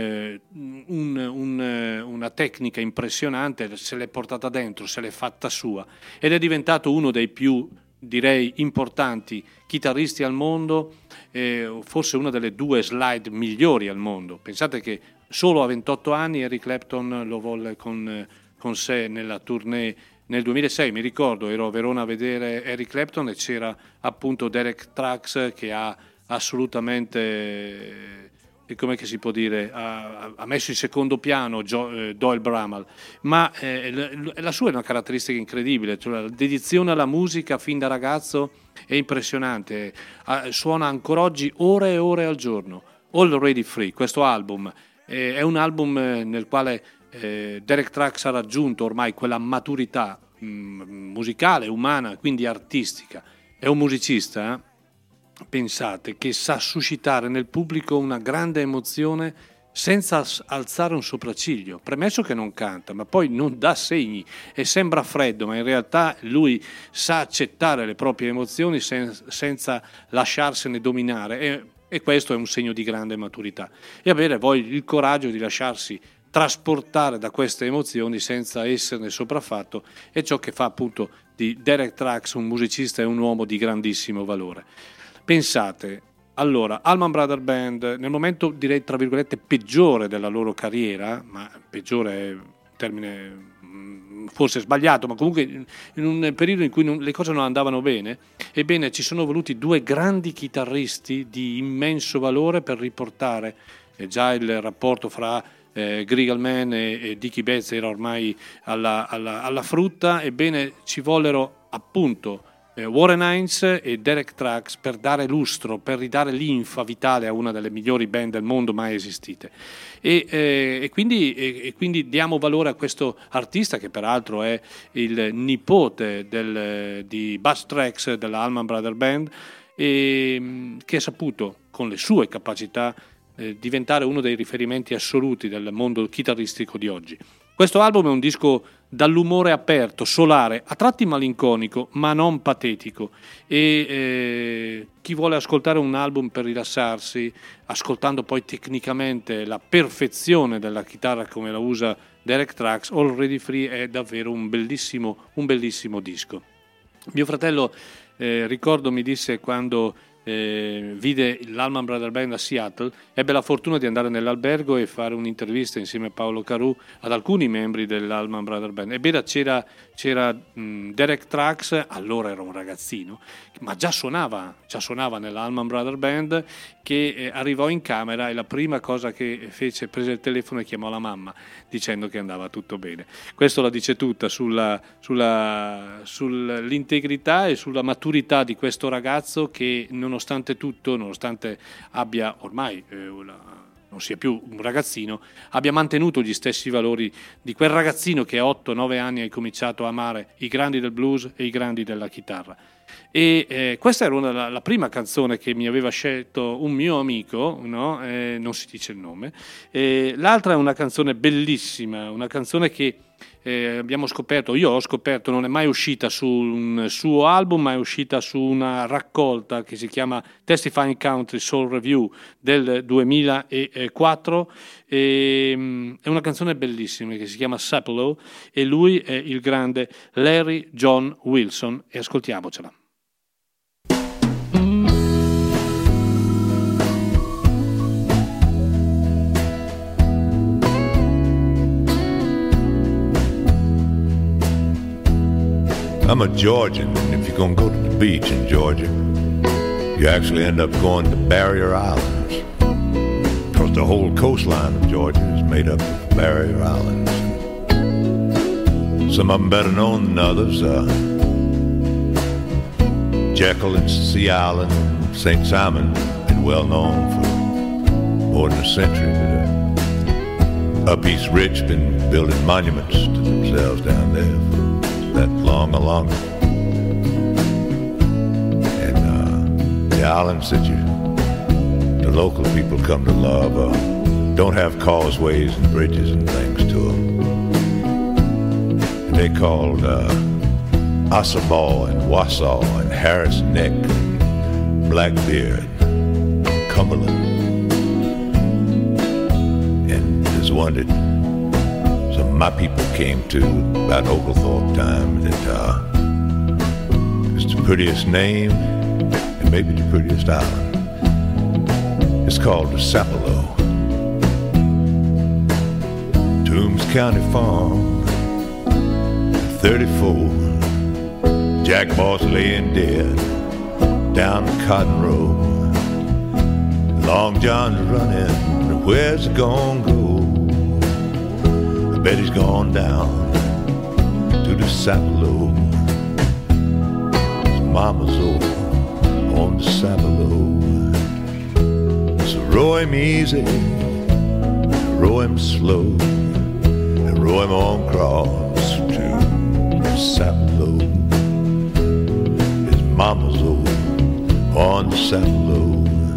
una tecnica impressionante, se l'è portata dentro, se l'è fatta sua, ed è diventato uno dei più, direi, importanti chitarristi al mondo, forse una delle due slide migliori al mondo. Pensate che solo a 28 anni Eric Clapton lo volle con sé nella tournée nel 2006, mi ricordo, ero a Verona a vedere Eric Clapton e c'era appunto Derek Trucks che ha assolutamente, come che si può dire, ha messo in secondo piano Doyle Bramall, ma la sua è una caratteristica incredibile, cioè la dedizione alla musica fin da ragazzo è impressionante, suona ancora oggi ore e ore al giorno. Already Free, questo album è un album nel quale Derek Trucks ha raggiunto ormai quella maturità musicale, umana, quindi artistica. È un musicista, pensate, che sa suscitare nel pubblico una grande emozione senza alzare un sopracciglio, premesso che non canta, ma poi non dà segni e sembra freddo, ma in realtà lui sa accettare le proprie emozioni senza lasciarsene dominare, e questo è un segno di grande maturità, e avere poi il coraggio di lasciarsi trasportare da queste emozioni senza esserne sopraffatto è ciò che fa appunto di Derek Trucks un musicista e un uomo di grandissimo valore. Pensate, allora, Allman Brothers Band, nel momento, direi, tra virgolette, peggiore della loro carriera, ma peggiore è un termine forse sbagliato, ma comunque in un periodo in cui le cose non andavano bene, ebbene ci sono voluti due grandi chitarristi di immenso valore per riportare già il rapporto fra Greg Allman e Dickie Betts era ormai alla frutta, ebbene ci vollero appunto Warren Hines e Derek Trucks per dare lustro, per ridare linfa vitale a una delle migliori band del mondo mai esistite, e quindi diamo valore a questo artista che peraltro è il nipote di Buzz Trax della Allman Brothers Band, e che ha saputo con le sue capacità diventare uno dei riferimenti assoluti del mondo chitarristico di oggi. Questo album è un disco dall'umore aperto, solare, a tratti malinconico, ma non patetico, e chi vuole ascoltare un album per rilassarsi, ascoltando poi tecnicamente la perfezione della chitarra come la usa Derek Trucks, Already Free è davvero un bellissimo disco. Mio fratello, ricordo, mi disse quando vide l'Allman Brothers Band a Seattle, ebbe la fortuna di andare nell'albergo e fare un'intervista insieme a Paolo Caru ad alcuni membri dell'Allman Brothers Band. Ebbene, c'era Derek Trucks, allora era un ragazzino, ma già suonava nell'Allman Brothers Band, che arrivò in camera e la prima cosa che fece, prese il telefono e chiamò la mamma dicendo che andava tutto bene. Questo la dice tutta sull'integrità e sulla maturità di questo ragazzo che nonostante tutto, nonostante abbia ormai non sia più un ragazzino, abbia mantenuto gli stessi valori di quel ragazzino che a 8-9 anni ha cominciato a amare i grandi del blues e i grandi della chitarra. E questa era la prima canzone che mi aveva scelto un mio amico, no? Non si dice il nome. L'altra è una canzone bellissima, una canzone che io ho scoperto, non è mai uscita su un suo album, ma è uscita su una raccolta che si chiama Testifying Country Soul Review del 2004. È una canzone bellissima che si chiama Sapelo e lui è il grande Larry John Wilson, e ascoltiamocela. I'm a Georgian, and if you're gonna go to the beach in Georgia, you actually end up going to Barrier Islands, because the whole coastline of Georgia is made up of Barrier Islands. Some of them better known than others. Jekyll and Sea Island, St. Simon, been well known for more than a century. But up East Rich been building monuments to themselves down there for that long along. And the islands that the local people come to love don't have causeways and bridges and things to them. They called Ossabaw and Wausau and Harris Neck and Blackbeard, Cumberland. And there's one that some of my people came to about Oglethorpe time that it's the prettiest name and maybe the prettiest island. It's called the Sapelo. Toombs County Farm, 34. Jack Boss laying dead down the Cotton Road. Long John's running, where's he gonna go? I bet he's gone down to the Sapelo. His mama's over on the Sapelo. So row him easy, row him slow, and row him on across to the Sapelo. His mama's over on the Sapelo.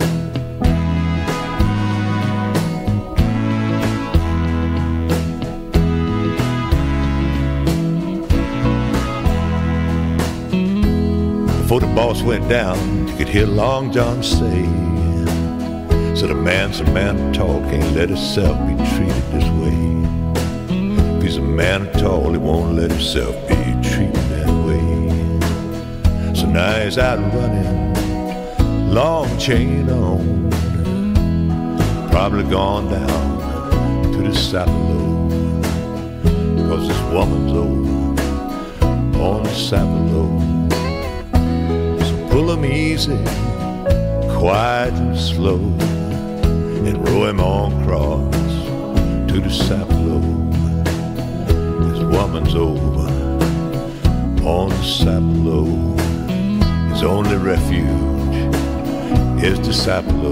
Before the boss went down, you could hear Long John say, said a man's a man at all, can't let himself be treated this way. If he's a man at all, he won't let himself be treated that way. So now he's out running, long chain on, probably gone down to the Sapelo, cause this woman's over on the Sapelo. Pull him easy, quiet and slow, and row him on across to the Sapelo. His woman's over on the Sapelo. His only refuge is the Sapelo.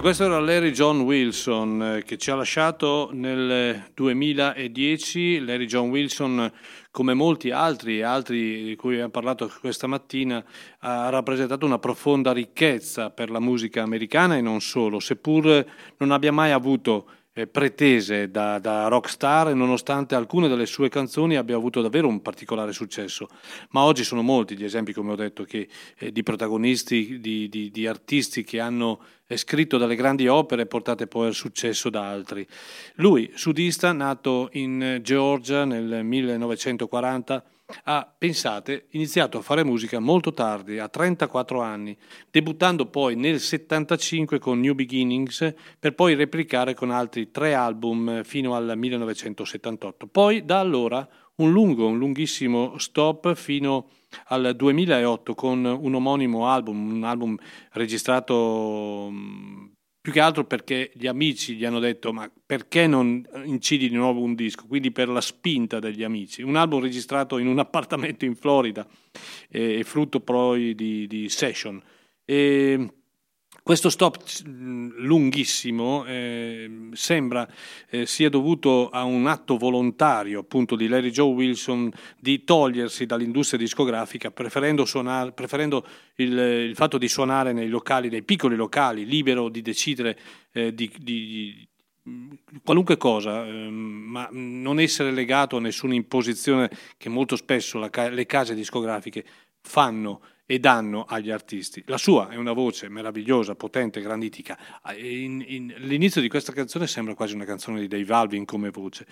questo era Larry John Wilson che ci ha lasciato nel 2010. Larry John Wilson, come molti altri di cui abbiamo parlato questa mattina, ha rappresentato una profonda ricchezza per la musica americana e non solo, seppur non abbia mai avuto pretese da rockstar, e nonostante alcune delle sue canzoni abbia avuto davvero un particolare successo. Ma oggi sono molti gli esempi, come ho detto, che di protagonisti, di artisti che hanno scritto delle grandi opere portate poi al successo da altri. Lui, sudista, nato in Georgia nel 1940, ha, pensate, iniziato a fare musica molto tardi, a 34 anni, debuttando poi nel 75 con New Beginnings, per poi replicare con altri 3 album fino al 1978. Poi da allora un lunghissimo stop fino al 2008 con un omonimo album, un album registrato più che altro perché gli amici gli hanno detto: ma perché non incidi di nuovo un disco? Quindi per la spinta degli amici. Un album registrato in un appartamento in Florida, frutto poi di session. Questo stop lunghissimo sembra sia dovuto a un atto volontario, appunto, di Larry Joe Wilson di togliersi dall'industria discografica, preferendo il fatto di suonare nei locali, nei piccoli locali, libero di decidere di qualunque cosa, ma non essere legato a nessuna imposizione che molto spesso le case discografiche fanno e danno agli artisti. La sua è una voce meravigliosa, potente, granditica. L'inizio di questa canzone sembra quasi una canzone di Dave Alvin come voce,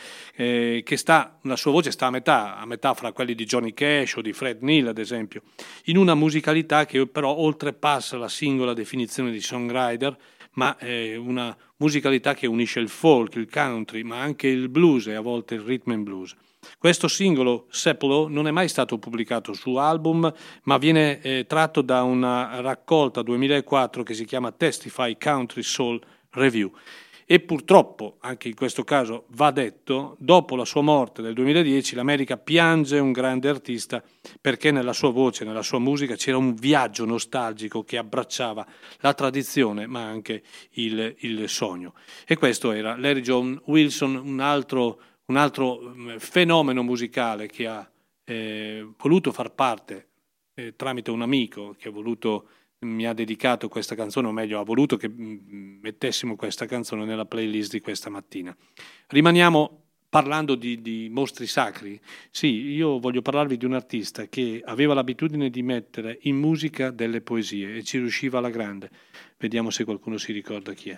la sua voce sta a metà fra quelli di Johnny Cash o di Fred Neil, ad esempio, in una musicalità che però oltrepassa la singola definizione di songwriter, ma una musicalità che unisce il folk, il country, ma anche il blues e a volte il rhythm and blues. Questo singolo, Seplo, non è mai stato pubblicato su album, ma viene tratto da una raccolta 2004 che si chiama Testify Country Soul Review. E purtroppo, anche in questo caso va detto, dopo la sua morte nel 2010 l'America piange un grande artista, perché nella sua voce, nella sua musica c'era un viaggio nostalgico che abbracciava la tradizione ma anche il sogno. E questo era Larry John Wilson, un altro fenomeno musicale che ha voluto far parte tramite un amico che mi ha dedicato questa canzone, o meglio ha voluto che mettessimo questa canzone nella playlist di questa mattina. Rimaniamo parlando di mostri sacri. Sì, io voglio parlarvi di un artista che aveva l'abitudine di mettere in musica delle poesie e ci riusciva alla grande. Vediamo se qualcuno si ricorda chi è.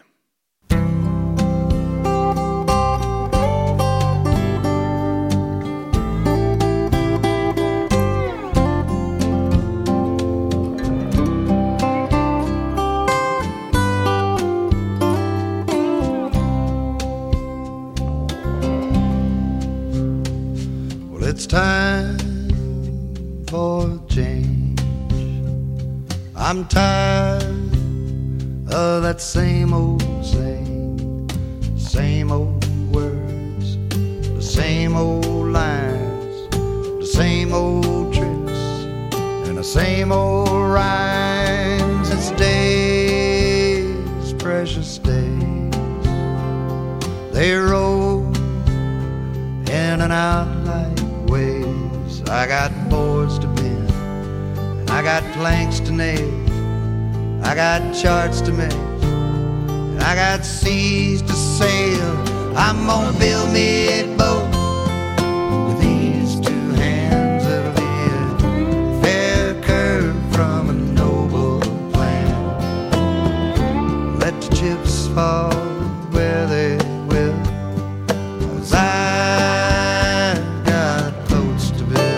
It's time for change. I'm tired of that same old saying, same old words, the same old lines, the same old tricks, and the same old rhymes. It's days, precious days, they roll in and out like waves. I got boards to bend, and I got planks to nail, I got charts to make, and I got seas to sail. I'm gonna build me a boat with these two hands. It'll be a fair curve from a noble plan. Let the chips fall where they will, 'cause I've got boats to build.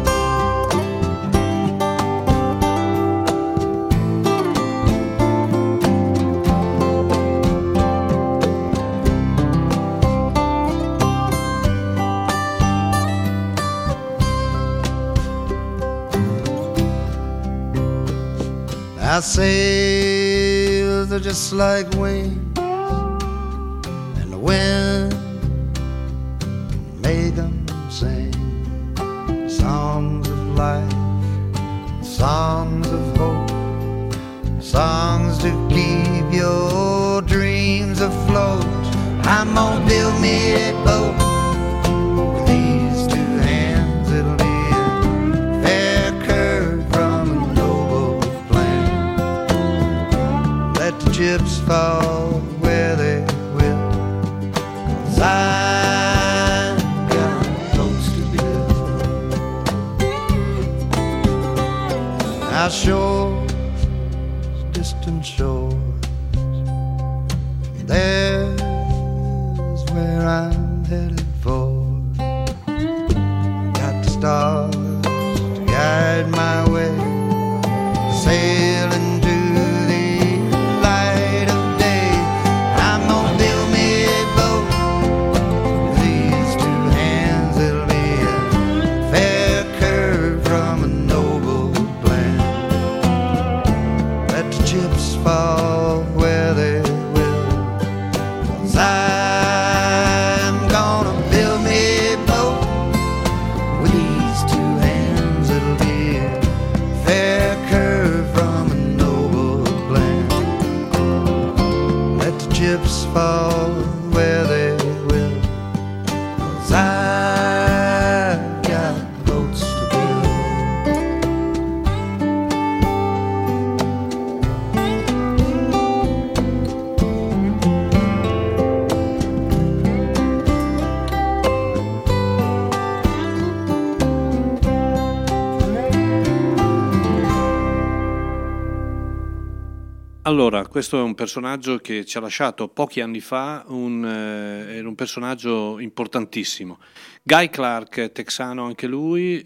Now sails are just like wings, and the wind make them sing songs of life, songs of hope, songs to keep your dreams afloat. I'm gonna build me a boat. With these two hands it'll be a fair curve from a noble plan. Let the chips fall where they will, 'cause I've got boats to build. Our shores, distant shores, there's where I'm headed for. Got the stars to guide my way, sailing to the light of day. I'm gonna build me a boat. With these two hands it'll be a fair curve from a noble plan. Let the chips fall where they will, 'cause I'm gonna build me a boat. With these two hands it'll be a fair curve from a noble plan. Let the chips fall where they will, 'cause I've got boats to build. Allora, questo è un personaggio che ci ha lasciato pochi anni fa, era un personaggio importantissimo. Guy Clark, texano anche lui,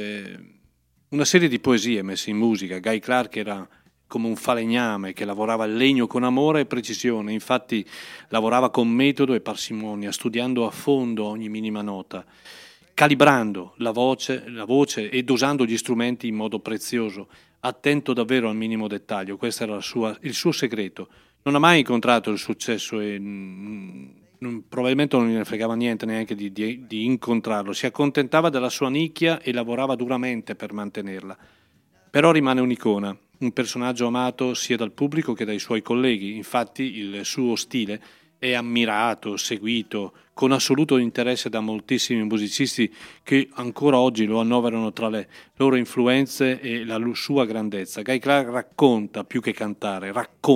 una serie di poesie messe in musica. Guy Clark era come un falegname che lavorava il legno con amore e precisione, infatti lavorava con metodo e parsimonia, studiando a fondo ogni minima nota, calibrando la voce e dosando gli strumenti in modo prezioso, attento davvero al minimo dettaglio. Questo era il suo segreto. Non ha mai incontrato il successo e probabilmente non gliene fregava niente neanche di incontrarlo. Si accontentava della sua nicchia e lavorava duramente per mantenerla. Però rimane un'icona, un personaggio amato sia dal pubblico che dai suoi colleghi. Infatti il suo stile è ammirato, seguito, con assoluto interesse da moltissimi musicisti che ancora oggi lo annoverano tra le loro influenze e la sua grandezza. Guy Clark racconta più che cantare,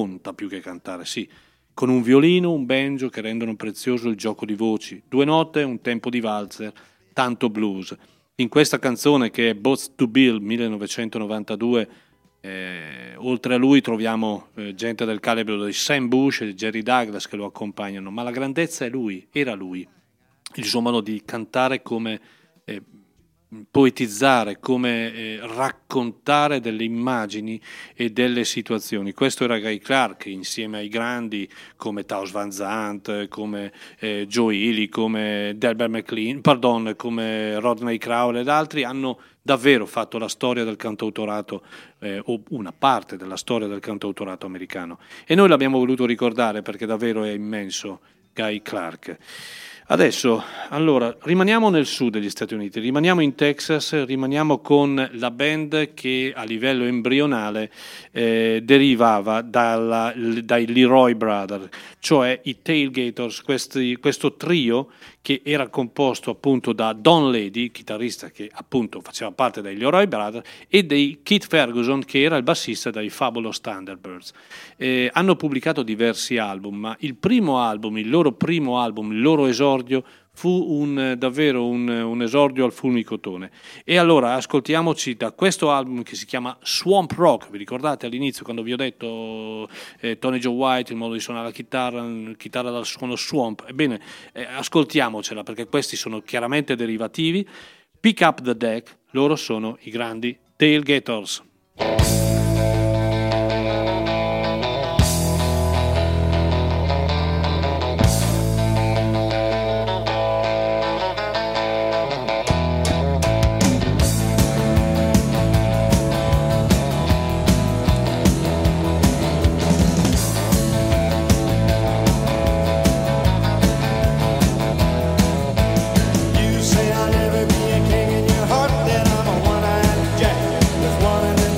sì, con un violino, un banjo che rendono prezioso il gioco di voci, 2 note, un tempo di valzer, tanto blues. In questa canzone, che è Boats to Build 1992, oltre a lui troviamo gente del calibro di Sam Bush e Jerry Douglas che lo accompagnano, ma la grandezza era lui, il suo modo di cantare, come poetizzare, come raccontare delle immagini e delle situazioni. Questo era Guy Clark, insieme ai grandi come Townes Van Zandt, come Joe Ely, come Delbert McLean, come Rodney Crowell ed altri, hanno davvero fatto la storia del cantautorato, o una parte della storia del cantautorato americano, e noi l'abbiamo voluto ricordare perché davvero è immenso Guy Clark. Adesso, allora, rimaniamo nel sud degli Stati Uniti, rimaniamo in Texas, rimaniamo con la band che a livello embrionale derivava dai Leroy Brothers, cioè i Tailgaters, questo trio che era composto appunto da Don Lady, chitarrista che appunto faceva parte dei Leroy Brothers, e dei Keith Ferguson, che era il bassista dei Fabulous Thunderbirds. Hanno pubblicato diversi album, ma il loro primo album, il loro esordio, fu davvero un esordio al fulmicotone. E allora ascoltiamoci da questo album che si chiama Swamp Rock. Vi ricordate all'inizio quando vi ho detto Tony Joe White, il modo di suonare la chitarra dal suono swamp? Ebbene, ascoltiamocela, perché questi sono chiaramente derivativi. Pick Up the Deck, loro sono i grandi Tailgaters. You say I'll never be a king in your heart, then I'm a one-eyed jack. There's one in the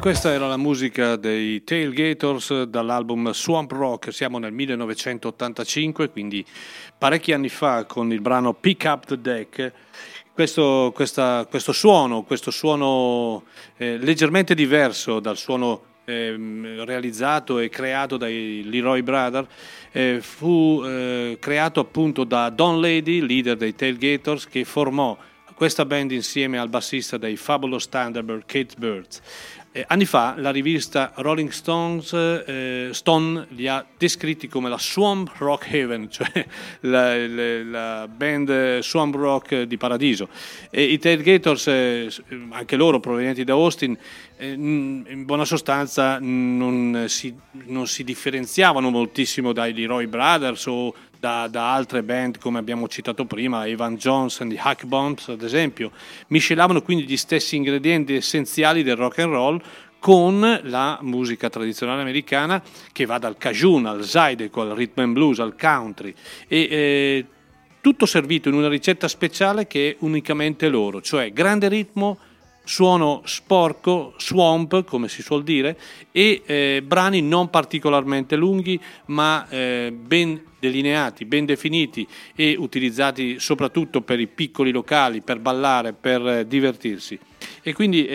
questa era la musica dei Tailgaters dall'album Swamp Rock. Siamo nel 1985, quindi parecchi anni fa, con il brano Pick Up the Deck. Questo suono leggermente diverso dal suono realizzato e creato dai Leroy Brothers, fu creato appunto da Don Lady, leader dei Tailgaters, che formò questa band insieme al bassista dei Fabulous Thunderbird, Keith Bird. Anni fa la rivista Rolling Stone li ha descritti come la Swamp Rock Heaven, cioè la band Swamp Rock di paradiso. E i Tailgaters, anche loro provenienti da Austin, in buona sostanza non si differenziavano moltissimo dai Leroy Brothers o da altre band come abbiamo citato prima, Evan Jones e Huck Bombs ad esempio. Miscelavano quindi gli stessi ingredienti essenziali del rock and roll con la musica tradizionale americana, che va dal cajun al zydeco, al rhythm and blues, al country, e tutto servito in una ricetta speciale che è unicamente loro, cioè grande ritmo, suono sporco, swamp come si suol dire, e brani non particolarmente lunghi ma ben delineati, ben definiti e utilizzati soprattutto per i piccoli locali, per ballare, per divertirsi. E quindi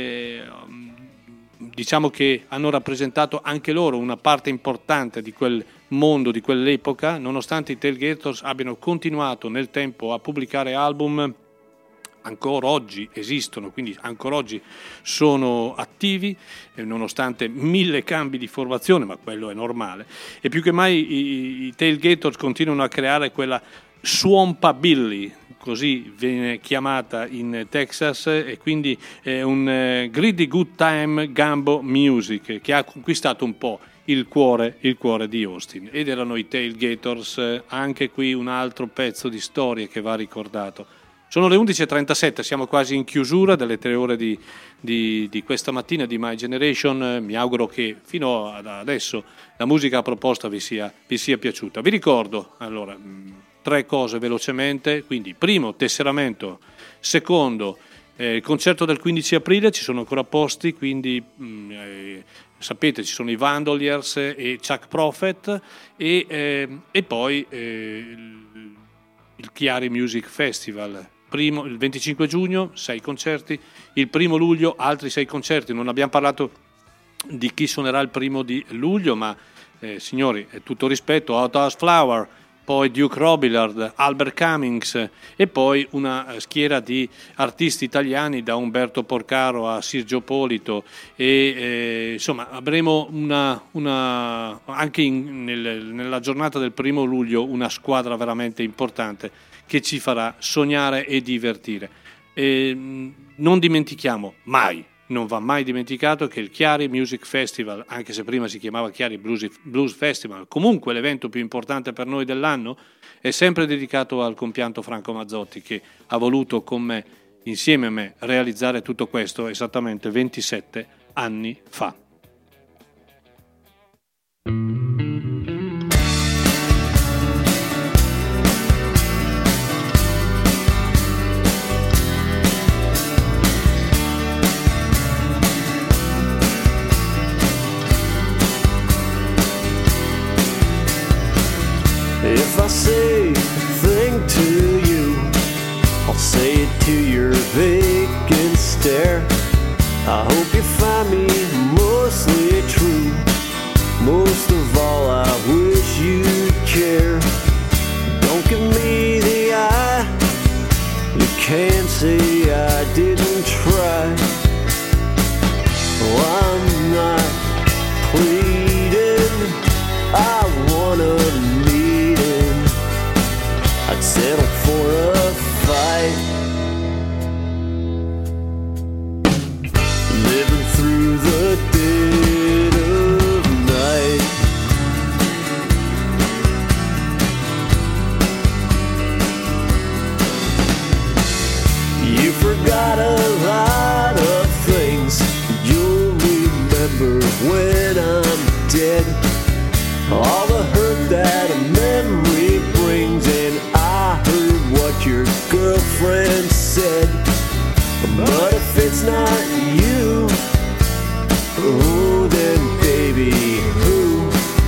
diciamo che hanno rappresentato anche loro una parte importante di quel mondo, di quell'epoca, nonostante i Tailgaters abbiano continuato nel tempo a pubblicare album. Ancora oggi esistono, quindi ancora oggi sono attivi, nonostante 1000 cambi di formazione, ma quello è normale. E più che mai i Tailgaters continuano a creare quella swampabilly, così viene chiamata in Texas, e quindi è un greedy good time gambo music che ha conquistato un po' il cuore di Austin. Ed erano i Tailgaters. Anche qui un altro pezzo di storia che va ricordato. Sono le 11.37, siamo quasi in chiusura delle 3 ore di questa mattina di My Generation. Mi auguro che fino ad adesso la musica proposta vi sia piaciuta. Vi ricordo allora 3 cose velocemente. Quindi primo, tesseramento; secondo, il concerto del 15 aprile, ci sono ancora posti, quindi sapete, ci sono i Vandaliers e Chuck Prophet, e poi il Chiari Music Festival. Il 25 giugno 6 concerti, il 1 luglio altri 6 concerti. Non abbiamo parlato di chi suonerà il 1 di luglio, ma signori, tutto rispetto, Outhouse Flower, poi Duke Robillard, Albert Cummings, e poi una schiera di artisti italiani, da Umberto Porcaro a Sergio Polito, e insomma avremo anche nella giornata del 1 luglio una squadra veramente importante che ci farà sognare e divertire. Non dimentichiamo mai, non va mai dimenticato, che il Chiari Music Festival, anche se prima si chiamava Chiari Blues Festival, comunque l'evento più importante per noi dell'anno, è sempre dedicato al compianto Franco Mazzotti, che ha voluto con me, insieme a me, realizzare tutto questo esattamente 27 anni fa. If I say a thing to you, I'll say it to your vacant stare. I hope you find me mostly true. Most of all, I wish you'd care. Don't give me the eye. You can't say I didn't try. Oh, I'm not pleading. I wanna I'd settle for a fight. Living through the dead of night. You forgot a lot of things. You'll remember when I'm dead. All the hurt that a memory brings, and I heard what your girlfriend said. But if it's not you, Oh, then baby, who?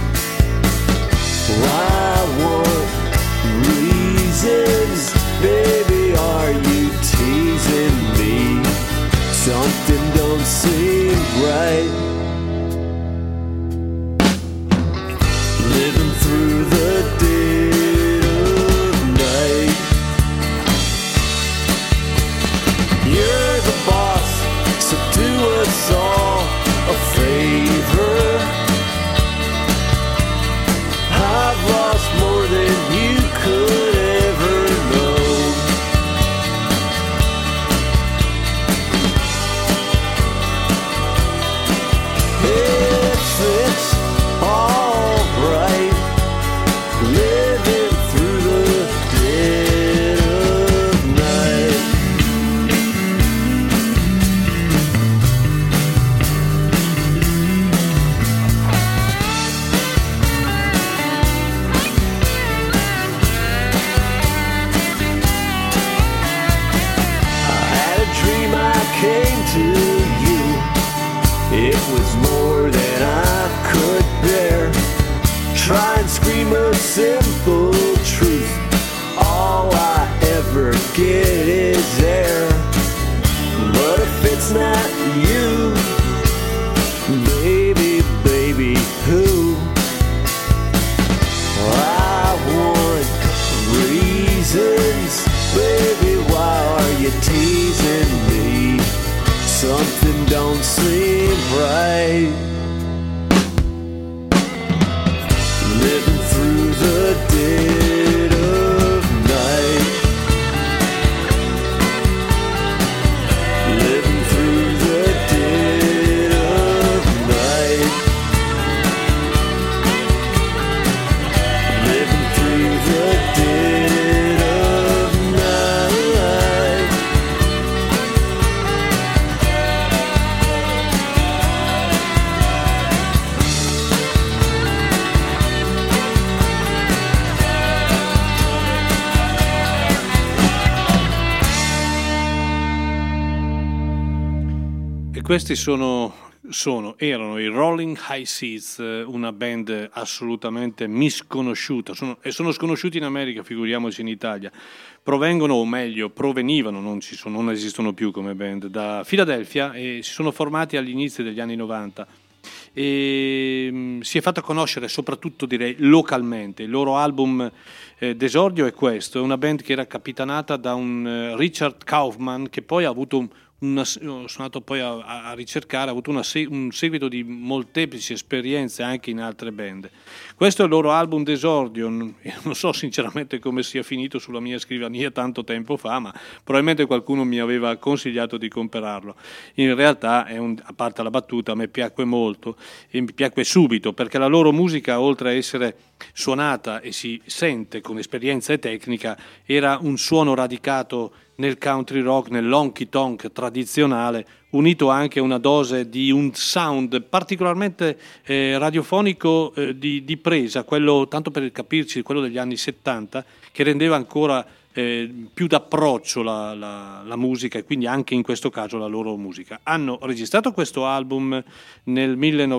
I want reasons, baby, are you teasing me? Something don't seem right. Living through the dead of night. You're the boss, so do us all a favor. I've lost more than you could ever know. If it's all right, living through the dead of night. I had a dream, I came to you. It was more than I could bear. Try and scream a simple truth. All I ever get is air. But if it's not you, baby, baby, who? I want reasons, baby, why are you teasing me? Something don't seem right. Living through the dead of night. Living through the dead of night. Living through the dead of night. Questi erano i Rolling High Seas, una band assolutamente misconosciuta, sono sconosciuti in America, figuriamoci in Italia. Provengono, o meglio, provenivano, non esistono più come band, da Filadelfia e si sono formati agli inizi degli anni 90. E si è fatta conoscere soprattutto, direi, localmente. Il loro album d'esordio è questo, è una band che era capitanata da un Richard Kaufman, che poi ha avuto sono andato poi a ricercare, ha avuto un seguito di molteplici esperienze anche in altre band. Questo è il loro album d'esordio, non so sinceramente come sia finito sulla mia scrivania tanto tempo fa, ma probabilmente qualcuno mi aveva consigliato di comprarlo. In realtà, a parte la battuta, a me piacque molto e mi piacque subito, perché la loro musica, oltre a essere suonata e si sente con esperienza e tecnica, era un suono radicato nel country rock, nell'honky tonk tradizionale, unito anche a una dose di un sound particolarmente radiofonico di presa, quello, tanto per capirci, quello degli anni 70, che rendeva ancora più d'approccio la musica, e quindi anche in questo caso la loro musica. Hanno registrato questo album nel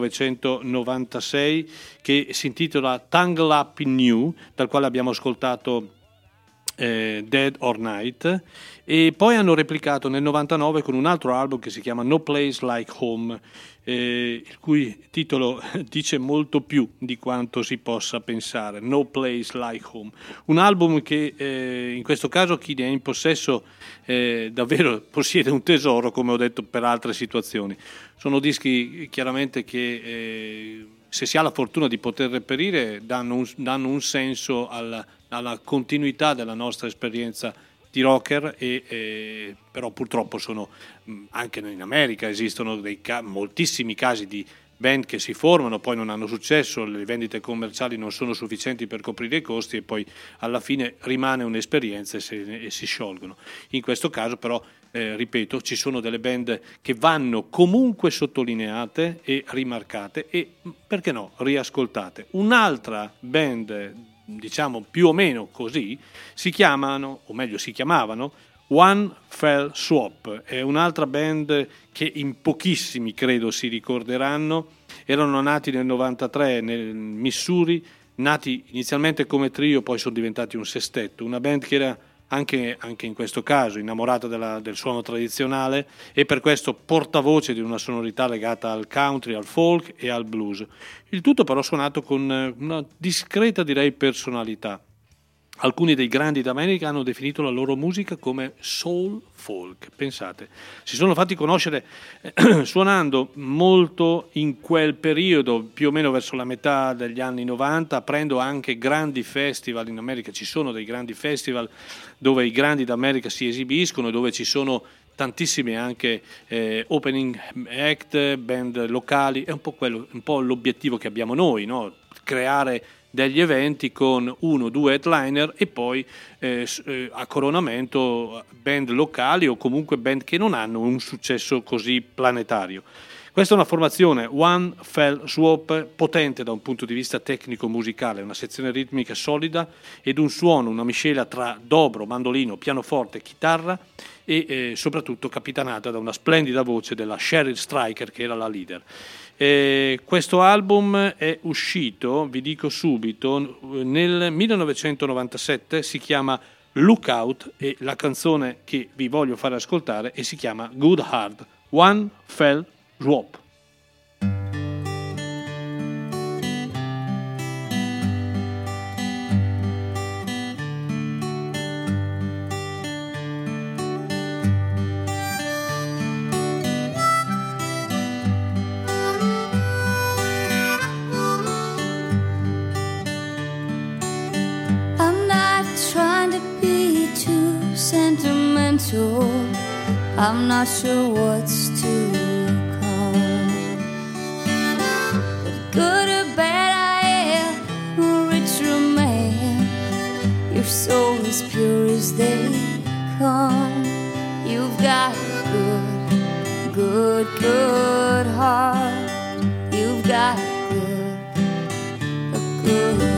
1996 che si intitola Tangle Up in You, dal quale abbiamo ascoltato Dead or Night, e poi hanno replicato nel 99 con un altro album che si chiama No Place Like Home, il cui titolo dice molto più di quanto si possa pensare. No Place Like Home, un album che in questo caso chi ne è in possesso davvero possiede un tesoro, come ho detto per altre situazioni. Sono dischi chiaramente che se si ha la fortuna di poter reperire danno un senso alla continuità della nostra esperienza di rocker, però purtroppo sono anche in America esistono moltissimi casi di band che si formano, poi non hanno successo, le vendite commerciali non sono sufficienti per coprire i costi e poi alla fine rimane un'esperienza e si sciolgono. In questo caso però, ripeto, ci sono delle band che vanno comunque sottolineate e rimarcate e, perché no, riascoltate. Un'altra band, diciamo più o meno così, si chiamavano One Fell Swoop è un'altra band che in pochissimi credo si ricorderanno. Erano nati nel 93 nel Missouri, nati inizialmente come trio, poi sono diventati un sestetto, una band che era anche in questo caso innamorata del suono tradizionale e per questo portavoce di una sonorità legata al country, al folk e al blues. Il tutto però suonato con una discreta, direi, personalità. Alcuni dei grandi d'America hanno definito la loro musica come soul folk, pensate. Si sono fatti conoscere suonando molto in quel periodo, più o meno verso la metà degli anni 90, aprendo anche grandi festival in America. Ci sono dei grandi festival dove i grandi d'America si esibiscono, dove ci sono tantissime anche opening act, band locali. È un po' l'obiettivo che abbiamo noi, no? Creare degli eventi con 1 o 2 headliner e poi a coronamento band locali o comunque band che non hanno un successo così planetario. Questa è una formazione One Fell Swoop potente da un punto di vista tecnico-musicale, una sezione ritmica solida ed un suono, una miscela tra dobro, mandolino, pianoforte, chitarra e soprattutto capitanata da una splendida voce della Cheryl Stryker che era la leader. Questo album è uscito, vi dico subito, nel 1997, si chiama Lookout e la canzone che vi voglio fare ascoltare e si chiama Good Heart, One Fell Swoop. I'm not sure what's to come, but good or bad I am, a rich or man, your soul is pure as they come. You've got a good heart. You've got a good heart.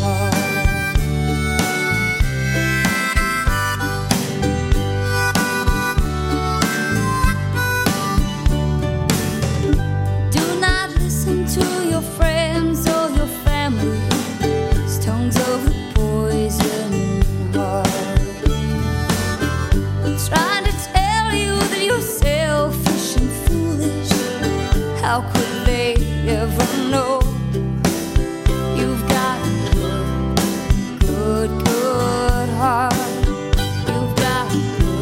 Friends or your family, tongues of the poison heart, trying to tell you that you're selfish and foolish. How could they ever know? You've got a good heart. You've got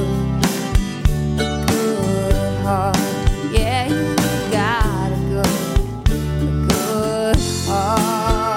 a good heart. Yeah, you've got a good heart.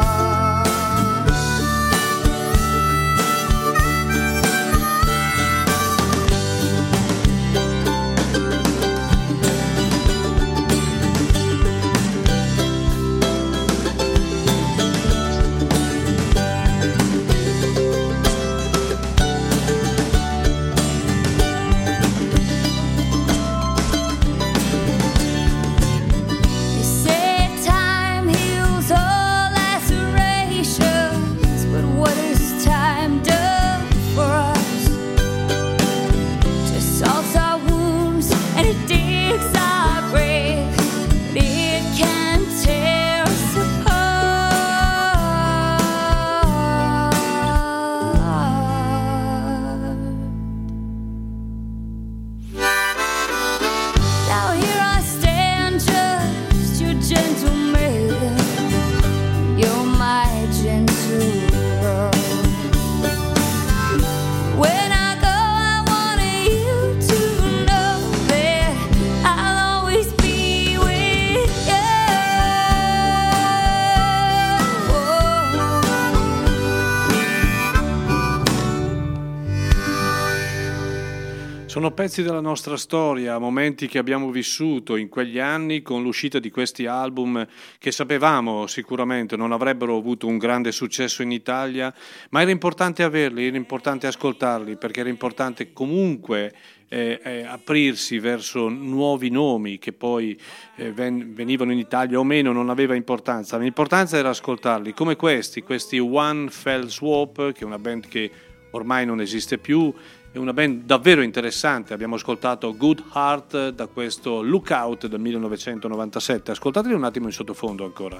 Sono pezzi della nostra storia, momenti che abbiamo vissuto in quegli anni con l'uscita di questi album che sapevamo sicuramente non avrebbero avuto un grande successo in Italia, ma era importante averli, era importante ascoltarli, perché era importante comunque aprirsi verso nuovi nomi che poi venivano in Italia o meno, non aveva importanza. L'importanza era ascoltarli, come questi One Fell Swoop, che è una band che ormai non esiste più, è una band davvero interessante. Abbiamo ascoltato Good Heart da questo Lookout del 1997. Ascoltateli un attimo in sottofondo ancora.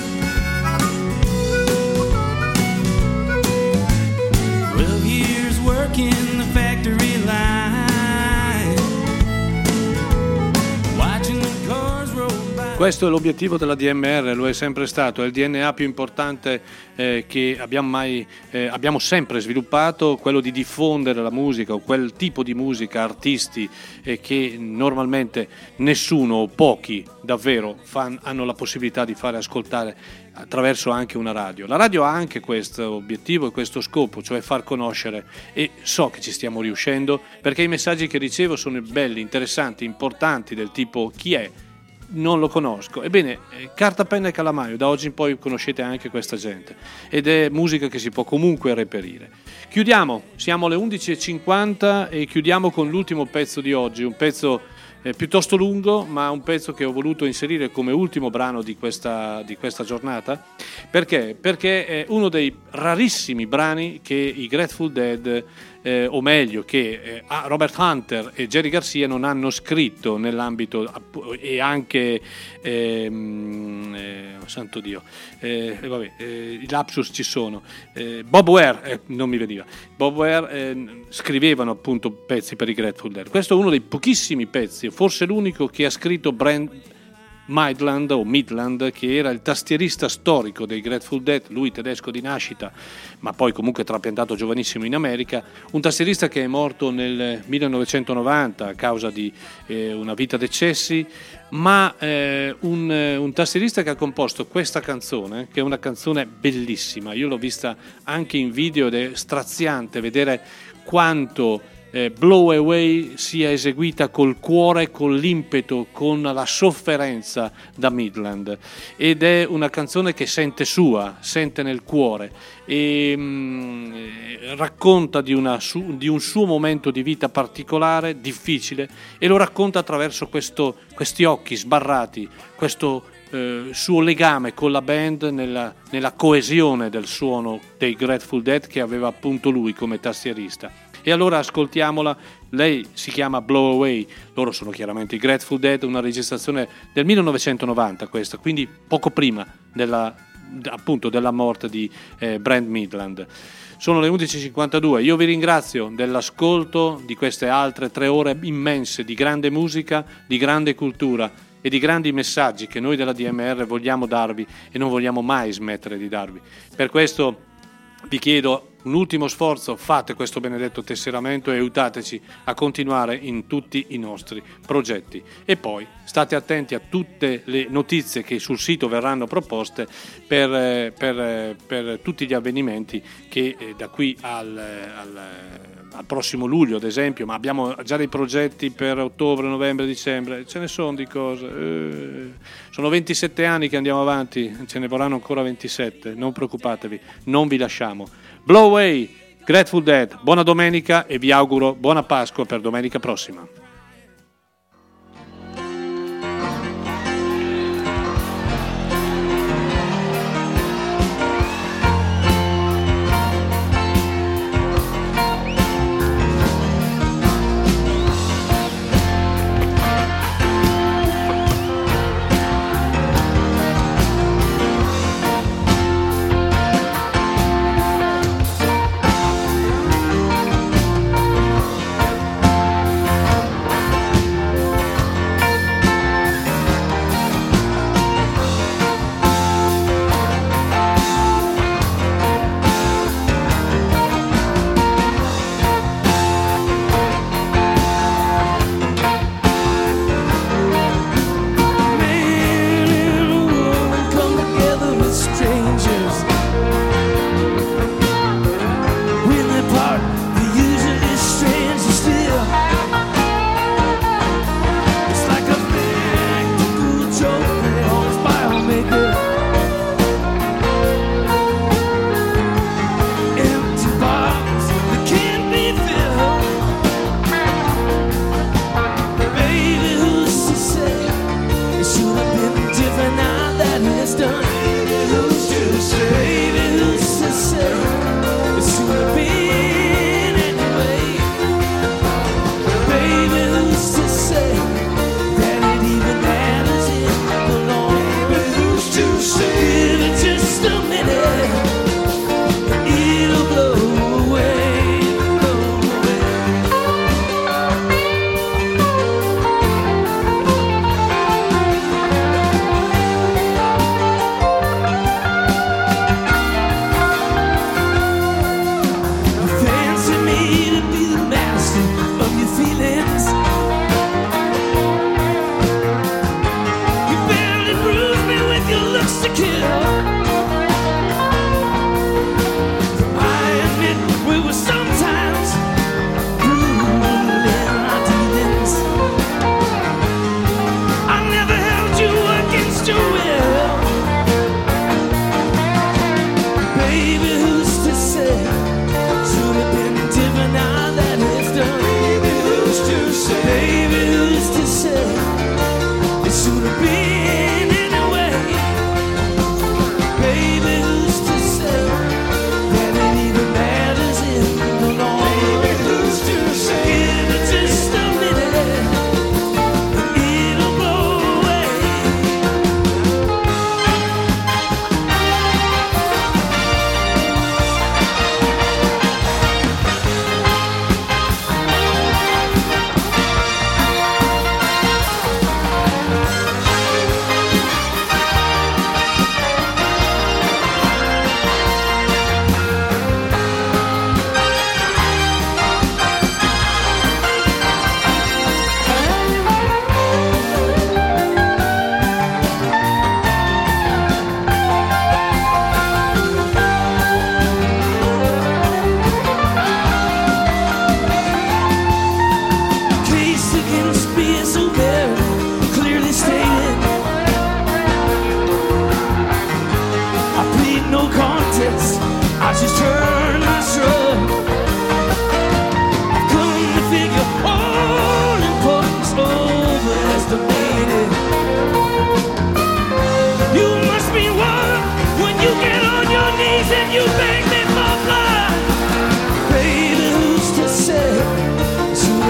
12 years working the factory line, watching the cars roll by. Questo è l'obiettivo della DMR, lo è sempre stato, è il DNA più importante che abbiamo sempre sviluppato, quello di diffondere la musica o quel tipo di musica, artisti che normalmente nessuno o pochi davvero hanno la possibilità di fare ascoltare attraverso anche una radio. La radio ha anche questo obiettivo e questo scopo, cioè far conoscere, e so che ci stiamo riuscendo perché i messaggi che ricevo sono belli, interessanti, importanti, del tipo: chi è? Non lo conosco. Ebbene, carta, penna e calamaio, da oggi in poi conoscete anche questa gente ed è musica che si può comunque reperire. Chiudiamo, siamo alle 11:50 e chiudiamo con l'ultimo pezzo di oggi, un pezzo piuttosto lungo, ma un pezzo che ho voluto inserire come ultimo brano di questa giornata. Perché? Perché è uno dei rarissimi brani che i Grateful Dead, o meglio che Robert Hunter e Jerry Garcia non hanno scritto nell'ambito, e anche santo Dio, i lapsus ci sono, Bob Ware, non mi veniva, Bob Ware scrivevano appunto pezzi per i Grateful Dead. Questo è uno dei pochissimi pezzi, forse l'unico, che ha scritto Brent Midland, che era il tastierista storico dei Grateful Dead, lui tedesco di nascita, ma poi comunque trapiantato giovanissimo in America, un tastierista che è morto nel 1990 a causa di una vita d'eccessi, ma un tastierista che ha composto questa canzone, che è una canzone bellissima. Io l'ho vista anche in video ed è straziante vedere quanto Blow Away sia eseguita col cuore, con l'impeto, con la sofferenza da Midland, ed è una canzone che sente sua, sente nel cuore e racconta di un suo momento di vita particolare, difficile, e lo racconta attraverso questi occhi sbarrati, questo suo legame con la band nella coesione del suono dei Grateful Dead che aveva appunto lui come tastierista. E allora ascoltiamola. Lei si chiama Blow Away, loro sono chiaramente i Grateful Dead, una registrazione del 1990 questa, quindi poco prima appunto della morte di Brent Midland. Sono le 11:52, io vi ringrazio dell'ascolto di queste altre 3 ore immense di grande musica, di grande cultura e di grandi messaggi che noi della DMR vogliamo darvi e non vogliamo mai smettere di darvi. Per questo vi chiedo un ultimo sforzo: fate questo benedetto tesseramento e aiutateci a continuare in tutti i nostri progetti, e poi state attenti a tutte le notizie che sul sito verranno proposte per tutti gli avvenimenti che da qui al prossimo luglio ad esempio, ma abbiamo già dei progetti per ottobre, novembre, dicembre, ce ne sono di cose. Sono 27 anni che andiamo avanti, ce ne vorranno ancora 27, non preoccupatevi, non vi lasciamo. Blow Away, Grateful Dead, buona domenica e vi auguro buona Pasqua per domenica prossima.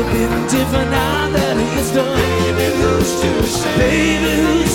looking different now that he's done. Baby, who's to say? Baby, who's